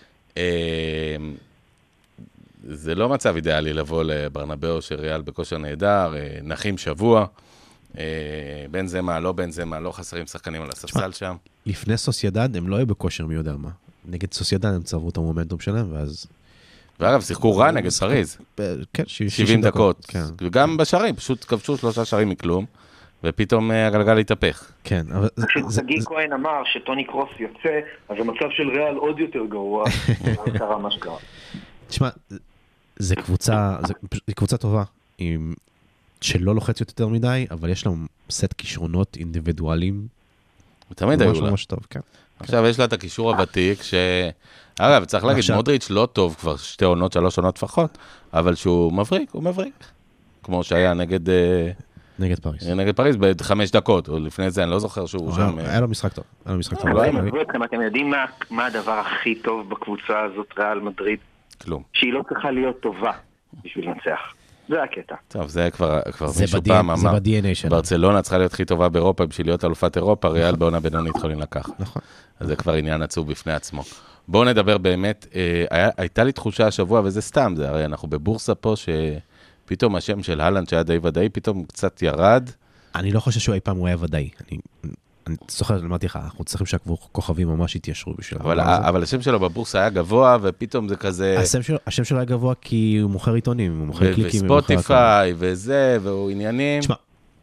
C: זה לא מצב אידיאלי לבוא לברנבאו שריאל בכושר נהדר, נחים שבוע, בין זה מה, לא חסרים שחקנים על הספסל שם.
D: לפני סוסיידד הם לא היו בכושר מי יודע מה. נגד סוסיידד הם צרבו את המומנטום שלהם, ואז...
C: ואגב, שיחקו רע נגד פריז.
D: כן,
C: 70 דקות. וגם בשערים, פשוט כבשו 3 שערים מכלום, ופתאום הגלגל התהפך.
D: כן,
E: אבל... כששגיא כהן אמר שטוני קרוס יוצא, אז המצב של ריאל עוד יותר גרוע, זה קרה מה שקרה.
D: תשמע, זו קבוצה טובה, שלא לוחצת יותר מדי, אבל יש לה סט כישרונות אינדיבידואליים.
C: תמיד היו לה.
D: ממש טוב, כן.
C: עכשיו יש לה את הקישור הוותיק, אגב, צריך להגיד, מודריץ' לא טוב כבר 2 עונות, 3 עונות לפחות, אבל שהוא מבריק, הוא מבריק. כמו שהיה נגד
D: פריז.
C: נגד פריז ב5 דקות, או לפני זה, אני לא זוכר שהוא שם...
D: היה לו משחק טוב.
E: אתם יודעים מה הדבר הכי טוב בקבוצה הזאת, ריאל מדריד?
C: כלום.
E: שהיא לא צריכה להיות טובה בשביל לנצח. זה הקטע.
C: טוב, זה כבר מישהו פעם אמר.
D: זה ב-DNA שלה.
C: ברצלונה צריכה להיות הכי טובה באירופה, בשביל להיות אלופת אירופה, ריאל בעונה בינונית יכולים לקחת.
D: נכון.
C: אז זה כבר עניין עצוב בפני עצמו. בואו נדבר באמת, הייתה לי תחושה השבוע, וזה סתם, זה הרי אנחנו בבורסה פה, שפתאום השם של הלנד שהיה די ודאי, פתאום קצת ירד.
D: אני לא חושב שהוא אי פעם הוא היה ודאי. אני זוכר, אמרתי לך, אנחנו צריכים שהכוכבים ממש יתיישרו בשביל...
C: אבל השם שלו בבורסה היה גבוה, ופתאום זה כזה...
D: השם שלו היה גבוה כי הוא מוכר עיתונים, הוא מוכר קליקים.
C: וספוטיפיי, וזה, והוא עניינים.
D: תשמע,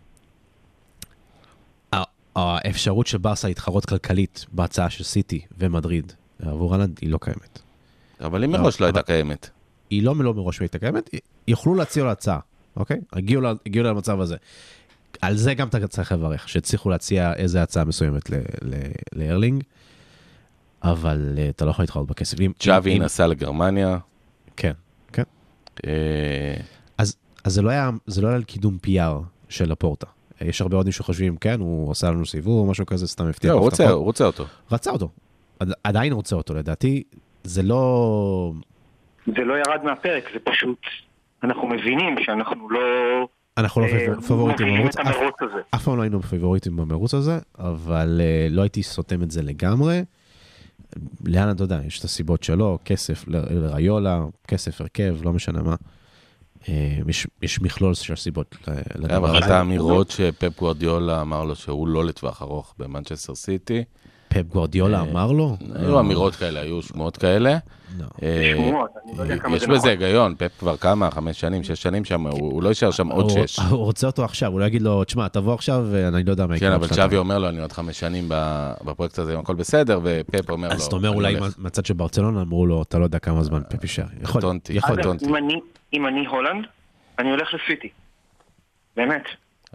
D: האפשרות של ברסה להתחרות כלכלית בהצעה של סיטי ומדריד, עבור הלנד, היא לא קיימת.
C: אבל היא מראש לא הייתה קיימת.
D: היא לא מראש הייתה קיימת, יכלו להציע לו הצעה, אוקיי? הגיעו למצב הזה. על זה גם אתה צריך לברך, שהצליחו להציע איזו הצעה מסוימת לארלינג, אבל אתה לא יכול להתחרות בכסף.
C: צ'אבי נסע לגרמניה.
D: כן, כן. אז זה לא היה על קידום PR של הפורטה. יש הרבה עוד שחושבים, כן, הוא עושה לנו סיבוב או משהו כזה, סתם הבטיח.
C: לא, הוא רוצה אותו.
D: רצה אותו. עדיין רוצה אותו, לדעתי. זה לא
E: ירד מהפרק, זה פשוט, אנחנו מבינים שאנחנו לא...
D: אנחנו לא פייבוריטים במרוץ, אף פעם לא היינו פייבוריטים במרוץ הזה, אבל לא הייתי סותם את זה לגמרי. לאן אתה יודע, יש את הסיבות שלו, כסף לריולה, כסף הרכב, לא משנה מה. יש מכלול של סיבות.
C: אבל אחת האמירות שפפ גוארדיולה אמר לו שהוא לא לטווח ארוך במנצ'סטר סיטי.
D: פפ גוארדיולה אמר לו?
C: היו אמירות כאלה, היו שמועות כאלה. יש בזה היגיון, פפ כבר כמה, 5 שנים, 6 שנים שם, הוא לא יישאר שם עוד 6.
D: הוא רוצה אותו עכשיו, הוא לא יגיד לו, תשמע, תבוא עכשיו, ואני לא יודע מה יקרה.
C: כן, אבל צ'אבי אומר לו, אני עוד 5 שנים בפרויקט הזה, אם הכל בסדר, ופפ אומר לו...
D: אז אתה אומר אולי מהצד של ברצלונה, אמרו לו, אתה לא יודע כמה זמן פפ יישאר. יכול.
E: אם אני הולנד, אני הולך לסיטי. באמת.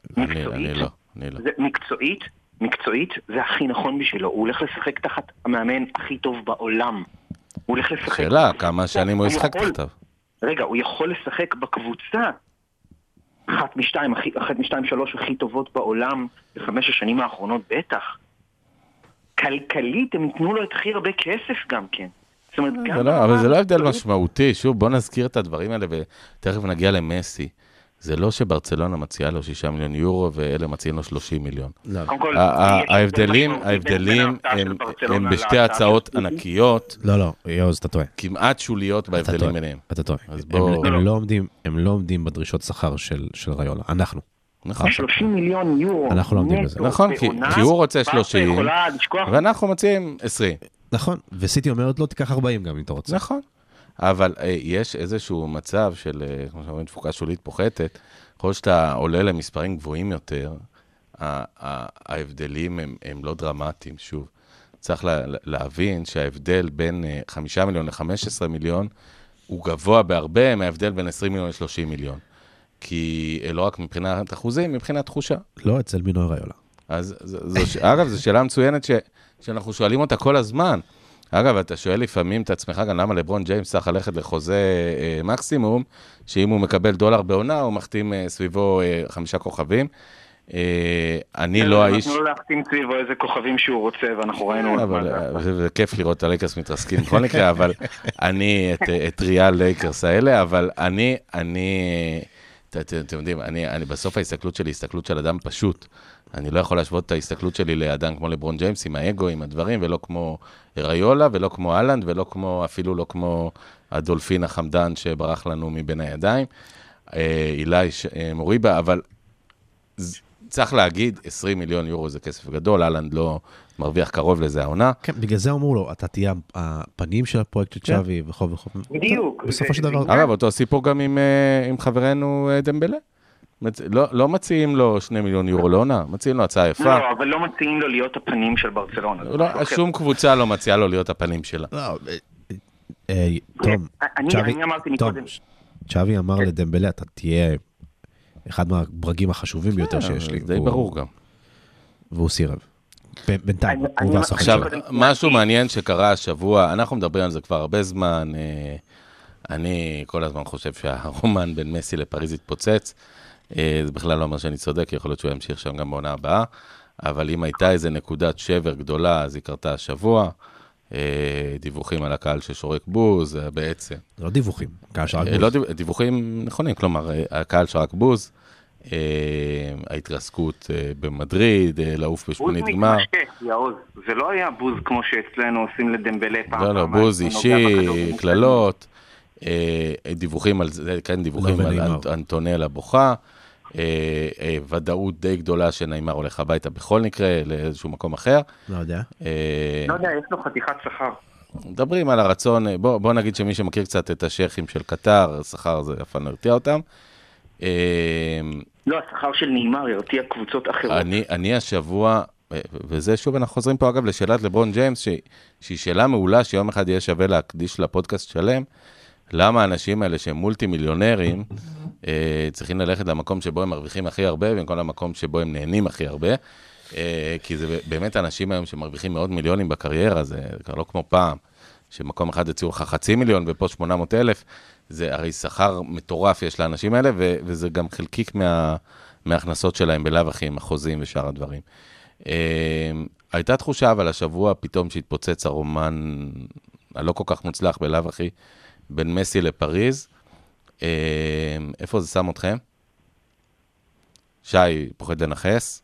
E: מקצועית, זה הכי נכון בשבילו. הוא הולך לשחק תחת המאמן הכי טוב בעולם. הוא הולך לשחק...
C: שאלה, כמה שנים הוא ישחק תחתיו?
E: רגע, הוא יכול לשחק בקבוצה אחת משתיים, 3 הכי טובות בעולם ב5 השנים האחרונות, בטח. כלכלית, הם ייתנו לו את הכי הרבה כסף גם כן.
C: אבל זה לא הבדל משמעותי. שוב, בוא נזכיר את הדברים האלה, ותכף נגיע למסי. זה לא שברצלונה מציעה לו 6 מיליון יורו, ואלה מציעים לו 30 מיליון. ההבדלים הם בשתי הצעות ענקיות.
D: לא, יוז, אתה טועה.
C: כמעט שוליות בהבדלים ביניהם.
D: אתה טועה. הם לא עומדים בדרישות שכר של ריולה. אנחנו.
C: נכון.
E: 30 מיליון יורו.
D: אנחנו לא עומדים בזה.
C: נכון, כי הוא רוצה 30, ואנחנו מציעים 20.
D: נכון, וסיטי אומרת לא, תיקח 40 גם אם אתה רוצה.
C: נכון. אבל יש איזשהו מצב של, כמו שאומרים, תפוקה שולית פוחתת, יכול שאתה עולה למספרים גבוהים יותר, ההבדלים הם לא דרמטיים, שוב. צריך להבין שההבדל בין 5 מיליון ל-15 מיליון, הוא גבוה בהרבה מההבדל בין 20 מיליון ל-30 מיליון. כי לא רק מבחינת אחוזים, מבחינת תחושה.
D: לא אצל מינוי ריולה.
C: אגב, זו שאלה מצוינת שאנחנו שואלים אותה כל הזמן. אגב, אתה שואל לפעמים את עצמך גם למה לברון ג'יימס צריך ללכת לחוזה מקסימום, שאם הוא מקבל $1 בעונה, הוא מחתים סביבו 5 כוכבים. אני לא האיש...
E: אנחנו לא להחתים סביבו איזה כוכבים שהוא רוצה, ואנחנו ראינו...
C: זה כיף לראות את הלייקרס מתרסקים בכל מקרה, אבל אני את ריאל לייקרס האלה, אבל אני... אתם יודעים, בסוף ההסתכלות שלי, הסתכלות של אדם פשוט. אני לא יכול להשוות את ההסתכלות שלי לאדם כמו לברון ג'יימס, עם האגו, עם הדברים, ולא כמו ריולה, ולא כמו אלנד, ולא כמו, אפילו לא כמו הדולפין החמדן שברח לנו מבין הידיים. אילי מוריבה, אבל צריך להגיד, 20 מיליון יורו זה כסף גדול, אלנד לא מרוויח קרוב לזה העונה.
D: כן, בגלל זה אמרו לו, אתה תהיה הפנים של הפרויקט של צ'אבי וכו' וכו'.
E: בדיוק.
D: בסופו של דבר.
C: אגב, אותו סיפור גם עם חברנו דמבלה. לא מציעים לו 2 מיליון יורו לעונה, מציעים לו הצעה יפה.
E: לא, אבל לא מציעים לו להיות הפנים של ברצלונה.
C: שום קבוצה לא מציעה לו להיות הפנים שלה.
D: תום,
E: אני אמרתי מקודם.
D: צ'אבי אמר לדמבלה, אתה תהיה אחד מהברגים החשובים ביותר שיש לי.
C: זה די ברור גם.
D: והוא סירב. בינתיים, הוא והסוכן.
C: עכשיו, משהו מעניין שקרה השבוע, אנחנו מדברים על זה כבר הרבה זמן, אני כל הזמן חושב שהרומן בין מסי לפריז התפוצץ, זה בכלל לא אומר שאני צודק, יכול להיות שהוא ימשיך שם גם בעונה הבאה, אבל אם הייתה איזו נקודת שבר גדולה, אז היא קרתה השבוע, דיווחים על הקהל ששורק בוז, בעצם.
D: לא דיווחים, קהל שרק בוז.
C: לא דיווחים נכונים, כלומר, הקהל שרק בוז, ההתרסקות במדריד, לעוף בשמינית גמר.
E: בוז מתמשך, יעוז. זה לא היה בוז כמו שאצלנו עושים לדמבלה פעם.
C: לא, בוז אישי, כללות, דיווחים על זה, כן, דיווחים על אנטונלה בוכה, ודאות די גדולה שניימר הולך הביתה בכל מקרה, לאיזשהו מקום אחר.
D: לא יודע.
E: לא יודע, יש לו חתיכת שכר.
C: מדברים על הרצון, בוא נגיד שמי שמכיר קצת את השייכים של קטר, השכר הזה אף לא הרתיע אותם.
E: לא, השכר של ניימר הרתיע קבוצות אחרות.
C: אני השבוע, וזה שוב אנחנו חוזרים פה אגב לשאלת לברון ג'יימס, שהיא שאלה מעולה שיום אחד יהיה שווה להקדיש לפודקאסט שלם, למה האנשים האלה שהם מולטי מיליונרים, צריכים ללכת למקום שבו הם מרוויחים הכי הרבה, במקום למקום שבו הם נהנים הכי הרבה, כי זה באמת אנשים היום שמרוויחים מאות מיליונים בקריירה, זה כבר לא כמו פעם, שמקום אחד הציעו לך 500,000 ופה 800,000, זה הרי שכר מטורף יש לאנשים האלה, וזה גם חלקיק מההכנסות שלהם בלאו הכי עם החוזים ושאר הדברים. הייתה תחושה, אבל השבוע פתאום שהתפוצץ הרומן הלא כל כך מוצלח בלאו הכי, בין מסי לפריז. איפה זה שם אתכם? שי, פוחד לנחס?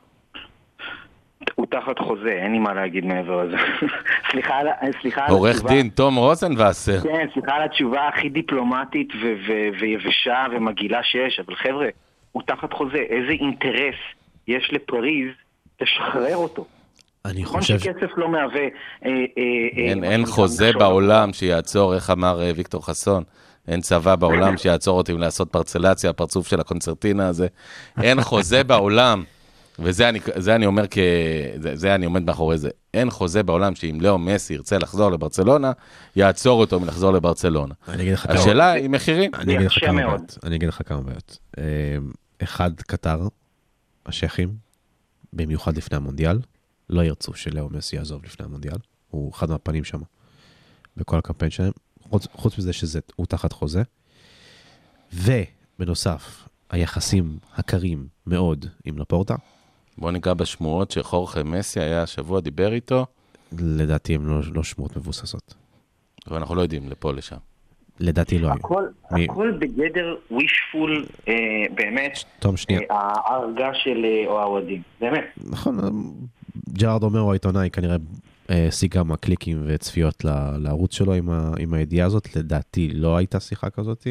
E: הוא תחת חוזה, אין לי מה להגיד מעבר לזה. סליחה על התשובה.
C: עורך דין תום רוזנווסר.
E: כן, סליחה על התשובה הכי דיפלומטית ויבשה ומגילה שיש, אבל חבר'ה, הוא תחת חוזה. איזה אינטרס יש לפריז, תשחרר אותו.
D: אני חושב...
E: שכסף לא מהווה...
C: אין חוזה בעולם שיעצור, איך אמר ויקטור חסון, אין צבא בעולם שיעצור אותי לעשות פרצלציה, הפרצוף של הקונצרטינה הזה. אין חוזה בעולם, וזה אני אומר, זה אני עומד מאחורי זה. אין חוזה בעולם שאם לאו מסי ירצה לחזור לברצלונה, יעצור אותו מלחזור לברצלונה. השאלה היא מחירים.
D: אני אגיד לך כמה בעיות. אחד, קטר, השייכים, במיוחד לפני המונדיאל, לא ירצו שלאו מסי יעזוב לפני המונדיאל. הוא אחד מהפנים שם, בכל הקמפיין שלהם. חוץ מזה שהוא תחת חוזה. ובנוסף, היחסים הקרים מאוד עם לפורטה.
C: בוא ניגע בשמועות שחורכה מסי היה השבוע דיבר איתו.
D: לדעתי הם לא שמועות מבוססות.
C: ואנחנו לא יודעים לפה לשם.
D: לדעתי לא היו.
E: הכל בגדר ווישפול, באמת, ההרגה של האוהדים, באמת.
D: נכון, ג'רארד אומר, הוא העיתונאי, כנראה השיג כמה קליקים וצפיות לערוץ שלו עם הידיעה הזאת. לדעתי לא הייתה שיחה כזאת.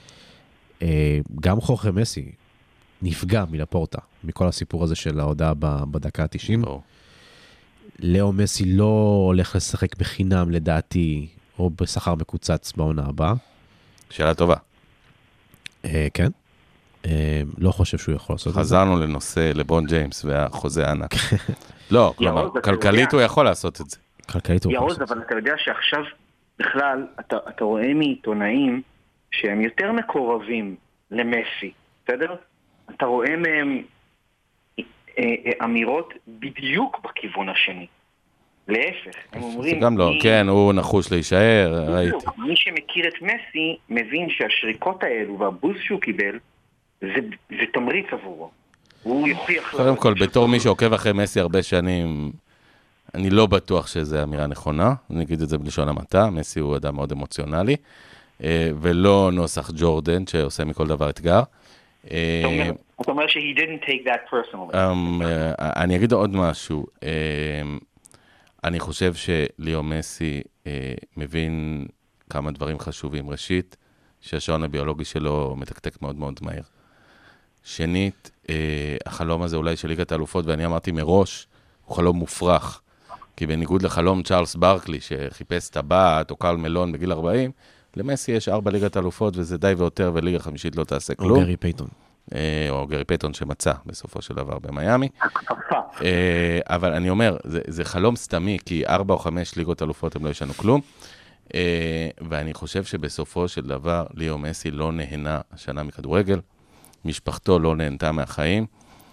D: גם חורכה מסי נפגע מלפורטה, מכל הסיפור הזה של ההודעה בדקה ה-90. לאו מסי לא הולך לשחק בחינם לדעתי, או בשכר מקוצץ בעונה הבאה.
C: שאלה טובה.
D: כן. לא חושב שהוא יכול לעשות את זה.
C: חזרנו לנושא לברון ג'יימס והחוזה הענק. לא, כלומר, כלכלית הוא יכול לעשות את זה.
D: כלכלית הוא יכול
E: לעשות את זה. אבל אתה יודע שעכשיו בכלל, אתה רואה מעיתונאים שהם יותר מקורבים למסי, בסדר? אתה רואה מהם אמירות בדיוק בכיוון השני. להפך, הם אומרים...
C: גם לא, כן, הוא נחוש להישאר, ראיתי.
E: מי שמכיר את מסי מבין שהשריקות האלו והבוז שהוא קיבל, זה תמריץ עבורו. הוא יוכיח...
C: קודם כל, בתור מי שעוקב אחרי מסי הרבה שנים, אני לא בטוח שזו אמירה נכונה, אני אגיד את זה בלשון המעטה, מסי הוא אדם מאוד אמוציונלי, ולא נוסח ג'ורדן שעושה מכל דבר אתגר.
E: אתה אומר ש-he didn't take that personally.
C: אני אגיד עוד משהו. אני חושב שליאו מסי מבין כמה דברים חשובים. ראשית, שהשעון הביולוגי שלו מתקתק מאוד מאוד מהר. שנית, החלום הזה אולי של ליגת האלופות, ואני אמרתי מראש, הוא חלום מופרך. כי בניגוד לחלום צ'ארלס ברקלי, שחיפש טבעת או קרל מלון בגיל 40, למסי יש 4 ליגת האלופות, וזה די ויותר, וליגה חמישית לא תעשה כלום.
D: או גרי פייטון.
C: או גרי פייטון שמצא בסופו של דבר במיימי. אבל אני אומר, זה חלום סתמי, כי 4 או 5 ליגות אלופות הם לא ישנו כלום, ואני חושב שבסופו של דבר ליאו מסי לא נהנה השנה מכדורגל, משפחתו לא נהנתה מהחיים,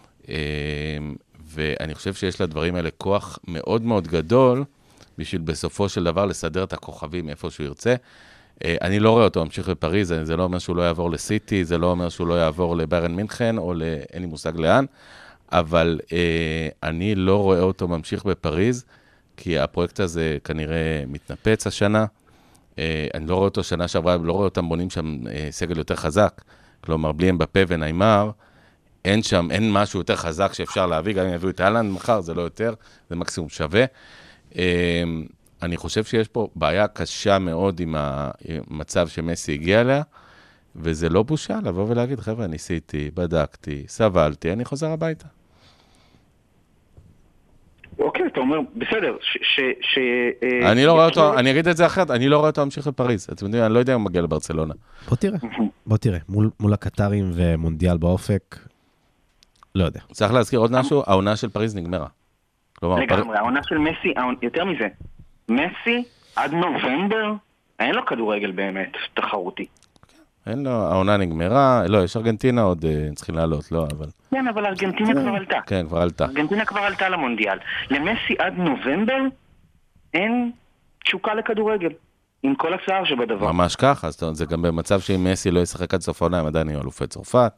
C: ואני חושב שיש לדברים האלה כוח מאוד מאוד גדול, בשביל בסופו של דבר לסדר את הכוכבים איפה שהוא ירצה. אני לא רואה אותו ממשיך בפריז, זה לא אומר שהוא לא יעבור לסיטי, זה לא אומר שהוא לא יעבור לביירן מינכן, או אין לי מושג לאן, אבל אני לא רואה אותו ממשיך בפריז, כי הפרויקט הזה כנראה מתנפץ השנה. אני לא רואה אותו שנה שעברה, לא רואה אותם בונים שם סגל יותר חזק, כלומר, בלי אמבפה וניימר, אין משהו יותר חזק שאפשר להביא, גם אם יביאו את הלנד מחר, זה לא יותר, זה מקסימום שווה. אני חושב שיש פה בעיה קשה מאוד עם המצב שמסי הגיע אליה, וזה לא בושה לבוא ולהגיד, חבר'ה, ניסיתי, בדקתי, סבלתי, אני חוזר הביתה.
E: אוקיי, אתה אומר, בסדר,
C: אני לא רואה אותו, אני אגיד את זה אחרת, אני לא רואה אותו ממשיך לפריז. אתם יודעים, אני לא יודע אם הוא מגיע לברצלונה.
D: בוא תראה, מול הקטרים ומונדיאל באופק, לא יודע.
C: צריך להזכיר עוד משהו, העונה של פריז נגמרה.
E: לגמרי, העונה של מסי, יותר מזה, מסי עד נובמבר, אין לו כדורגל באמת תחרותי.
C: אין לו, העונה נגמרה, לא, יש ארגנטינה עוד צריכים לעלות, לא, אבל...
E: כן, אבל ארגנטינה כבר עלתה.
C: כן, כבר עלתה.
E: ארגנטינה כבר עלתה למונדיאל. למסי עד נובמבר אין תשוקה לכדורגל, עם כל הצער שבדבר.
C: ממש ככה, אז זה גם במצב שאם מסי לא ישחק עד סוף העונה, הם עדיין יהיו אלופי צרפת,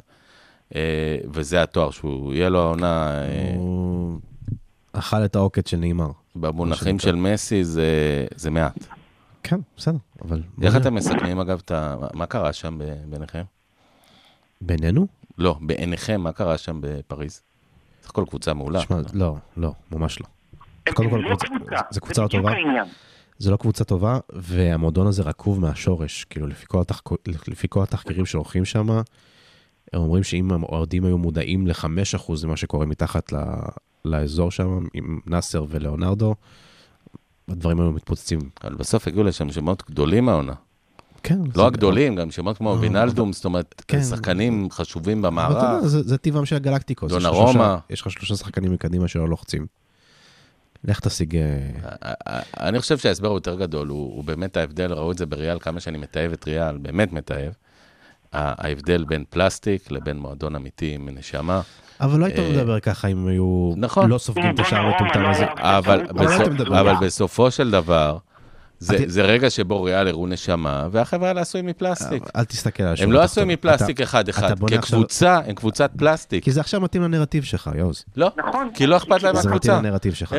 C: וזה התואר שהוא יהיה לו העונה...
D: הוא אכל את העוקץ של ניימר.
C: במונחים של מסי זה מעט.
D: כן, בסדר, אבל...
C: איך אתם מסכמים, אגב, מה קרה שם ביניכם?
D: בינינו?
C: לא, בעיניכם, מה קרה שם בפריז? זה כל קבוצה מעולה.
D: לא, ממש לא. קודם כל, זו קבוצה לא טובה. זה לא קבוצה טובה, והמועדון הזה רקוב מהשורש. כאילו, לפי כל התחקירים שעורכים שם, הם אומרים שאם האוהדים היו מודעים ל5% למה שקורה מתחת לאזור שם, עם נאסר ולאונרדו, הדברים היו מתפוצצים. אבל
C: בסוף הגיעו לשם שמות גדולים מהעונה.
D: כן.
C: לא הגדולים, גם שמות כמו וינאלדום, זאת אומרת, שחקנים חשובים במערב.
D: זה טבעם של הגלקטיקוס.
C: דונרומה.
D: יש לך 3 שחקנים מקדימה שלא לוחצים. לך תשיג...
C: אני חושב שההסבר הוא יותר גדול, הוא באמת ההבדל, ראו את זה בריאל, כמה שאני מתאהב את ריאל, באמת מתאהב. ההבדל בין פלסטיק לבין מועדון אמיתי עם נשמה.
D: אבל לא היית מדבר ככה אם היו לא סופגים את השער מטומטם הזה.
C: אבל בסופו של דבר, זה רגע שבו ריאל הראו נשמה, והחברה האלה עשוי מפלסטיק.
D: אל תסתכל על השורה.
C: הם לא עשוי מפלסטיק אחד-אחד, כקבוצה, הם קבוצת פלסטיק.
D: כי זה עכשיו מתאים לנרטיב שלך, יוז.
C: לא, כי לא אכפת להם
D: זה
C: מהקבוצה.
D: מתאים לנרטיב שלך.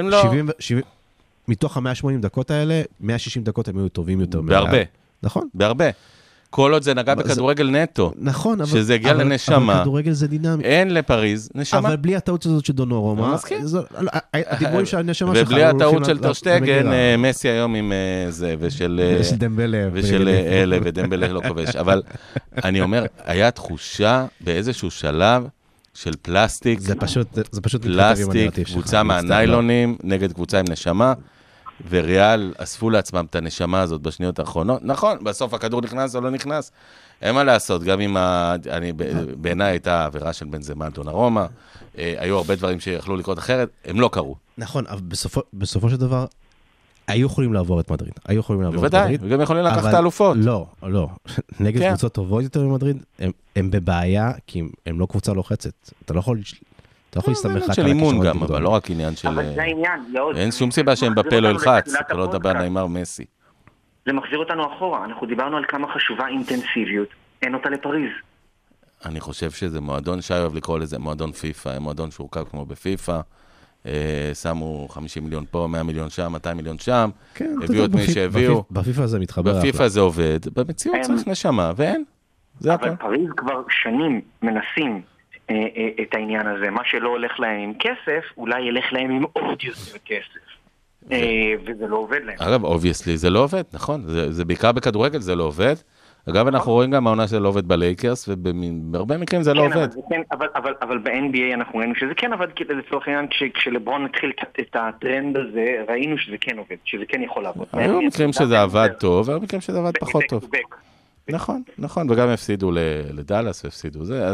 D: מתוך ה-180 דקות האלה, 160 דקות הם היו טובים יותר.
C: בהרבה.
D: נכון.
C: בהרבה. כל עוד זה נגע בכדורגל נטו.
D: נכון, אבל...
C: שזה הגיע לנשמה.
D: אבל כדורגל זה דינמי.
C: אין לפריז נשמה.
D: אבל בלי הטעות הזאת של דונרומה.
C: מסכים.
D: הדיבורים של הנשמה שלך...
C: ובלי הטעות של טרשטגן, מסי היום עם זה, ושל
D: דמבלה.
C: ושל אלה, ודמבלה לא כובש. אבל אני אומר, היה תחושה באיזשהו שלב של פלסטיק.
D: זה פשוט...
C: פלסטיק, קבוצה מהניילונים, נגד קבוצה עם נשמה. וריאל אספו לעצמם את הנשמה הזאת בשניות האחרונות. נכון, בסוף הכדור נכנס או לא נכנס. אין מה לעשות, גם אם בעיניי הייתה עבירה של בנזמה דונרומה, היו הרבה דברים שיכלו לקרות אחרת, הם לא קרו.
D: נכון, אבל בסופו של דבר, היו יכולים לעבור את מדריד.
C: בוודאי, וגם יכולים לקחת את האלופות.
D: לא. נגד קבוצות טובות יותר ממדריד, הם בבעיה, כי הם לא קבוצה לוחצת. אתה אתה יכול להסתמך רק
C: של
D: על
C: אימון
D: הכישרון
C: גם, אבל לא רק עניין של...
E: אבל זה העניין, יעוד.
C: אין שום סיבה שהם בפה לא ילחץ, אתה לא לדבר על נאמר מסי.
E: זה מחזיר אותנו אחורה, אנחנו דיברנו על כמה חשובה אינטנסיביות, אין אותה לפריז.
C: אני חושב שזה מועדון, שי אוהב לקרוא לזה מועדון פיפה, מועדון שהורכב כמו בפיפה, שמו 50 מיליון פה, 100 מיליון שם, 200 מיליון שם, הביאו את מי שהביאו.
D: בפיפה זה מתחבר.
C: בפיפה זה עובד, במציאות צריך נשמה, ואין. זה הכל.
E: אבל פריז כבר שנים מנסים את העניין הזה, מה שלא הולך להם עם כסף, אולי ילך להם עם עוד יותר כסף. וזה לא עובד להם.
C: אגב, obviously זה לא עובד, נכון, זה בעיקר בכדורגל זה לא עובד. אגב, אנחנו רואים גם העונה שזה לא עובד בלייקרס, ובהרבה מקרים זה לא עובד.
E: אבל ב-NBA אנחנו ראינו שזה כן עבד, לצורך העניין, כשלברון התחיל את הטרנד הזה, ראינו שזה כן עובד, שזה כן יכול לעבוד.
C: היו מקרים שזה עבד טוב, והיו מקרים שזה עבד פחות טוב. נכון, נכון, וגם הפסידו לדלס, והפסידו זה,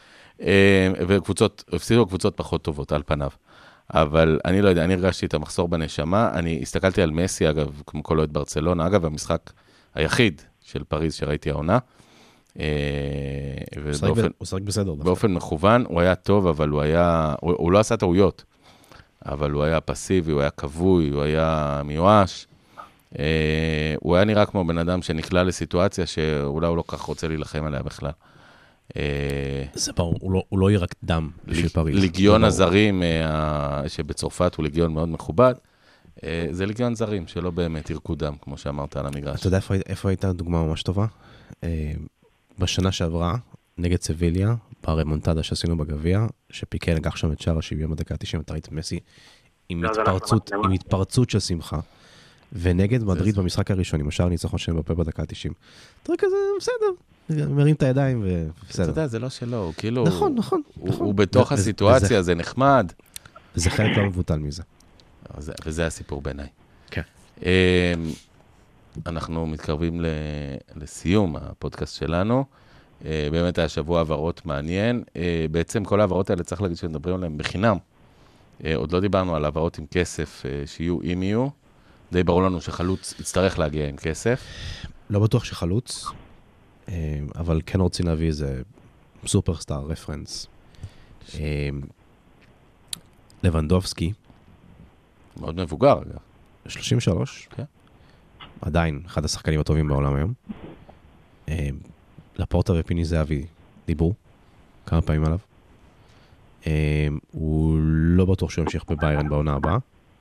C: והפסידו קבוצות פחות טובות על פניו. אבל אני לא יודע, אני הרגשתי את המחסור בנשמה, אני הסתכלתי על מסי, אגב, כמו כל אוהד ברצלונה, אגב, המשחק היחיד של פריז שראיתי העונה.
D: הוא שחק בסדר.
C: באופן מכוון, הוא היה טוב, אבל הוא לא עשה טעויות, אבל הוא היה פסיבי, הוא היה כבוי, הוא היה מיואש. הוא היה נראה כמו בן אדם שנקלע לסיטואציה שאולי הוא לא כך רוצה להילחם עליה בכלל.
D: זה ברור, הוא לא ירק דם בשביל פריז.
C: ליגיון הזרים שבצרפת הוא ליגיון מאוד מכובד, זה ליגיון זרים שלא באמת ירקו דם, כמו שאמרת על המגרש.
D: אתה יודע איפה הייתה דוגמה ממש טובה? בשנה שעברה, נגד סביליה, ברמונטדה שעשינו בגביע, שפיקה לקח שם את שער ה-70 בדקה 90, אתה ראית מסי עם התפרצות של שמחה, ונגד מדריד במשחק הראשון, עם השער ניצחון שלהם בפה בדקה 90. אתה רואה כזה, בסדר, מרים את הידיים ובסדר.
C: אתה יודע, זה לא שלו, הוא כאילו...
D: נכון.
C: הוא בתוך הסיטואציה, זה נחמד.
D: זה חלק לא מבוטל מזה.
C: וזה הסיפור בעיניי.
D: כן.
C: אנחנו מתקרבים לסיום הפודקאסט שלנו. באמת היה שבוע העברות מעניין. בעצם כל העברות האלה צריך להגיד שנדברים עליהן בחינם. עוד לא דיברנו על העברות עם כסף שיהיו אם יהיו. די ברור לנו שחלוץ יצטרך להגיע עם כסף.
D: לא בטוח שחלוץ, אבל כן רוצים להביא איזה סופרסטאר רפרנס. לבנדובסקי.
C: מאוד מבוגר, אגב.
D: 33.
C: כן.
D: עדיין אחד השחקנים הטובים בעולם היום. לפורטה ופיני זהבי דיברו כמה פעמים עליו. הוא לא בטוח שהוא ימשיך בביירן בעונה הבאה.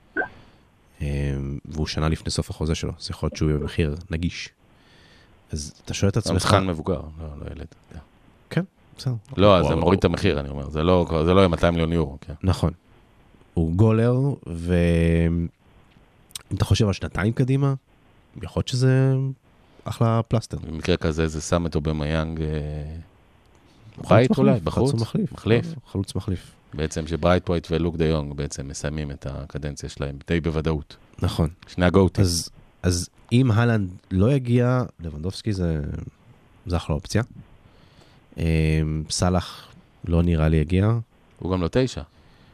D: והוא שנה לפני סוף החוזה שלו. זה יכול להיות שהוא במחיר נגיש. אז אתה שואל את עצמך...
C: שחקן מבוגר, לא ילד.
D: כן, בסדר.
C: לא, זה מוריד את המחיר, אני אומר. זה לא יהיה 200 מיליון יורו.
D: נכון. הוא גולר, ואם אתה חושב על שנתיים קדימה, יכול להיות שזה אחלה פלסטר.
C: במקרה כזה זה שם את אובמיאנג ברייט אולי, בחוץ? מחליף.
D: חלוץ מחליף.
C: בעצם שברייט פויט ולוק דה יונג בעצם מסיימים את הקדנציה שלהם די בוודאות.
D: נכון.
C: שני הגוטים.
D: אז אם הלנד לא יגיע, לבנדובסקי זה אחלה אופציה. סלח לא נראה לי יגיע.
C: הוא גם לא 9.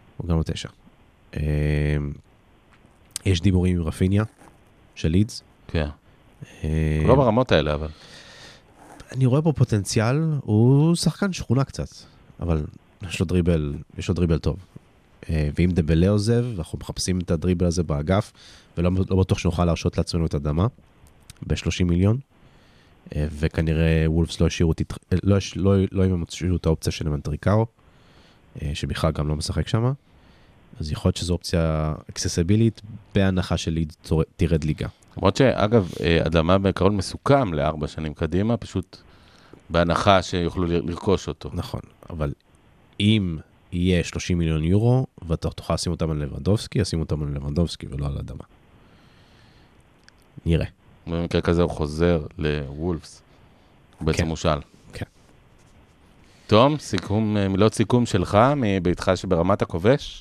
D: יש דיבורים עם רפיניה של לידס.
C: כן. לא ברמות האלה, אבל.
D: אני רואה פה פוטנציאל, הוא שחקן שכונה קצת, אבל יש לו דריבל טוב. ואם דבלה עוזב, אנחנו מחפשים את הדריבל הזה באגף, ולא בטוח שנוכל להרשות לעצמנו את הדמה, ב-30 מיליון, וכנראה וולפס לא ימצאו את האופציה של מנטריקאו, שבכלל גם לא משחק שם, אז יכול להיות שזו אופציה אקססיבילית, בהנחה שלי תירד ליגה.
C: למרות שאגב, אדמה בעקרון מסוכם ל4 שנים קדימה, פשוט בהנחה שיוכלו לרכוש אותו.
D: נכון, אבל אם יהיה 30 מיליון יורו, ואתה תוכל לשים אותם על לבנדובסקי, ישים אותם על לבנדובסקי ולא על אדמה. נראה.
C: במקרה כזה הוא חוזר לוולפס. הוא בעצם מושל.
D: כן.
C: תום, מילות סיכום שלך מביתך שברמת הכובש?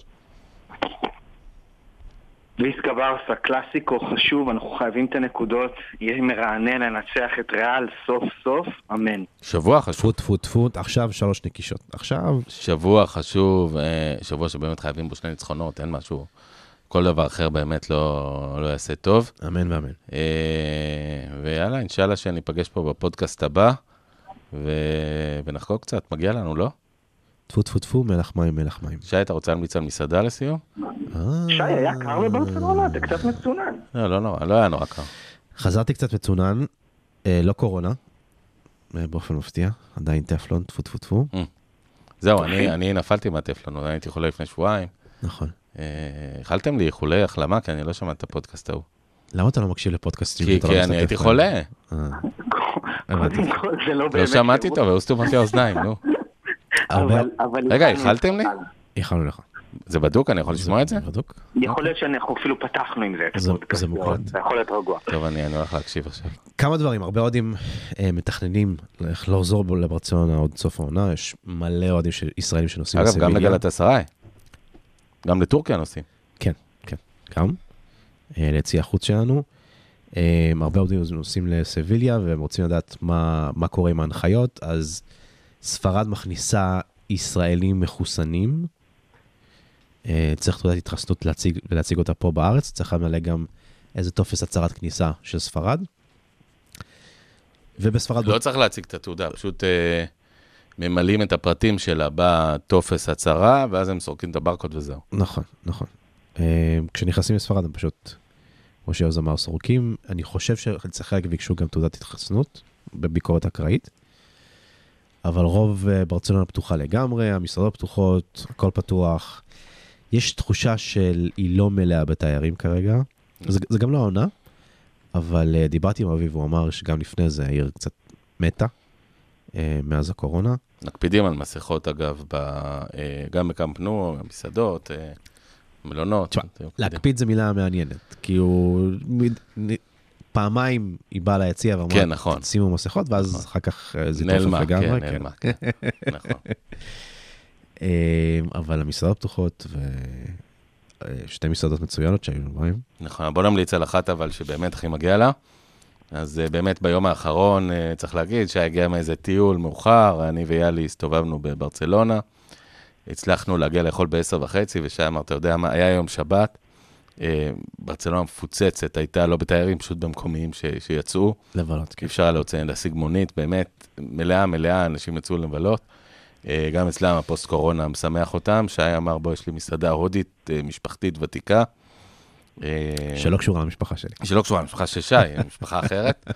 E: לואיס קברסה, קלאסיקו חשוב, אנחנו חייבים את הנקודות, יהיה מרענן לנצח את ריאל סוף סוף, אמן.
C: שבוע חשוב.
D: טפוט, עכשיו 3 נקישות. עכשיו.
C: שבוע חשוב, שבוע שבאמת חייבים בו 2 ניצחונות, אין משהו, כל דבר אחר באמת לא יעשה טוב.
D: אמן ואמן.
C: ויאללה, אינשאללה שניפגש פה בפודקאסט הבא, ונחקוק קצת, מגיע לנו, לא?
D: טפו טפו טפו, מלח מים, מלח מים.
C: שי, אתה רוצה להמליץ על מסעדה לסיום?
E: שי, היה קר בברצלונה, אתה קצת מצונן.
C: לא נורא, לא היה נורא קר.
D: חזרתי קצת מצונן, לא קורונה, באופן מפתיע, עדיין טפלון, טפו טפו טפו.
C: זהו, אני נפלתי מהטפלון, הייתי חולה לפני שבועיים.
D: נכון.
C: אכלתם לי איחולי החלמה, כי אני לא שמעת את הפודקאסט ההוא.
D: למה אתה לא מקשיב לפודקאסטים?
C: כי אני הייתי חולה.
E: קודם כל, זה לא באמת...
C: לא שמעתי טוב, והוא סתום לי האוזניים, נו. רגע, איחלתם לי?
D: איחלנו לך.
C: זה בדוק? אני יכול לשמוע את זה?
D: בדוק.
E: יכול להיות שאנחנו אפילו פתחנו עם זה.
D: זה מוקלט.
E: זה יכול להיות רגוע.
C: טוב, אני הולך להקשיב עכשיו.
D: כמה דברים, הרבה אוהדים מתכננים לחזור לברצלונה עוד סוף העונה, יש מלא אוהדים ישראלים שנוסעים לסביליה.
C: אגב, גם לגלאטסראי. גם לטורקיה נוסעים.
D: כן, גם. ליציע החוץ שלנו. הרבה אוהדים נוסעים לסביליה, והם רוצים לדעת מה קורה עם ההנחיות, אז ספרד מכניסה ישראלים מחוסנים, צריך תעודת התחסנות ולהציג אותה פה בארץ, צריך למלא גם איזה טופס הצהרת כניסה של ספרד. ובספרד...
C: לא צריך להציג את התעודה, פשוט ממלאים את הפרטים שלה בטופס הצהרה, ואז הם סורקים את הברקוד וזהו.
D: נכון. כשנכנסים לספרד הם פשוט, כמו שיוז אמר, סורקים. אני חושב שצריך ביקשו גם תעודת התחסנות בביקורת אקראית, אבל רוב ברצלונה פתוחה לגמרי, המסעדות פתוחות, הכל פתוח. יש תחושה של היא לא מלאה בתיירים כרגע. זה גם לא העונה, אבל דיברתי עם אביב, הוא אמר שגם לפני זה העיר קצת מתה, מאז הקורונה.
C: מקפידים על מסכות אגב, גם בקמפ נו, מסעדות, מלונות.
D: להקפיד זה מילה מעניינת, כי הוא פעמיים היא באה ליציע ואמרה,
C: כן, נכון.
D: שימו מסכות, ואז אחר כך זה
C: נעלמה,
D: תופף לגמרי.
C: כן, נעלמה, נכון.
D: אבל המסעדות פתוחות, ושתי מסעדות מצוינות שהיו בהם.
C: נכון, בוא נמליץ על אחת אבל שבאמת הכי מגיע לה. אז באמת ביום האחרון, צריך להגיד שהגיע מאיזה טיול מאוחר, אני ויאלי הסתובבנו בברצלונה, הצלחנו להגיע לאכול ב10:30, ושי אמר, אתה יודע מה, היה יום שבת, ברצלונה מפוצצת, הייתה לא בתיירים, פשוט במקומיים שיצאו.
D: לבלות, כן.
C: אפשר להשיג מונית, באמת מלאה, אנשים יצאו לבלות. גם אצלם הפוסט-קורונה משמח אותם, שי אמר, בוא, יש לי מסעדה הודית, משפחתית ותיקה.
D: שלא קשורה למשפחה שלי.
C: שלא קשורה למשפחה של שי, משפחה אחרת.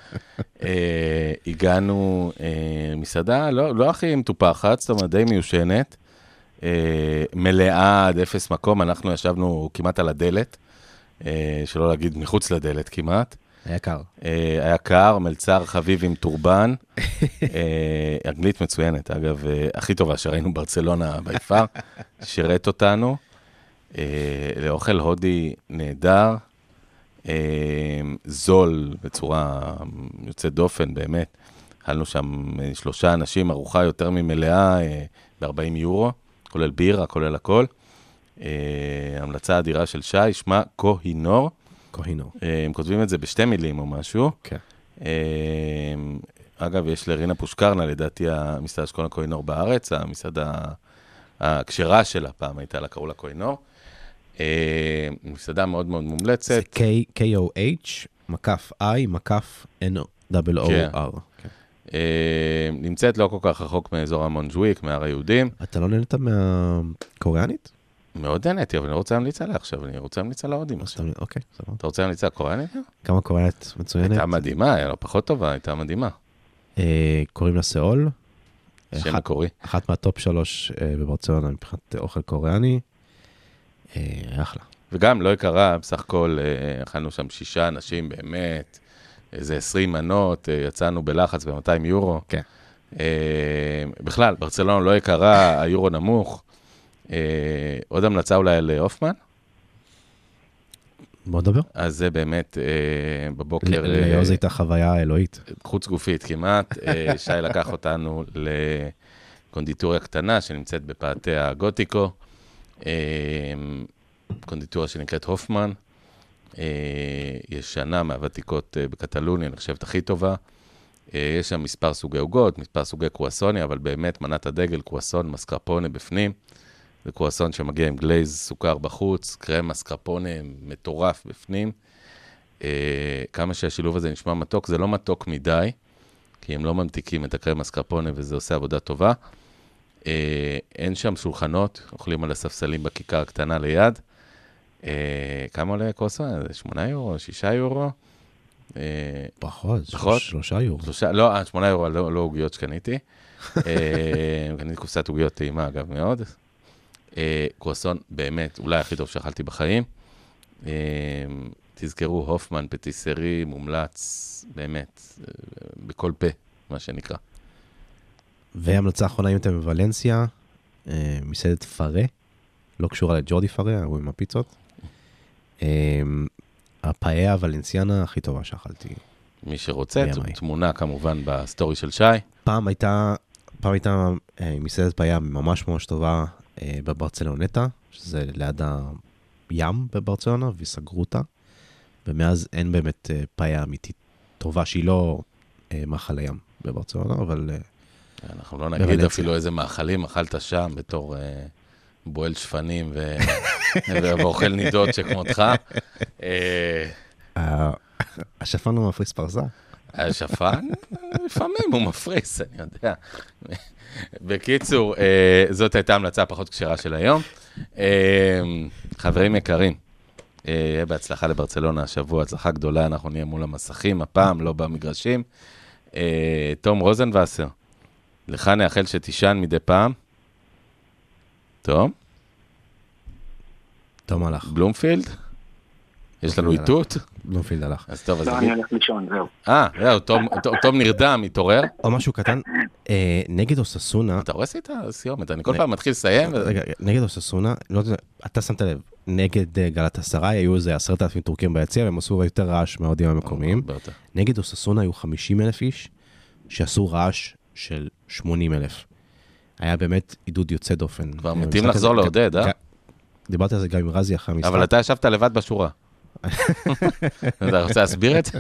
C: הגענו מסעדה, לא הכי מטופחת, זאת אומרת, די מיושנת, מלאה עד 0 מקום, אנחנו ישבנו כמעט על הדלת, שלא להגיד מחוץ לדלת כמעט.
D: היה קר.
C: היה קר, מלצר חביב עם טורבן, אנגלית מצוינת, אגב, הכי טובה שראינו ברצלונה ביפר, שירת אותנו, לאוכל הודי נהדר, זול בצורה יוצאת דופן, באמת. אכלנו שם 3 אנשים, ארוחה יותר ממלאה, ב-40 יורו, כולל בירה, כולל הכל. המלצה אדירה של שי, שמה קוהינור.
D: קוהינור.
C: הם כותבים את זה בשתי מילים או משהו.
D: כן.
C: אגב, יש לרינה פושקרנה, לדעתי, המסעדה שקוראים לה קוהינור בארץ, המסעדה הכשרה שלה פעם הייתה לה, קראו לה קוהינור. מסעדה מאוד מאוד מומלצת.
D: זה K-O-H, מקף I, מקף N-O-O-R.
C: נמצאת לא כל כך רחוק מאזור המונג'וויק, מהר היהודים.
D: אתה לא נהנית מהקוריאנית?
C: מאוד נהניתי, אבל אני רוצה להמליץ עליה עכשיו, אני רוצה להמליץ על ההודים עכשיו.
D: אוקיי, סבבה.
C: אתה רוצה להמליץ על הקוריאנית?
D: כמה קוריאנית מצוינת?
C: הייתה מדהימה, היה לא פחות טובה, הייתה מדהימה.
D: קוראים לה סאול.
C: שם מקורי.
D: אחת מהטופ 3 בברצלונה מבחינת אוכל קוריאני. אחלה.
C: וגם לא יקרה, בסך הכל אכלנו שם 6 אנשים באמת, איזה 20 מנות, יצאנו בלחץ ב-200 יורו.
D: כן.
C: בכלל, ברצלונה לא יקרה, היורו נמוך. עוד המלצה אולי להופמן?
D: בוא נדבר.
C: אז זה באמת בבוקר...
D: ליוז הייתה חוויה אלוהית.
C: חוץ גופית כמעט. שי לקח אותנו לקונדיטוריה קטנה שנמצאת בפאתי הגותיקו. קונדיטוריה שנקראת הופמן. ישנה מהוותיקות בקטלוניה, אני חושבת הכי טובה. יש שם מספר סוגי עוגות, מספר סוגי קרואסוניה, אבל באמת מנת הדגל, קרואסון, מסקרפונה בפנים. זה קרואסון שמגיע עם גלייז סוכר בחוץ, קרם מסקרפונה מטורף בפנים. כמה שהשילוב הזה נשמע מתוק, זה לא מתוק מדי, כי הם לא ממתיקים את הקרם מסקרפונה וזה עושה עבודה טובה. אין שם שולחנות, אוכלים על הספסלים בכיכר הקטנה ליד. כמה עולה קרואסון? 8 יורו, 6 יורו?
D: פחות, 3 יורו.
C: לא, 8 יורו, לא עוגיות שקניתי. קניתי קופסת עוגיות טעימה, אגב, מאוד. קרואסון באמת, אולי הכי טוב שאכלתי בחיים. תזכרו, הופמן, פטיסרי, מומלץ, באמת, בכל פה, מה שנקרא.
D: והמלצה האחרונה, אם אתם בוולנסיה, מסעדת פרה, לא קשורה לג'ורדי פרה, הוא עם הפיצות. הפאיה הוולנסיאנה הכי טובה שאכלתי.
C: מי שרוצה, תמונה כמובן בסטורי של שי.
D: פעם הייתה מסעדת פאיה ממש ממש טובה בברצלונטה, שזה ליד הים בברצלונה, וסגרו אותה. ומאז אין באמת פאיה אמיתית טובה, שהיא לא מאכל הים בברצלונה, אבל...
C: אנחנו לא נגיד אפילו איזה מאכלים אכלת שם בתור בועל שפנים ואוכל נידות שכמותך.
D: השפן הוא מפריס פרסה?
C: השפן? לפעמים הוא מפריס, אני יודע. בקיצור, זאת הייתה המלצה פחות קשרה של היום. חברים יקרים, יהיה בהצלחה לברצלונה השבוע, הצלחה גדולה, אנחנו נהיה מול המסכים, הפעם לא במגרשים. תום רוזנווסר, לך נאחל שתישן מדי פעם. תום?
D: תום הלך.
C: בלומפילד? יש לנו איתות?
D: בלומפילד הלך.
C: אז טוב, אז
E: לא, אני הולך לישון, זהו.
C: זהו, תום נרדם, מתעורר.
D: או משהו קטן, נגד אוססונה...
C: אתה רואה את הסיומת, אני כל פעם מתחיל לסיים.
D: רגע, נגד אוססונה, אתה שמת לב, נגד גלאטסראי היו איזה 10,000 טורקים ביציע, והם עשו יותר רעש מהאוהדים המקומיים. נגד אוססונה היו 50,000 איש, שעשו רעש של 80,000. היה באמת עידוד יוצא דופן.
C: כבר מתאים לחזור לעודד,
D: דיברתי על זה גם עם רזי אחרי המשחק.
C: אבל אתה ישבת לבד בשורה. אתה רוצה להסביר את זה?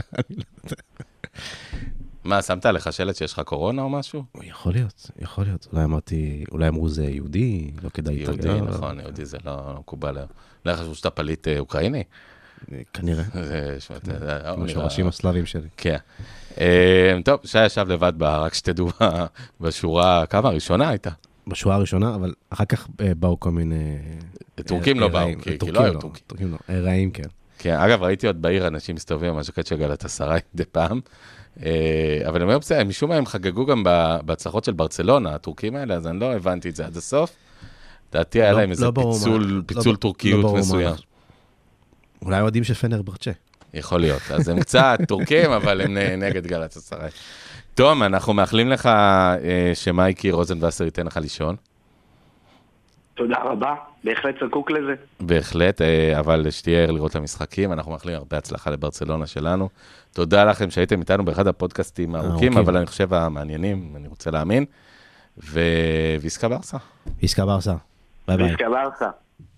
C: מה, שמת לך שלט שיש לך קורונה או משהו?
D: יכול להיות. אולי אמרו זה יהודי, לא כדאי להתרגל.
C: יהודי, נכון, יהודי זה לא מקובל. לא חשבו שאתה פליט אוקראיני?
D: כנראה. כמו שורשים הסלאבים שלי.
C: כן. טוב, שי ישב לבד רק שתדעו בשורה, כמה הראשונה הייתה?
D: בשורה הראשונה, אבל אחר כך באו כל מיני...
C: טורקים לא באו, כי לא היו טורקים.
D: טורקים לא, רעים כן.
C: כן, אגב, ראיתי עוד בעיר אנשים מסתובבים, משהו כזה גלאטסראי די פעם, אבל הם היו בסדר, משום מה הם חגגו גם בהצלחות של ברצלונה, הטורקים האלה, אז אני לא הבנתי את זה עד הסוף. דעתי היה להם איזה פיצול טורקיות מסוים.
D: אולי אוהדים של פנרבחצ'ה.
C: יכול להיות, אז הם קצת טורקים, אבל הם נגד גלאטסראי. תום, אנחנו מאחלים לך שמייקי רוזנווסר ייתן לך לישון.
E: תודה רבה, בהחלט זקוק לזה.
C: בהחלט, אבל שתהיה ער לראות את המשחקים, אנחנו מאחלים הרבה הצלחה לברצלונה שלנו. תודה לכם שהייתם איתנו באחד הפודקאסטים הארוכים, אבל אני חושב המעניינים, אני רוצה להאמין. ויסקה ברסה.
D: ויסקה ברסה. ביי ביי.
E: ויסקה ברסה.